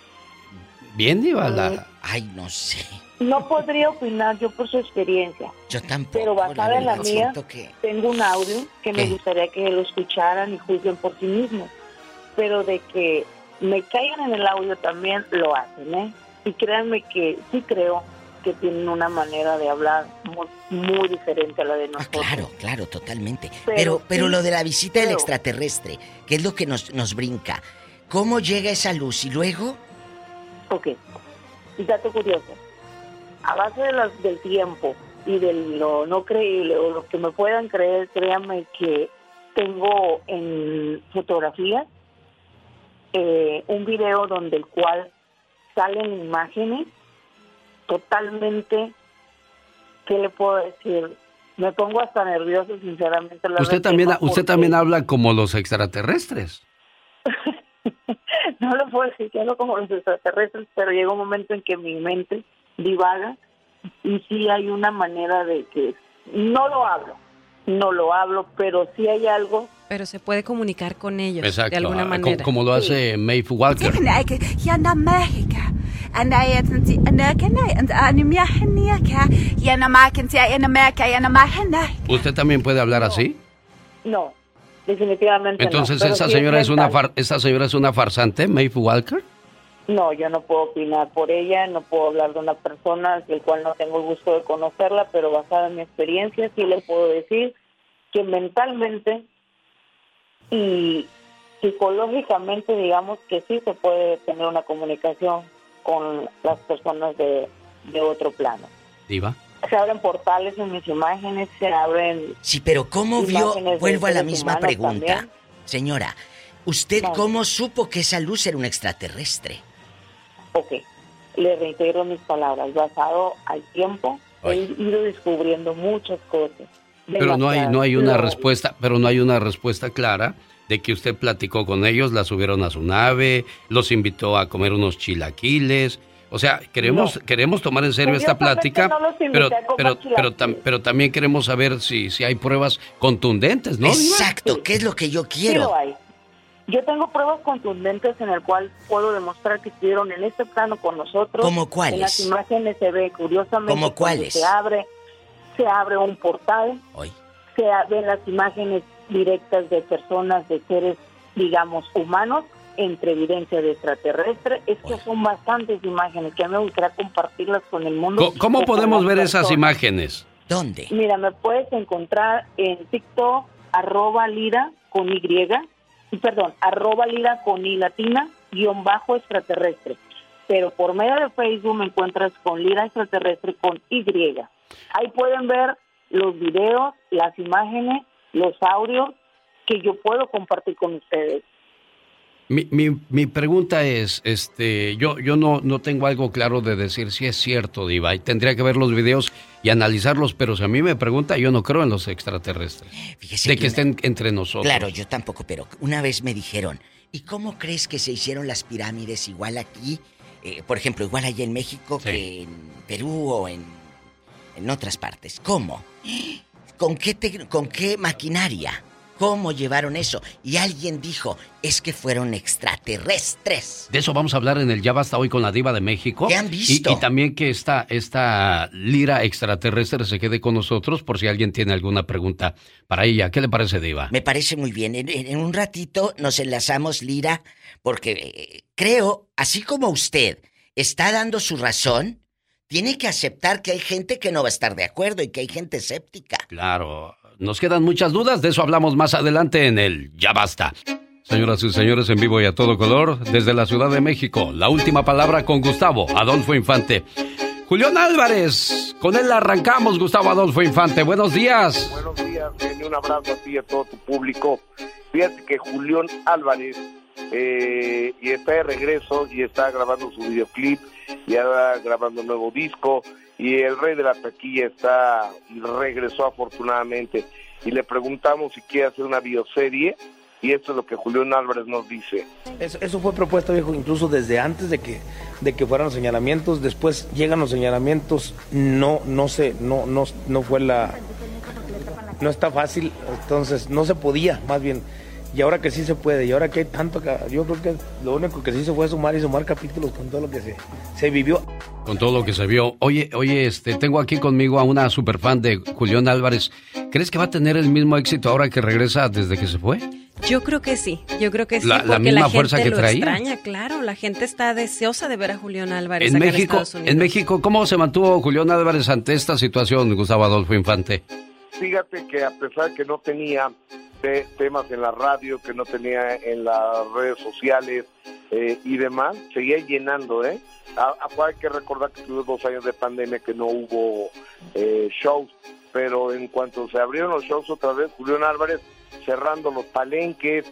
bien, Diva? La- Ay, no sé. No podría opinar yo por su experiencia, Yo tampoco. pero basada en la verdad, mía, siento que... tengo un audio que me ¿Qué? gustaría que lo escucharan y juzguen por sí mismos. Pero de que me caigan en el audio también lo hacen, ¿eh? Y créanme que sí creo que tienen una manera de hablar muy, muy diferente a la de nosotros. Claro, claro, totalmente. Pero Pero, pero sí, lo de la visita del creo. extraterrestre, que es lo que nos, nos brinca. ¿Cómo llega esa luz? Y luego, Ok, y dato curioso, a base de las- del tiempo y de lo no creíble o lo que me puedan creer, créanme que tengo en fotografías eh, un video donde el cual salen imágenes totalmente, ¿qué le puedo decir? Me pongo hasta nervioso, sinceramente. la Usted verdad, también, no, usted porque también habla como los extraterrestres. no lo puedo decir que hablo como los extraterrestres, pero llega un momento en que mi mente divaga y sí hay una manera de que no lo hablo, no lo hablo, pero sí hay algo. Pero se puede comunicar con ellos. Exacto, de alguna manera. Como, como lo hace sí. Maeve Walker. ¿Usted también puede hablar así? No, definitivamente Entonces, no. ¿esta señora, es una far, ¿esta señora es una farsante, Maeve Walker? No, yo no puedo opinar por ella, no puedo hablar de una persona del cual no tengo el gusto de conocerla, pero basada en mi experiencia sí le puedo decir que mentalmente y psicológicamente, digamos que sí se puede tener una comunicación con las personas de, de otro plano. ¿Diva? Se abren portales en mis imágenes, se abren... Sí, pero ¿cómo vio? Vuelvo a la misma pregunta. También. Señora, ¿usted no. cómo supo que esa luz era un extraterrestre? Ok, le reitero mis palabras. Basado al tiempo, Ay. he ido descubriendo muchas cosas. Pero no hay, no hay una respuesta, pero no hay una respuesta clara de que usted platicó con ellos, la subieron a su nave, los invitó a comer unos chilaquiles. O sea, queremos no. queremos tomar en serio esta plática, no pero pero pero, tam, pero también queremos saber si si hay pruebas contundentes, ¿no? Exacto, sí. ¿Qué es lo que yo quiero? Sí lo hay. Yo tengo pruebas contundentes en el cual puedo demostrar que estuvieron en este plano con nosotros. ¿Cómo cuáles? En las imágenes se ve curiosamente. ¿Cómo cuáles? Se abre, se abre un portal. Hoy. Se ven las imágenes directas de personas, de seres, digamos, humanos, entre evidencia de extraterrestre. Estas son bastantes imágenes que a mí me gustaría compartirlas con el mundo. ¿Cómo, cómo podemos ver esas personas. imágenes? ¿Dónde? Mira, me puedes encontrar en TikTok, arroba lira con Y, perdón, arroba lira con I latina, guión bajo extraterrestre. Pero por medio de Facebook me encuentras con lira extraterrestre con Y. Ahí pueden ver los videos, las imágenes, los audios que yo puedo compartir con ustedes. Mi, mi, mi pregunta es, este, yo, yo no, no tengo algo claro de decir si es cierto, Diva, y tendría que ver los videos y analizarlos, pero si a mí me pregunta, yo no creo en los extraterrestres. Fíjese de que, que estén una... entre nosotros. Claro, yo tampoco, pero una vez me dijeron, ¿y cómo crees que se hicieron las pirámides igual aquí? Eh, por ejemplo, igual allá en México sí. que en Perú o en, en otras partes. ¿Cómo? ¿Con qué, te, ¿Con qué maquinaria? ¿Cómo llevaron eso? Y alguien dijo, es que fueron extraterrestres. De eso vamos a hablar en el Ya Basta hoy con la Diva de México. ¿Qué han visto? Y, y también que esta, esta lira extraterrestre se quede con nosotros por si alguien tiene alguna pregunta para ella. ¿Qué le parece, Diva? Me parece muy bien. En, en un ratito nos enlazamos, Lira, porque eh, creo, así como usted está dando su razón, tiene que aceptar que hay gente que no va a estar de acuerdo y que hay gente escéptica. Claro. Nos quedan muchas dudas, de eso hablamos más adelante en el Ya Basta. Señoras y señores, en vivo y a todo color, desde la Ciudad de México, la última palabra con Gustavo Adolfo Infante. Julián Álvarez, con él arrancamos, Gustavo Adolfo Infante. Buenos días. Buenos días, y un abrazo a ti y a todo tu público. Fíjate que Julián Álvarez eh, y está de regreso y está grabando su videoclip, y ahora grabando un nuevo disco. Y el rey de la taquilla está y regresó afortunadamente. Y le preguntamos si quiere hacer una bioserie. Y esto es lo que Julián Álvarez nos dice. Eso, eso fue propuesta, viejo, incluso desde antes de que de que fueran los señalamientos. Después llegan los señalamientos. No, no sé, no, no, no fue la... No está fácil, entonces no se podía, más bien. Y ahora que sí se puede, y ahora que hay tanto, yo creo que lo único que sí se fue sumar y sumar capítulos con todo lo que se, se vivió. Con todo lo que se vio. Oye, oye, este, tengo aquí conmigo a una superfan de Julián Álvarez. ¿Crees que va a tener el mismo éxito ahora que regresa desde que se fue? Yo creo que sí, yo creo que sí. La, porque la misma la fuerza gente que lo traía. extraña, claro, la gente está deseosa de ver a Julián Álvarez En acá México, en Estados Unidos. En México, ¿cómo se mantuvo Julián Álvarez ante esta situación, Gustavo Adolfo Infante? Fíjate que a pesar que no tenía de temas en la radio, que no tenía en las redes sociales eh, y demás, seguía llenando, ¿eh? A, a, hay que recordar que tuvo dos años de pandemia que no hubo eh, shows, pero en cuanto se abrieron los shows otra vez, Julián Álvarez cerrando los palenques,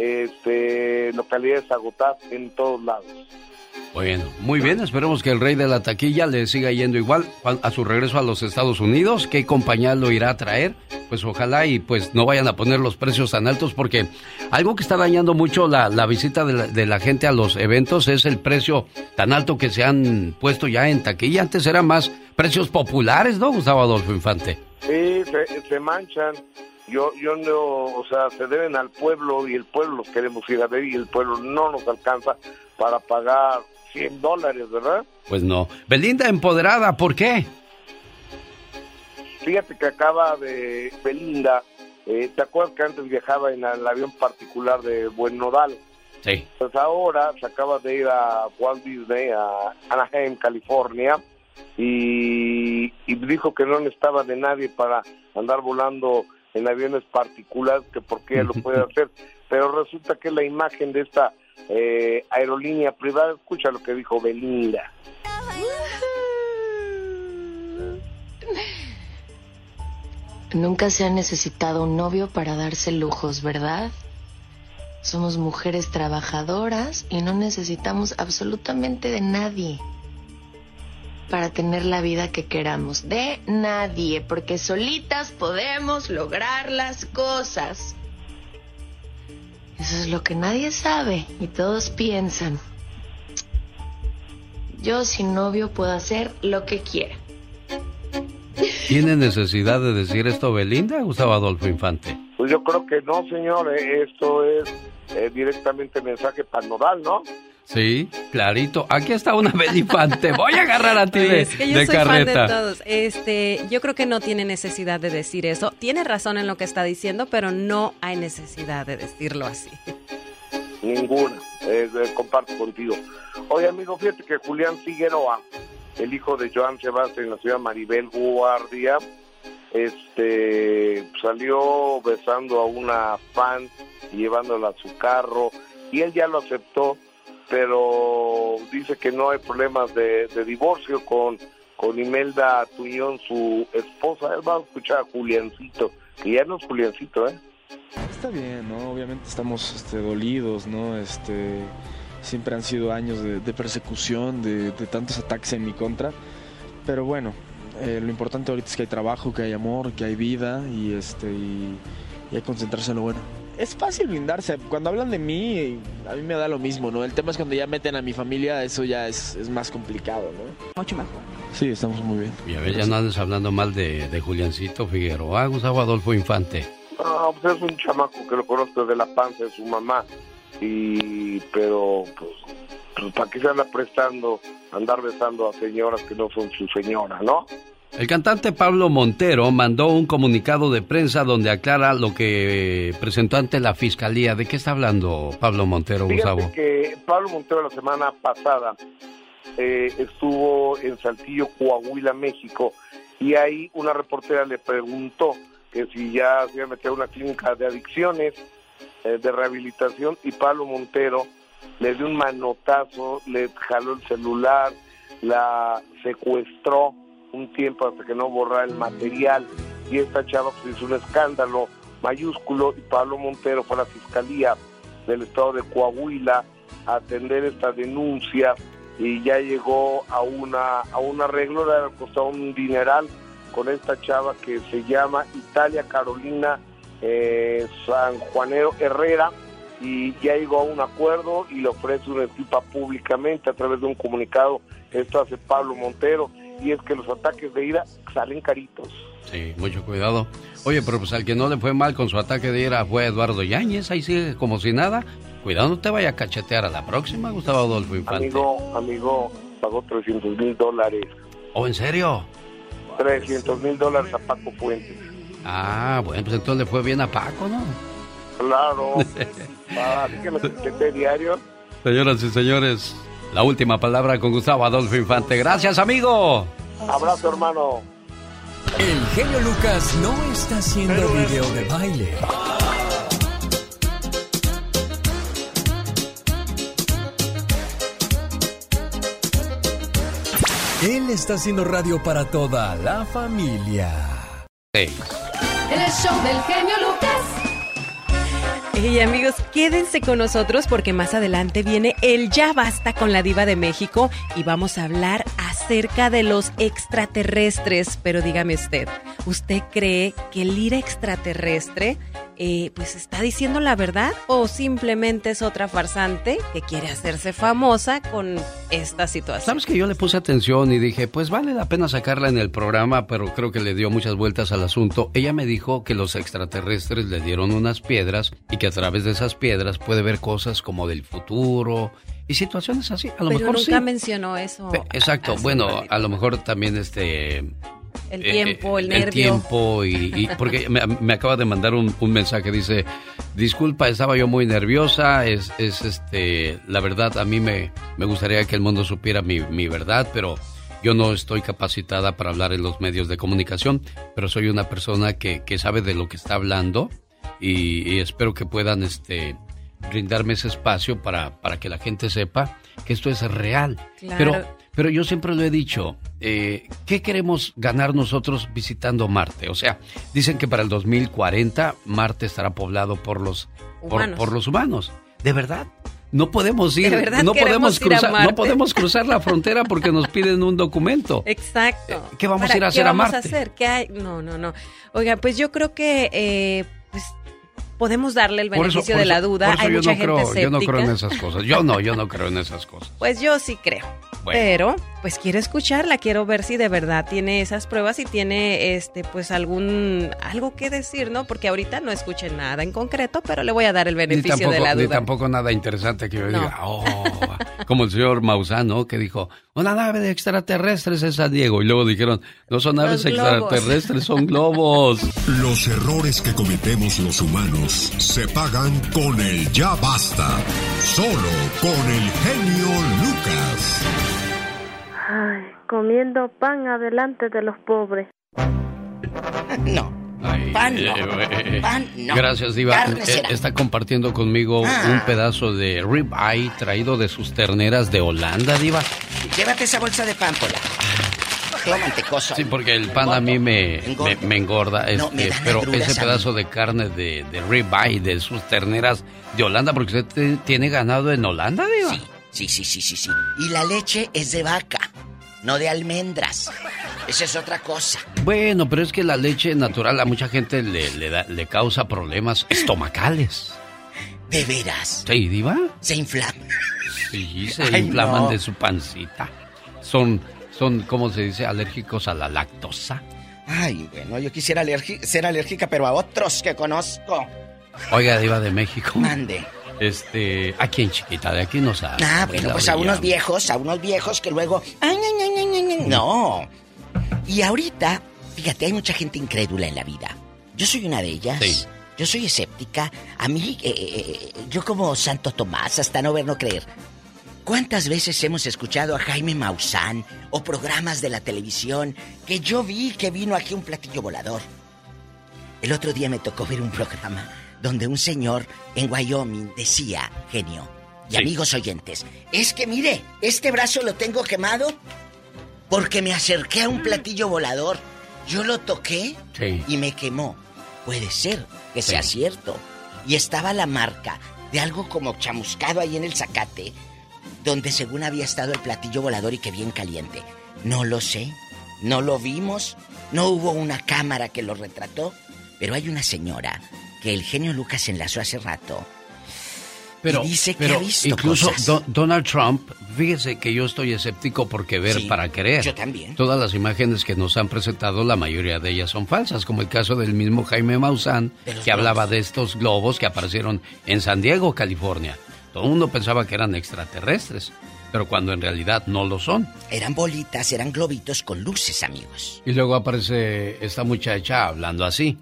este, localidades agotadas en todos lados. Bueno, muy bien, esperemos que el rey de la taquilla le siga yendo igual a su regreso a los Estados Unidos. ¿Qué compañía lo irá a traer? Pues ojalá y pues no vayan a poner los precios tan altos, porque algo que está dañando mucho la, la visita de la, de la gente a los eventos es el precio tan alto que se han puesto ya en taquilla. Antes eran más precios populares, ¿no, Gustavo Adolfo Infante? Sí, se, se manchan. Yo, yo no, o sea, se deben al pueblo y el pueblo los queremos ir a ver y el pueblo no nos alcanza para pagar cien dólares, ¿verdad? Pues no. Belinda empoderada, ¿por qué? Fíjate que acaba de Belinda, eh, ¿te acuerdas que antes viajaba en el avión particular de Buen Nodal? Sí. Pues ahora se acaba de ir a Walt Disney, a Anaheim, California, y, y dijo que no necesitaba de nadie para andar volando en aviones particulares, que porque ella lo puede hacer, pero resulta que la imagen de esta eh, aerolínea privada, escucha lo que dijo Belinda. Nunca se ha necesitado un novio para darse lujos, ¿verdad? Somos mujeres trabajadoras y no necesitamos absolutamente de nadie para tener la vida que queramos. De nadie, porque solitas podemos lograr las cosas. Eso es lo que nadie sabe y todos piensan. Yo sin novio puedo hacer lo que quiera. ¿Tiene necesidad de decir esto Belinda, Gustavo Adolfo Infante? Pues yo creo que no, señor. Eh, esto es eh, directamente mensaje para Nodal, ¿no? Sí, clarito. Aquí está una Belifante. Voy a agarrar a ti de, es que yo de soy carreta. fan de todos. Este, yo creo que no tiene necesidad de decir eso. Tiene razón en lo que está diciendo, pero no hay necesidad de decirlo así. Ninguna. Eh, eh, comparto contigo. Oye, amigo, fíjate que Julián Figueroa, el hijo de Joan Sebastián en la ciudad Maribel Guardia, este, salió besando a una fan y llevándola a su carro, y él ya lo aceptó, pero dice que no hay problemas de, de divorcio con, con Imelda Tuñón, su esposa. Él va a escuchar a Juliancito, que ya no es Juliancito, ¿eh? Está bien, ¿no? Obviamente estamos este, dolidos, ¿no? Este, siempre han sido años de, de persecución, de, de tantos ataques en mi contra, pero bueno, eh, lo importante ahorita es que hay trabajo, que hay amor, que hay vida y, este, y, y hay que concentrarse en lo bueno. Es fácil blindarse. Cuando hablan de mí, a mí me da lo mismo, ¿no? El tema es cuando ya meten a mi familia, eso ya es, es más complicado, ¿no? Mucho mejor. Sí, estamos muy bien. Y a ver, ya no andes hablando mal de, de Juliancito Figueroa, Gustavo Adolfo Infante. No, pues es un chamaco que lo conozco desde la panza de su mamá, y pero pues, pues ¿para qué se anda prestando andar besando a señoras que no son su señora, no? El cantante Pablo Montero mandó un comunicado de prensa donde aclara lo que presentó ante la fiscalía. ¿De qué está hablando Pablo Montero, Fíjate Gustavo? que Pablo Montero la semana pasada eh, estuvo en Saltillo, Coahuila, México, y ahí una reportera le preguntó que si ya se iba a meter a una clínica de adicciones, eh, de rehabilitación, y Pablo Montero le dio un manotazo, le jaló el celular, la secuestró un tiempo hasta que no borrara el material, y esta chava pues hizo un escándalo mayúsculo, y Pablo Montero fue a la Fiscalía del Estado de Coahuila a atender esta denuncia, y ya llegó a una a un arreglo, le ha costado un dineral con esta chava que se llama Italia Carolina eh, Sanjuanero Herrera, y ya llegó a un acuerdo y le ofrece una disculpa públicamente a través de un comunicado. Esto hace Pablo Montero, y es que los ataques de ira salen caritos. Sí, mucho cuidado. Oye, pero pues al que no le fue mal con su ataque de ira fue Eduardo Yáñez, ahí sigue como si nada. Cuidado, no te vaya a cachetear a la próxima, Gustavo Adolfo Infante. Amigo, amigo, pagó trescientos mil dólares. ¿Oh, en serio? trescientos mil dólares a Paco Fuentes. Ah, bueno, pues entonces le fue bien a Paco, ¿no? Claro. Ah, así que lo cacheteé diario. Señoras y señores, la última palabra con Gustavo Adolfo Infante. Gracias, amigo. Abrazo, hermano. El genio Lucas no está haciendo video de baile. Él está haciendo radio para toda la familia. Sí. El show del genio Lucas. Hey amigos, quédense con nosotros porque más adelante viene el Ya Basta con la Diva de México y vamos a hablar acerca de los extraterrestres. Pero dígame usted, ¿usted cree que el ir extraterrestre eh, pues está diciendo la verdad o simplemente es otra farsante que quiere hacerse famosa con esta situación. Sabes que yo le puse atención y dije, pues vale la pena sacarla en el programa, pero creo que le dio muchas vueltas al asunto. Ella me dijo que los extraterrestres le dieron unas piedras y que a través de esas piedras puede ver cosas como del futuro y situaciones así. A lo pero mejor nunca sí. mencionó eso. Pe- Exacto, bueno, a lo mejor también este... El tiempo, eh, el nervio. El tiempo y, y porque me, me acaba de mandar un, un mensaje, dice, disculpa, estaba yo muy nerviosa, es, es este, la verdad a mí me, me gustaría que el mundo supiera mi, mi verdad, pero yo no estoy capacitada para hablar en los medios de comunicación, pero soy una persona que, que sabe de lo que está hablando y, y espero que puedan este, brindarme ese espacio para, para que la gente sepa que esto es real. Claro. Pero, pero yo siempre lo he dicho, eh, ¿qué queremos ganar nosotros visitando Marte? O sea, dicen que para el dos mil cuarenta Marte estará poblado por los por, Humanos. por los humanos. ¿De verdad? No podemos ir, ¿De verdad no queremos podemos ir a cruzar, Marte? no podemos cruzar la frontera porque nos piden un documento. Exacto. ¿Qué vamos Para- a ir a ¿qué hacer a vamos Marte? hacer? ¿Qué hay? No, no, no. Oiga, pues yo creo que eh, pues podemos darle el Por eso- beneficio por de la eso- duda. por eso Hay yo mucha no gente creo, escéptica. yo no creo en esas cosas. Yo no, yo no creo en esas cosas. Pues yo sí creo. Bueno. Pero, pues quiero escucharla, quiero ver si de verdad tiene esas pruebas y tiene, este, pues algún, algo que decir, ¿no? Porque ahorita no escuché nada en concreto, pero le voy a dar el Ni beneficio tampoco, de la ni duda. tampoco nada interesante que yo No. diga, oh, como el señor Maussan, ¿no? Que dijo, una nave de extraterrestres en San Diego. Y luego dijeron, no son naves Los globos. extraterrestres, son globos. Los errores que cometemos los humanos se pagan con el ya basta. Solo con el genio Lucas. Ay, comiendo pan adelante de los pobres. No. Ay, Pan no. eh, eh, Pan no. Gracias, Diva. Carne Eh, será. está compartiendo conmigo Ah. un pedazo de ribeye traído de sus terneras de Holanda, Diva. Llévate esa bolsa de pan, Pola. Todo mantecoso. Sí, porque el pan a mí me, me, me engorda, No, este, me dan pero agruras ese a mí. pedazo de carne de, de ribeye de sus terneras de Holanda, porque usted te- tiene ganado en Holanda, Diva. Sí, sí, sí, sí, sí. Y la leche es de vaca, no de almendras. Esa es otra cosa. Bueno, pero es que la leche natural a mucha gente le, le, da- le causa problemas estomacales. ¿De veras? Sí, Diva. Se inflama. Sí, se Ay, inflaman no. de su pancita. Son, son, ¿cómo se dice? Alérgicos a la lactosa. Ay, bueno, yo quisiera alergi- ser alérgica, pero a otros que conozco. Oiga, Diva de México. Mande. Este, aquí en Chiquita, de aquí no sabe. Ah, bueno, pues a unos viejos, a unos viejos que luego... Ay, ay, ay, ay, ay, ay. No. Y ahorita, fíjate, hay mucha gente incrédula en la vida. Yo soy una de ellas. Sí. Yo soy escéptica. A mí, eh, eh, yo como Santo Tomás, hasta no ver, no creer. ¿Cuántas veces hemos escuchado a Jaime Maussan o programas de la televisión que yo vi que vino aquí un platillo volador? El otro día me tocó ver un programa donde un señor en Wyoming decía, genio y Sí. amigos oyentes, es que mire, este brazo lo tengo quemado porque me acerqué a un platillo volador. Yo lo toqué Sí. y me quemó. Puede ser que sea Sí. cierto. Y estaba la marca de algo como chamuscado ahí en el zacate, donde según había estado el platillo volador y que bien caliente. No lo sé, no lo vimos, no hubo una cámara que lo retrató, pero hay una señora que el genio Lucas enlazó hace rato. Pero, y dice que pero ha visto incluso cosas. Do- Donald Trump, fíjese que yo estoy escéptico porque ver Sí, para creer. yo también. Todas las imágenes que nos han presentado, la mayoría de ellas son falsas, como el caso del mismo Jaime Maussan, De los que hablaba globos. de estos globos que aparecieron en San Diego, California. Todo el mundo pensaba que eran extraterrestres, pero cuando en realidad no lo son. Eran bolitas, eran globitos con luces, amigos. Y luego aparece esta muchacha hablando así.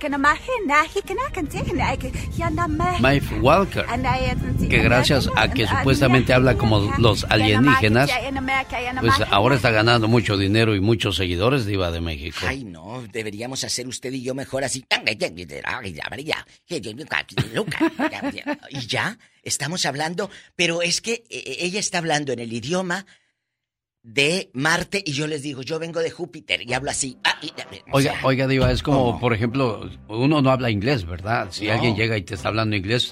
Maeve Walker, que gracias a que supuestamente habla como los alienígenas, pues ahora está ganando mucho dinero y muchos seguidores, Diva de México. Ay, no, deberíamos hacer usted y yo mejor así. Y ya, estamos hablando, pero es que eh, ella está hablando en el idioma de Marte y yo les digo, yo vengo de Júpiter y hablo así. Ah, y- o Oiga, sea, oiga, Diva, es como, ¿cómo? por ejemplo, uno no habla inglés, ¿verdad? Si No. alguien llega y te está hablando inglés,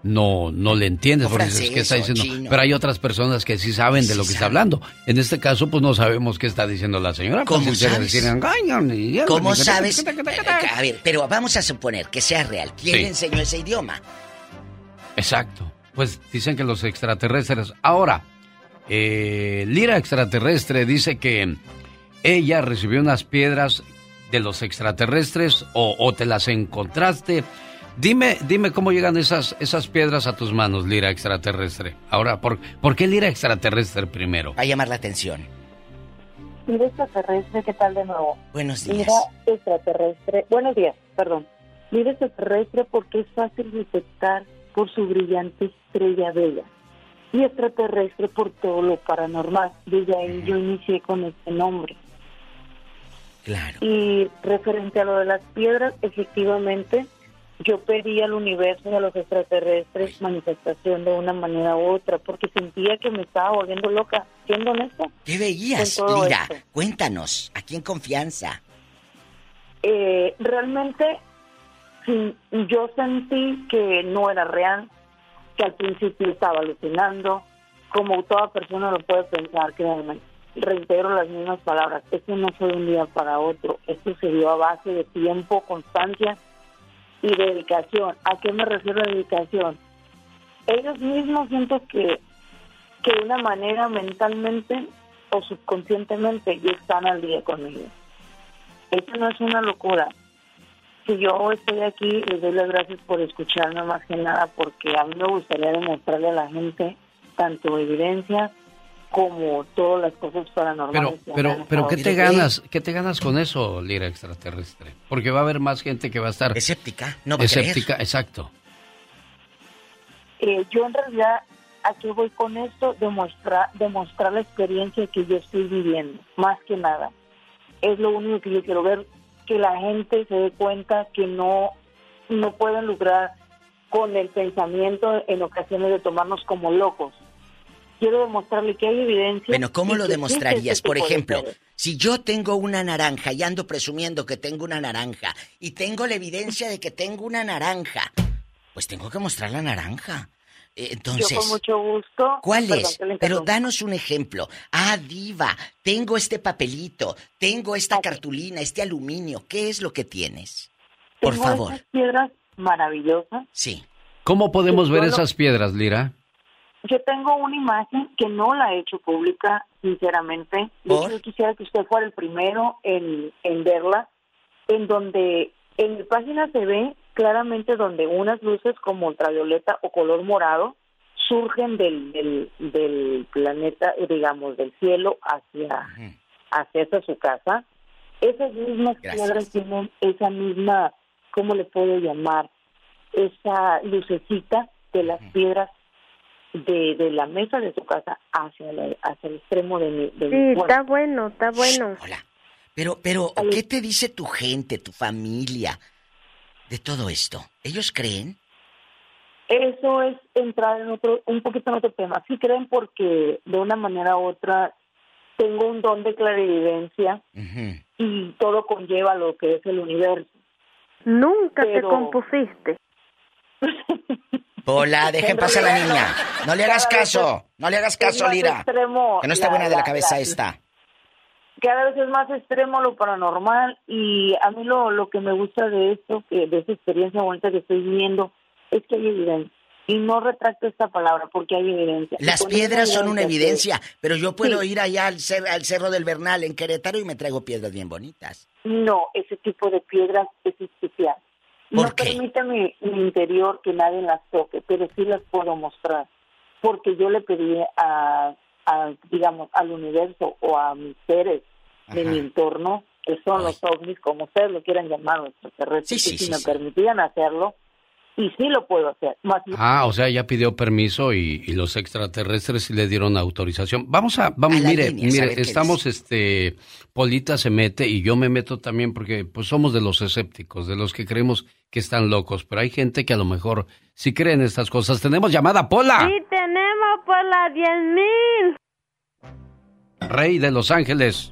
no no le entiendes, O porque francés, dices, ¿qué está o diciendo? chino. Pero hay otras personas que sí saben de lo que está hablando. En este caso, pues no sabemos qué está diciendo la señora. ¿Cómo pues, si quiere sabes? decir, engañan, y- ¿Cómo y- sabes? A ver, pero vamos a suponer que sea real. ¿Quién Sí. le enseñó ese idioma? Exacto. Pues dicen que los extraterrestres. Ahora, eh, Lira Extraterrestre dice que ella recibió unas piedras de los extraterrestres o, o te las encontraste. Dime, dime cómo llegan esas, esas piedras a tus manos, Lira Extraterrestre. Ahora, ¿por, ¿por qué Lira Extraterrestre primero? Va a llamar la atención. Vida extraterrestre, ¿qué tal de nuevo? Buenos días. Vida extraterrestre, buenos días, perdón. Vida extraterrestre porque es fácil detectar por su brillante estrella bella. Y extraterrestre por todo lo paranormal. Desde ahí yo inicié con este nombre. Claro. Y referente a lo de las piedras, efectivamente, yo pedí al universo y a los extraterrestres manifestación de una manera u otra, porque sentía que me estaba volviendo loca, siendo honesta. ¿Qué veías, con todo Lira? esto. Cuéntanos, aquí en confianza. Eh, realmente sí, yo sentí que no era real, que al principio estaba alucinando, como toda persona lo puede pensar, créanme. Reitero las mismas palabras, esto no fue de un día para otro, esto se dio a base de tiempo, constancia y dedicación. ¿A qué me refiero a dedicación? Ellos mismos siento que, que de una manera mentalmente o subconscientemente ya están al día conmigo. Esto no es una locura. Si yo estoy aquí, les doy las gracias por escucharme más que nada, porque a mí me gustaría demostrarle a la gente tanto evidencia como todas las cosas paranormales. Pero, pero, pero, ¿qué te ganas? ¿Qué te ganas con eso, Lira Extraterrestre? Porque va a haber más gente que va a estar escéptica, no va a escéptica, creer. exacto. Eh, yo en realidad, ¿a qué voy con esto? Demostrar, demostrar la experiencia que yo estoy viviendo, más que nada. Es lo único que yo quiero ver, que la gente se dé cuenta que no, no pueden lucrar con el pensamiento en ocasiones de tomarnos como locos. Quiero demostrarle que hay evidencia. Bueno, ¿cómo y lo que demostrarías? existe Por este tipo de ejemplo, cosas. si yo tengo una naranja y ando presumiendo que tengo una naranja y tengo la evidencia de que tengo una naranja, pues tengo que mostrar la naranja. Eh, Entonces, Yo con mucho gusto. ¿cuál Perdón, es? que le Pero interrumpa. danos un ejemplo. Ah, diva, tengo este papelito, tengo esta cartulina, este aluminio. ¿Qué es lo que tienes? Por Tengo favor. esas piedras maravillosas. Sí. ¿Cómo podemos Sí, ver yo lo- esas piedras, Lira? Yo tengo una imagen que no la he hecho pública, sinceramente. De hecho, yo quisiera que usted fuera el primero en, en verla, en donde en mi página se ve claramente donde unas luces como ultravioleta o color morado surgen del, del, del planeta, eh, digamos, del cielo hacia, hacia esa su casa. Esas mismas Gracias. piedras tienen esa misma, ¿cómo le puedo llamar? Esa lucecita de las piedras de, de la mesa de tu casa hacia, la- hacia el extremo de mi, de mi Sí, cuarto. está bueno, está bueno. Pero, pero, ¿qué te dice tu gente, tu familia de todo esto? ¿Ellos creen? Eso es entrar en otro, un poquito en otro tema. Sí creen porque de una manera u otra tengo un don de clarividencia y todo conlleva lo que es el universo. Nunca Pero- te compusiste. Hola, dejen pasar a la niña. No le hagas caso. No le hagas caso, Es más Lira. extremo Que no está la- buena de la la- cabeza la- esta. Cada vez es más extremo lo paranormal y a mí lo, lo que me gusta de esto, que de esta experiencia bonita que estoy viviendo, es que hay evidencia. Y no retracto esta palabra porque hay evidencia. Y Las con piedras esa son una evidencia, pero yo puedo Sí. ir allá al, cer- al Cerro del Bernal en Querétaro y me traigo piedras bien bonitas. No, ese tipo de piedras es especial. ¿Por no qué? permite mi, mi interior que nadie las toque, pero sí las puedo mostrar. Porque yo le pedí a, a digamos, al universo o a mis seres de Ajá. mi entorno, que son los ovnis, como ustedes lo quieran llamar, o extraterrestres, Sí, sí, que si sí, me sí. permitían hacerlo, y sí lo puedo hacer. Más Ah, o sea, ya pidió permiso y, y los extraterrestres sí le dieron autorización. Vamos a, vamos, A las mire, líneas, a ver mire, qué estamos, este, Polita se mete y yo me meto también porque, pues, somos de los escépticos, de los que creemos que están locos, pero hay gente que a lo mejor sí creen estas cosas. Tenemos llamada, Pola, Sí, tenemos por las diez mil. Rey de Los Ángeles.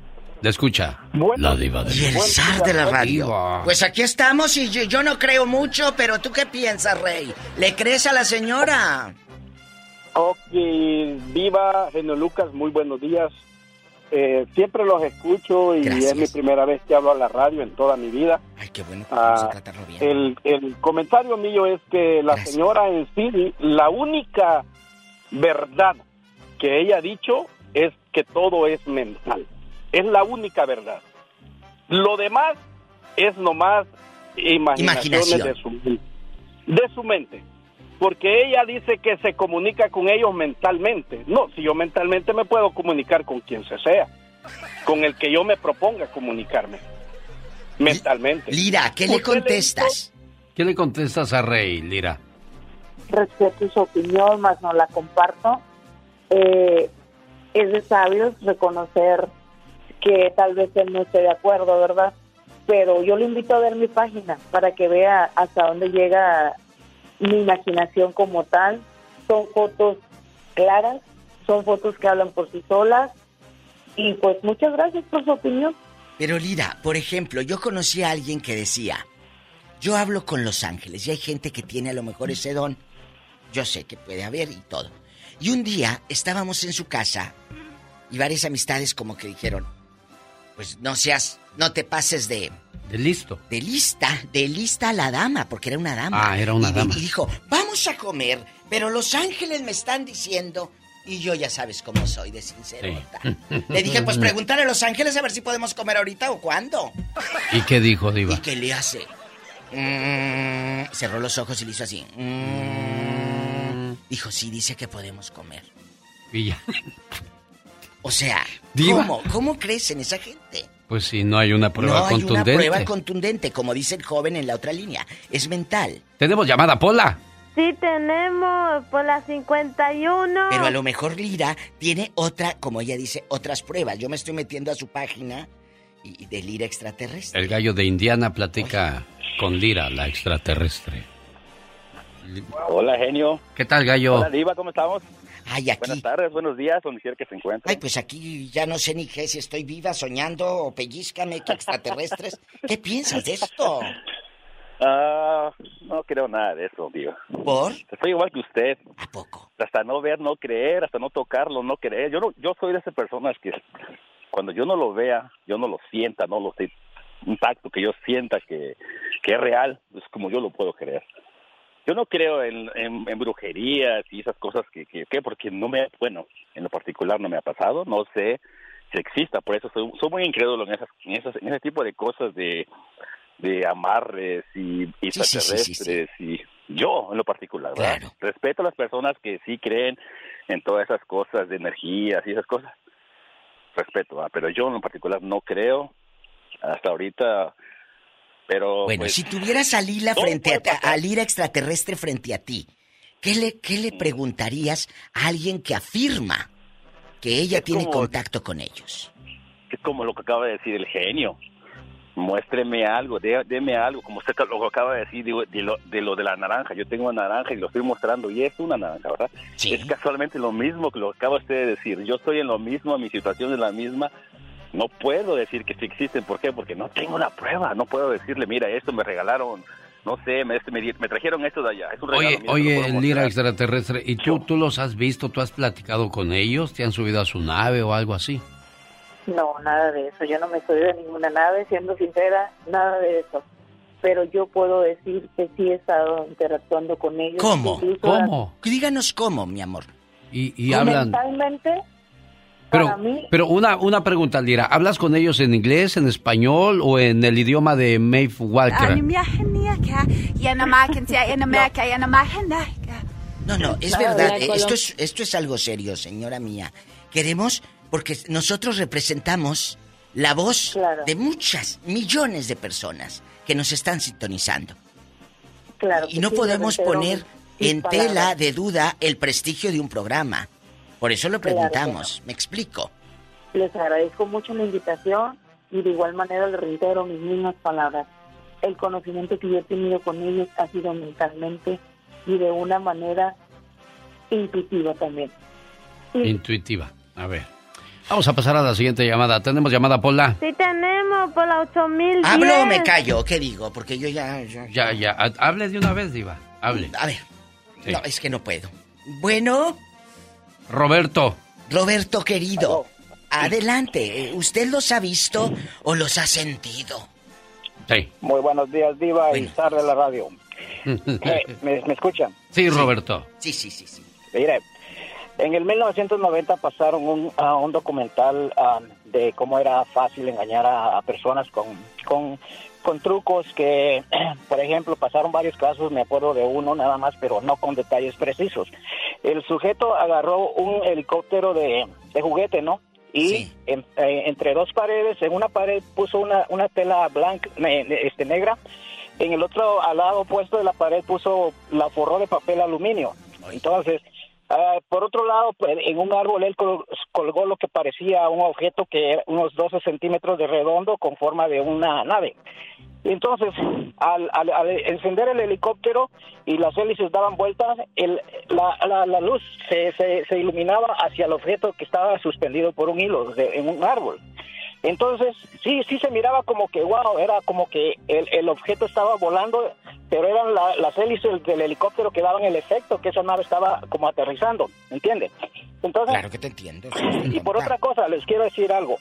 Le escucha la diva de Y el zar de la radio. Diva. Pues aquí estamos y yo, yo no creo mucho, pero ¿tú qué piensas, Rey? ¿Le crees a la señora? Ok, viva, genio Lucas, muy buenos días. Eh, siempre los escucho y Gracias. es mi primera vez que hablo a la radio en toda mi vida. Ay, qué bueno que Ah, vamos a tratarlo bien. el, el comentario mío es que la Gracias. señora en sí, la única verdad que ella ha dicho es que todo es mental. Es la única verdad. Lo demás es nomás imaginaciones Imaginación. de su mente. De su mente. Porque ella dice que se comunica con ellos mentalmente. No, si yo mentalmente me puedo comunicar con quien se sea. Con el que yo me proponga comunicarme. Mentalmente. Lira, ¿qué le ¿Usted contestas? ¿Qué le contestas a Rey, Lira? Respeto su opinión, más no la comparto. Eh, es de sabios reconocer que tal vez él no esté de acuerdo, ¿verdad? Pero yo le invito a ver mi página para que vea hasta dónde llega mi imaginación como tal. Son fotos claras, son fotos que hablan por sí solas. Y pues muchas gracias por su opinión. Pero Lira, por ejemplo, yo conocí a alguien que decía, yo hablo con los ángeles y hay gente que tiene a lo mejor ese don. Yo sé que puede haber y todo. Y un día estábamos en su casa y varias amistades como que dijeron, pues no seas, no te pases de... De listo. De lista, de lista a la dama, porque era una dama. Ah, era una y, dama. Y dijo, vamos a comer, pero los ángeles me están diciendo... Y yo ya sabes cómo soy de sincerota. Sí. Le dije, pues pregúntale a los ángeles a ver si podemos comer ahorita o cuándo. ¿Y qué dijo, diva? ¿Y qué le hace? Mm, cerró los ojos y le hizo así. Mm. Dijo, sí, dice que podemos comer. Y ya. O sea, Diva. ¿cómo? ¿Cómo crees en esa gente? Pues si no hay una prueba no hay contundente. una prueba contundente, como dice el joven en la otra línea. Es mental. Tenemos llamada, Pola. Sí, tenemos por la cincuenta y uno. Pero a lo mejor Lira tiene otra, como ella dice, otras pruebas. Yo me estoy metiendo a su página y, y de Lira extraterrestre. El gallo de Indiana platica con Lira, la extraterrestre. Hola, genio. ¿Qué tal, gallo? Hola, diva, ¿cómo estamos? Ay, aquí. Buenas tardes, buenos días, donde quiera que se encuentre. Ay, pues aquí ya no sé ni qué, si estoy viva, soñando o pellízcame, que extraterrestres. ¿Qué piensas de esto? Ah, no creo nada de eso, diva. ¿Por? Estoy igual que usted. ¿A poco? Hasta no ver, no creer, hasta no tocarlo, no creer. Yo no, yo soy de esas personas que cuando yo no lo vea, yo no lo sienta, no lo sé, un tacto que yo sienta que, que es real, es como yo lo puedo creer. Yo no creo en, en, en brujerías y esas cosas que, que, que, porque no me, bueno, en lo particular no me ha pasado, no sé si exista, por eso soy, soy muy incrédulo en esas, en esas, en ese tipo de cosas de, de amarres y, y Sí, sí, sí, extraterrestres y yo en lo particular, ¿verdad? Claro. Respeto a las personas que sí creen en todas esas cosas de energías y esas cosas, respeto, ¿verdad? Pero yo en lo particular no creo hasta ahorita. Pero, Bueno, pues, si tuvieras a Lila todo frente a, puede pasar. a Lira extraterrestre frente a ti, ¿qué le, qué le preguntarías a alguien que afirma que ella Es tiene como- contacto con ellos? es como lo que acaba de decir el genio. Muéstreme algo, dé, deme algo, como usted lo acaba de decir, digo, de, lo, de lo de la naranja. Yo tengo una naranja y lo estoy mostrando y es una naranja, ¿verdad? Sí. Es casualmente lo mismo que lo acaba usted de decir. Yo estoy en lo mismo, mi situación es la misma. No puedo decir que sí existen. ¿Por qué? Porque no tengo la prueba. No puedo decirle, mira, esto me regalaron, no sé, me, me, me trajeron esto de allá. Es un regalo Oye, mío, lo oye, puedo Lira mostrar. extraterrestre, ¿y tú, tú los has visto? ¿Tú has platicado con ellos? ¿Te han subido a su nave o algo así? No, nada de eso. Yo no me soy de ninguna nave, siendo sincera, nada de eso. Pero yo puedo decir que sí he estado interactuando con ellos. ¿Cómo? Incluso ¿Cómo? Díganos cómo, mi amor. Y, y hablan... mentalmente, Pero, para mí, pero una, una pregunta, Lira. ¿Hablas con ellos en inglés, en español o en el idioma de Maeve Walker? No, no, es Nada, verdad. la eh, Esto Colom- es, esto es algo serio, señora mía. Queremos, porque nosotros representamos la voz Claro. de muchas, millones de personas que nos están sintonizando. claro. Y que no sí, podemos me refiero poner mis en palabras. tela de duda el prestigio de un programa. Por eso lo Claro, preguntamos. ¿Me explico? Les agradezco mucho la invitación y de igual manera les reitero mis mismas palabras. El conocimiento que yo he tenido con ellos ha sido mentalmente y de una manera intuitiva también. Y Intuitiva. A ver. Vamos a pasar a la siguiente llamada. ¿Tenemos llamada, Pola? Sí tenemos, por la ocho mil diez. ¿Hablo o me callo? ¿Qué digo? Porque yo ya... Ya, ya. ya. Hable de una vez, Diva. Hable. A ver. Sí. No, es que no puedo. Bueno. Roberto. Roberto, querido. Adelante. ¿Usted los ha visto o los ha sentido? Sí. Muy buenos días, Diva, bueno. y Sar de la radio. ¿Me, me, ¿Me escuchan? Sí, Roberto. Sí, sí, sí, sí. Mire, en el mil novecientos noventa pasaron un, uh, un documental um, de cómo era fácil engañar a, a personas con, con, con trucos que, por ejemplo, pasaron varios casos, me acuerdo de uno nada más, pero no con detalles precisos. El sujeto agarró un helicóptero de, de juguete, ¿no? Y sí. en, eh, entre dos paredes, en una pared puso una, una tela blanca, este, negra, en el otro, al lado opuesto de la pared, puso, la forró de papel aluminio. Entonces, uh, por otro lado, pues, en un árbol él col- colgó lo que parecía un objeto que era unos doce centímetros de redondo con forma de una nave. Y entonces, al, al, al encender el helicóptero y las hélices daban vueltas, el, la, la, la luz se, se, se iluminaba hacia el objeto que estaba suspendido por un hilo de, en un árbol. Entonces, sí, sí se miraba como que, wow, era como que el, el objeto estaba volando, pero eran la, las hélices del helicóptero que daban el efecto que esa nave estaba como aterrizando, ¿entiendes? Entonces, claro que te entiendo. Y por otra cosa, les quiero decir algo.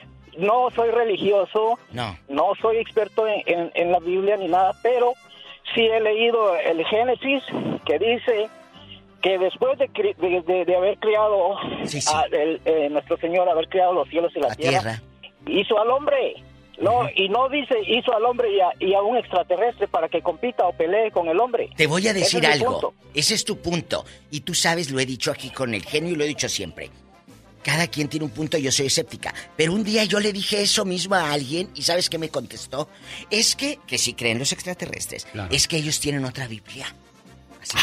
No soy religioso, no, no soy experto en, en, en la Biblia ni nada, pero sí he leído el Génesis, que dice que después de, de, de, de haber criado, sí, sí. A, el, eh, nuestro Señor, haber creado los cielos y la, la tierra, tierra, hizo al hombre, no, uh-huh. y no dice hizo al hombre y a, y a un extraterrestre para que compita o pelee con el hombre. Te voy a decir Ese es algo, ese es tu punto, y tú sabes, lo he dicho aquí con el genio y lo he dicho siempre. Cada quien tiene un punto, yo soy escéptica. Pero un día yo le dije eso mismo a alguien y ¿sabes qué me contestó? Es que, que si creen los extraterrestres, claro. Es que ellos tienen otra Biblia. Así,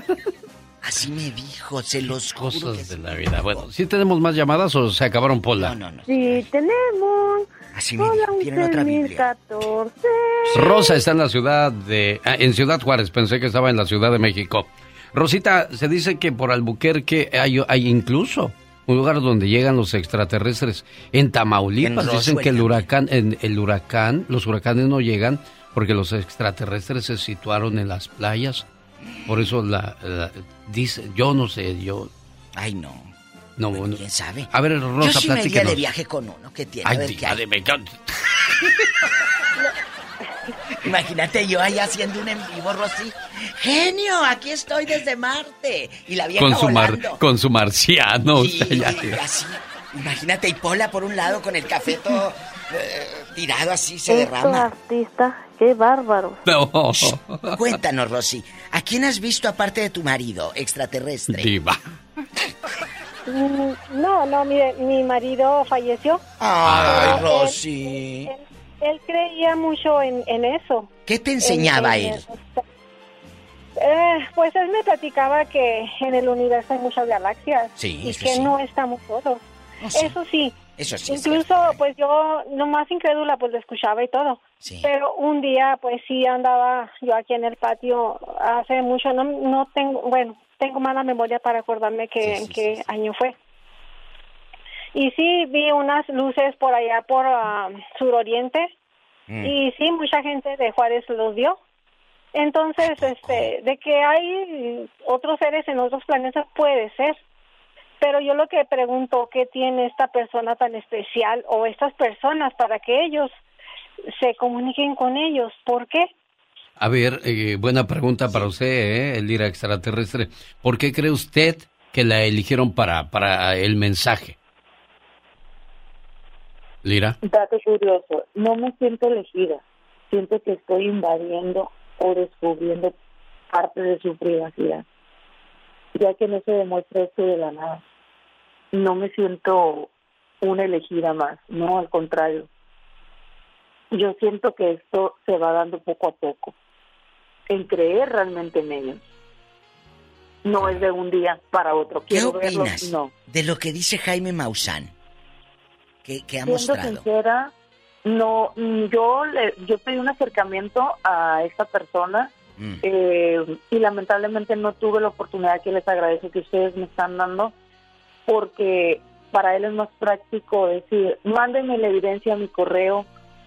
así me dijo, se los cosas juro que de la vida. Bueno, ¿sí tenemos más llamadas o se acabaron, Pola? No, no, no. Sí, tenemos. Así me dijo, tienen otra Biblia. Rosa está en la ciudad de... Ah, en Ciudad Juárez, pensé que estaba en la Ciudad de México. Rosita, se dice que por Albuquerque hay, hay incluso... un lugar donde llegan los extraterrestres. En Tamaulipas en dicen que el huracán, en el huracán, los huracanes no llegan porque los extraterrestres se situaron en las playas. Por eso la, la dice, yo no sé, yo. Ay no. No, bueno, bueno. ¿Quién sabe? A ver, Rosa, yo sí me iría de viaje con uno que tiene. Ay, a ver tía, qué hay. De me Imagínate yo ahí haciendo un en vivo, Rosy. Genio, aquí estoy desde Marte. Y la vieja con su mar, volando. con su marciano. Sí, usted ya, y así. Imagínate, y Pola por un lado con el café todo eh, tirado así, se derrama. Artista, qué bárbaro. No. Shh, cuéntanos, Rosy, ¿a quién has visto aparte de tu marido, extraterrestre? Diva. No, no, mire, mi marido falleció. Ay, Rosy. Él, él, él creía mucho en, en eso. ¿Qué te enseñaba en, en, él? Eh, pues él me platicaba que en el universo hay muchas galaxias. Sí, y eso que sí. no estamos solos. Oh, sí. Eso sí. Eso sí. Incluso, pues yo, nomás incrédula, pues lo escuchaba y todo. Sí. Pero un día, pues sí andaba yo aquí en el patio hace mucho, no, no tengo, bueno, tengo mala memoria para acordarme que, Sí, sí, en qué sí, sí. año fue. Y sí, vi unas luces por allá por uh, suroriente. Mm. Y sí, mucha gente de Juárez los vio. Entonces, este, de que hay otros seres en otros planetas puede ser. Pero yo lo que pregunto, ¿qué tiene esta persona tan especial o estas personas para que ellos se comuniquen con ellos? ¿Por qué? A ver, eh, buena pregunta para usted, ¿eh? Elira extraterrestre. ¿Por qué cree usted que la eligieron para, para el mensaje? Lira. Dato curioso, no me siento elegida, siento que estoy invadiendo o descubriendo parte de su privacidad, ya que no se demuestra esto de la nada. No me siento una elegida más, no, al contrario. Yo siento que esto se va dando poco a poco, en creer realmente en ellos. No es de un día para otro. ¿Qué Quiero opinas verlos, no. de lo que dice Jaime Maussan? Que, que ha Siendo mostrado. sincera, no, yo le, yo pedí un acercamiento a esta persona mm. eh, y lamentablemente no tuve la oportunidad que les agradezco que ustedes me están dando, porque para él es más práctico decir, mándenme la evidencia a mi correo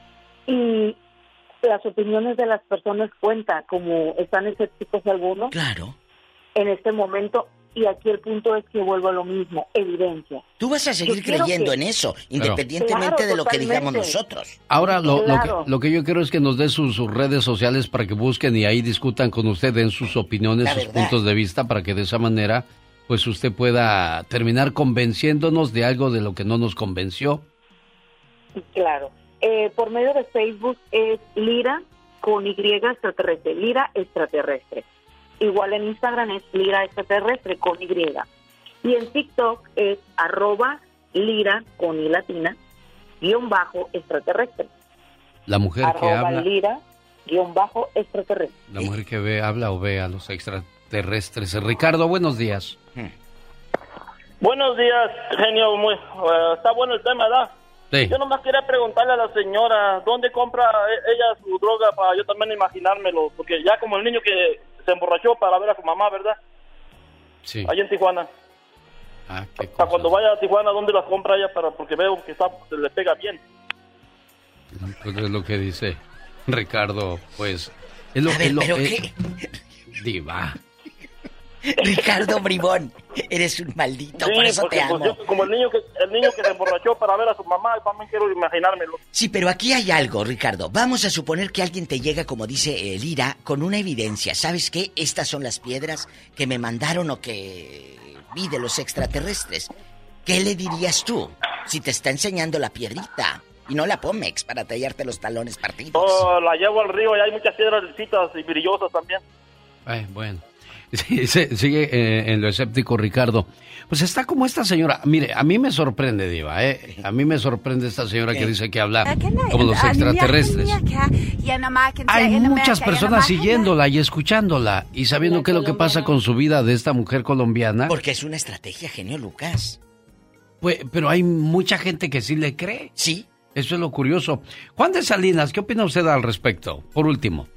y las opiniones de las personas cuentan, como están escépticos algunos. Claro. En este momento, y aquí el punto es que vuelvo a lo mismo, evidencia. Tú vas a seguir creyendo que... en eso, independientemente claro, de lo que digamos nosotros. Ahora, lo, claro. lo, que, lo que yo quiero es que nos dé sus, sus redes sociales para que busquen y ahí discutan con usted, den sus opiniones, La sus verdad. puntos de vista, para que de esa manera, pues usted pueda terminar convenciéndonos de algo de lo que no nos convenció. Claro. Eh, por medio de Facebook es Lira con Y extraterrestre, Lira extraterrestre. Igual en Instagram es Lira extraterrestre con Y. Y en TikTok es arroba Lira con I latina, guión bajo extraterrestre. La mujer arroba que habla. Lira, guión bajo extraterrestre. La mujer que ve, habla o ve a los extraterrestres. Ricardo, buenos días. Hmm. Buenos días, genio. Muy, uh, está bueno el tema, ¿verdad? Sí. Yo nomás quería preguntarle a la señora, ¿dónde compra ella su droga para yo también imaginármelo? Porque ya como el niño que se emborrachó para ver a su mamá, ¿verdad? Sí. Allá en Tijuana. Ah, qué cosa. Para cuando vaya a Tijuana, ¿dónde las compra ella? Para, porque veo que está, se le pega bien. Pues es lo que dice Ricardo, pues... Es lo, a ver, es lo, ¿pero es... qué? Diva. Ricardo Bribón, eres un maldito, sí, por eso porque, te amo. Pues, yo, como el niño que el niño que se emborrachó para ver a su mamá, también quiero imaginármelo. Sí, pero aquí hay algo, Ricardo. Vamos a suponer que alguien te llega, como dice eh, Lira, con una evidencia. ¿Sabes qué? Estas son las piedras que me mandaron o que vi de los extraterrestres. ¿Qué le dirías tú si te está enseñando la piedrita? Y no la Pomex para tallarte los talones partidos. Oh, la llevo al río y hay muchas piedras y brillosas también. Ay, bueno. Sí, sigue eh, en lo escéptico, Ricardo. Pues está como esta señora. Mire, a mí me sorprende, Diva, ¿eh? A mí me sorprende esta señora que dice que habla como los extraterrestres. Hay muchas personas siguiéndola y escuchándola y sabiendo qué es lo que pasa con su vida de esta mujer colombiana. Porque es una estrategia, genio Lucas. Pues, pero hay mucha gente que sí le cree. Sí. Eso es lo curioso. Juan de Salinas, ¿qué opina usted al respecto? Por último.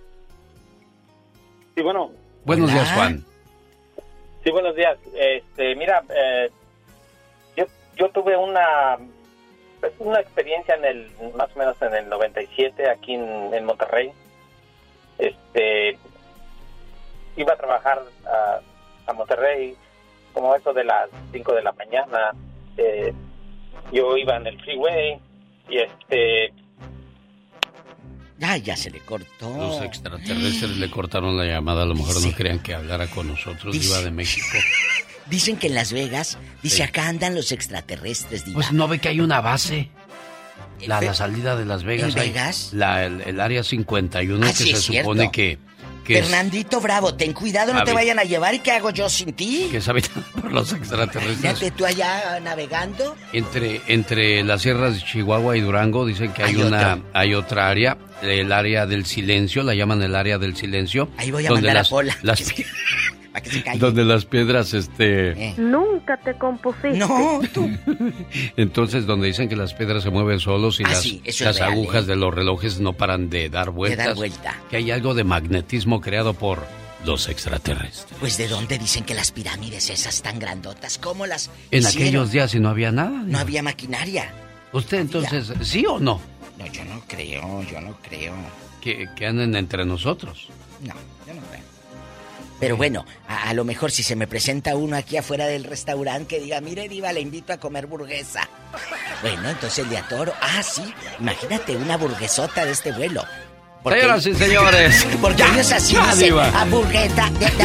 Sí, bueno. Buenos Hola. días, Juan. Sí, buenos días. Este, mira, eh, yo, yo tuve una pues, una experiencia en el más o menos en el noventa y siete aquí en, en Monterrey. Este, iba a trabajar a, a Monterrey como eso de las cinco de la mañana. Eh, yo iba en el freeway y este. Ah, ya se le cortó. Los extraterrestres le cortaron la llamada. A lo mejor sí. No querían que hablara con nosotros, Dice... Diva de México. Dicen que en Las Vegas, dice, sí. Acá andan los extraterrestres, Diva. Pues no ve que hay una base. La, la salida de Las Vegas. ¿En Vegas? La, el, el área cincuenta y uno ah, que sí, se supone cierto. que... que Fernandito es... Bravo, ten cuidado, no a te ver. vayan a llevar. ¿Y qué hago yo sin ti? Que es habitado por los extraterrestres. Fíjate, tú allá navegando. Entre, entre las sierras de Chihuahua y Durango dicen que hay, hay una otro. hay otra área, el área del silencio, la llaman el área del silencio. Ahí voy a mandar las, a Pola. Las, para que se calle. Donde las piedras, este... Eh. Nunca te compusiste. No, tú. Entonces, donde dicen que las piedras se mueven solos y ah, las, sí, las real, agujas ¿eh? de los relojes no paran de dar vueltas. De dar vuelta. Que hay algo de magnetismo creado por los extraterrestres. Pues, ¿de dónde dicen que las pirámides esas tan grandotas? ¿Cómo las En hicieron? aquellos días y no había nada. No, no había maquinaria. ¿Usted entonces, sí o no? No, yo no creo, yo no creo. Que, que anden entre nosotros. No, yo no creo. Pero bueno, a, a lo mejor si se me presenta uno aquí afuera del restaurante que diga, mire, Diva, le invito a comer burguesa. Bueno, entonces el de a toro. Ah, sí, imagínate una burguesota de este vuelo. Porque, Señoras y señores. Porque ya, ellos así ya, dicen, hamburguesa de la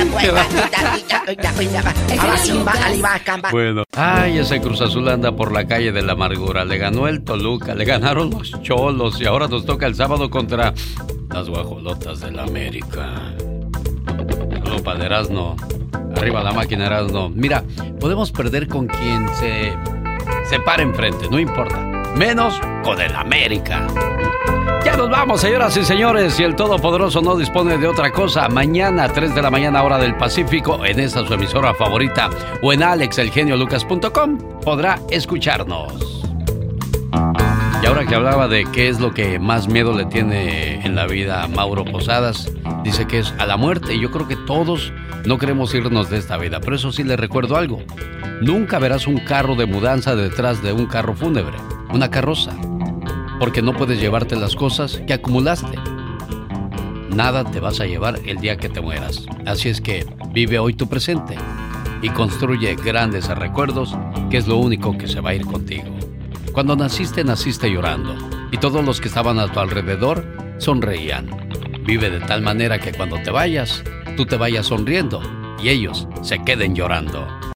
hueva. Bueno. Ay, ese Cruz Azul anda por la calle de la amargura. Le ganó el Toluca, le ganaron los Cholos y ahora nos toca el sábado contra las Guajolotas del América. Grupo de Erasmo. Arriba la máquina, Erasmo. Mira, podemos perder con quien se, se pare enfrente, no importa. Menos con el América. Ya nos vamos, señoras y señores, y el Todopoderoso no dispone de otra cosa. Mañana, tres de la mañana, hora del Pacífico, en esta su emisora favorita o en alex el genio lucas punto com podrá escucharnos. Ya Y ahora que hablaba de qué es lo que más miedo le tiene en la vida a Mauro Posadas, dice que es a la muerte. Y yo creo que todos no queremos irnos de esta vida. Pero eso sí, le recuerdo algo. Nunca verás un carro de mudanza detrás de un carro fúnebre, una carroza. Porque no puedes llevarte las cosas que acumulaste. Nada te vas a llevar el día que te mueras. Así es que vive hoy tu presente y construye grandes recuerdos, que es lo único que se va a ir contigo. Cuando naciste, naciste llorando, y todos los que estaban a tu alrededor sonreían. Vive de tal manera que cuando te vayas, tú te vayas sonriendo y ellos se queden llorando.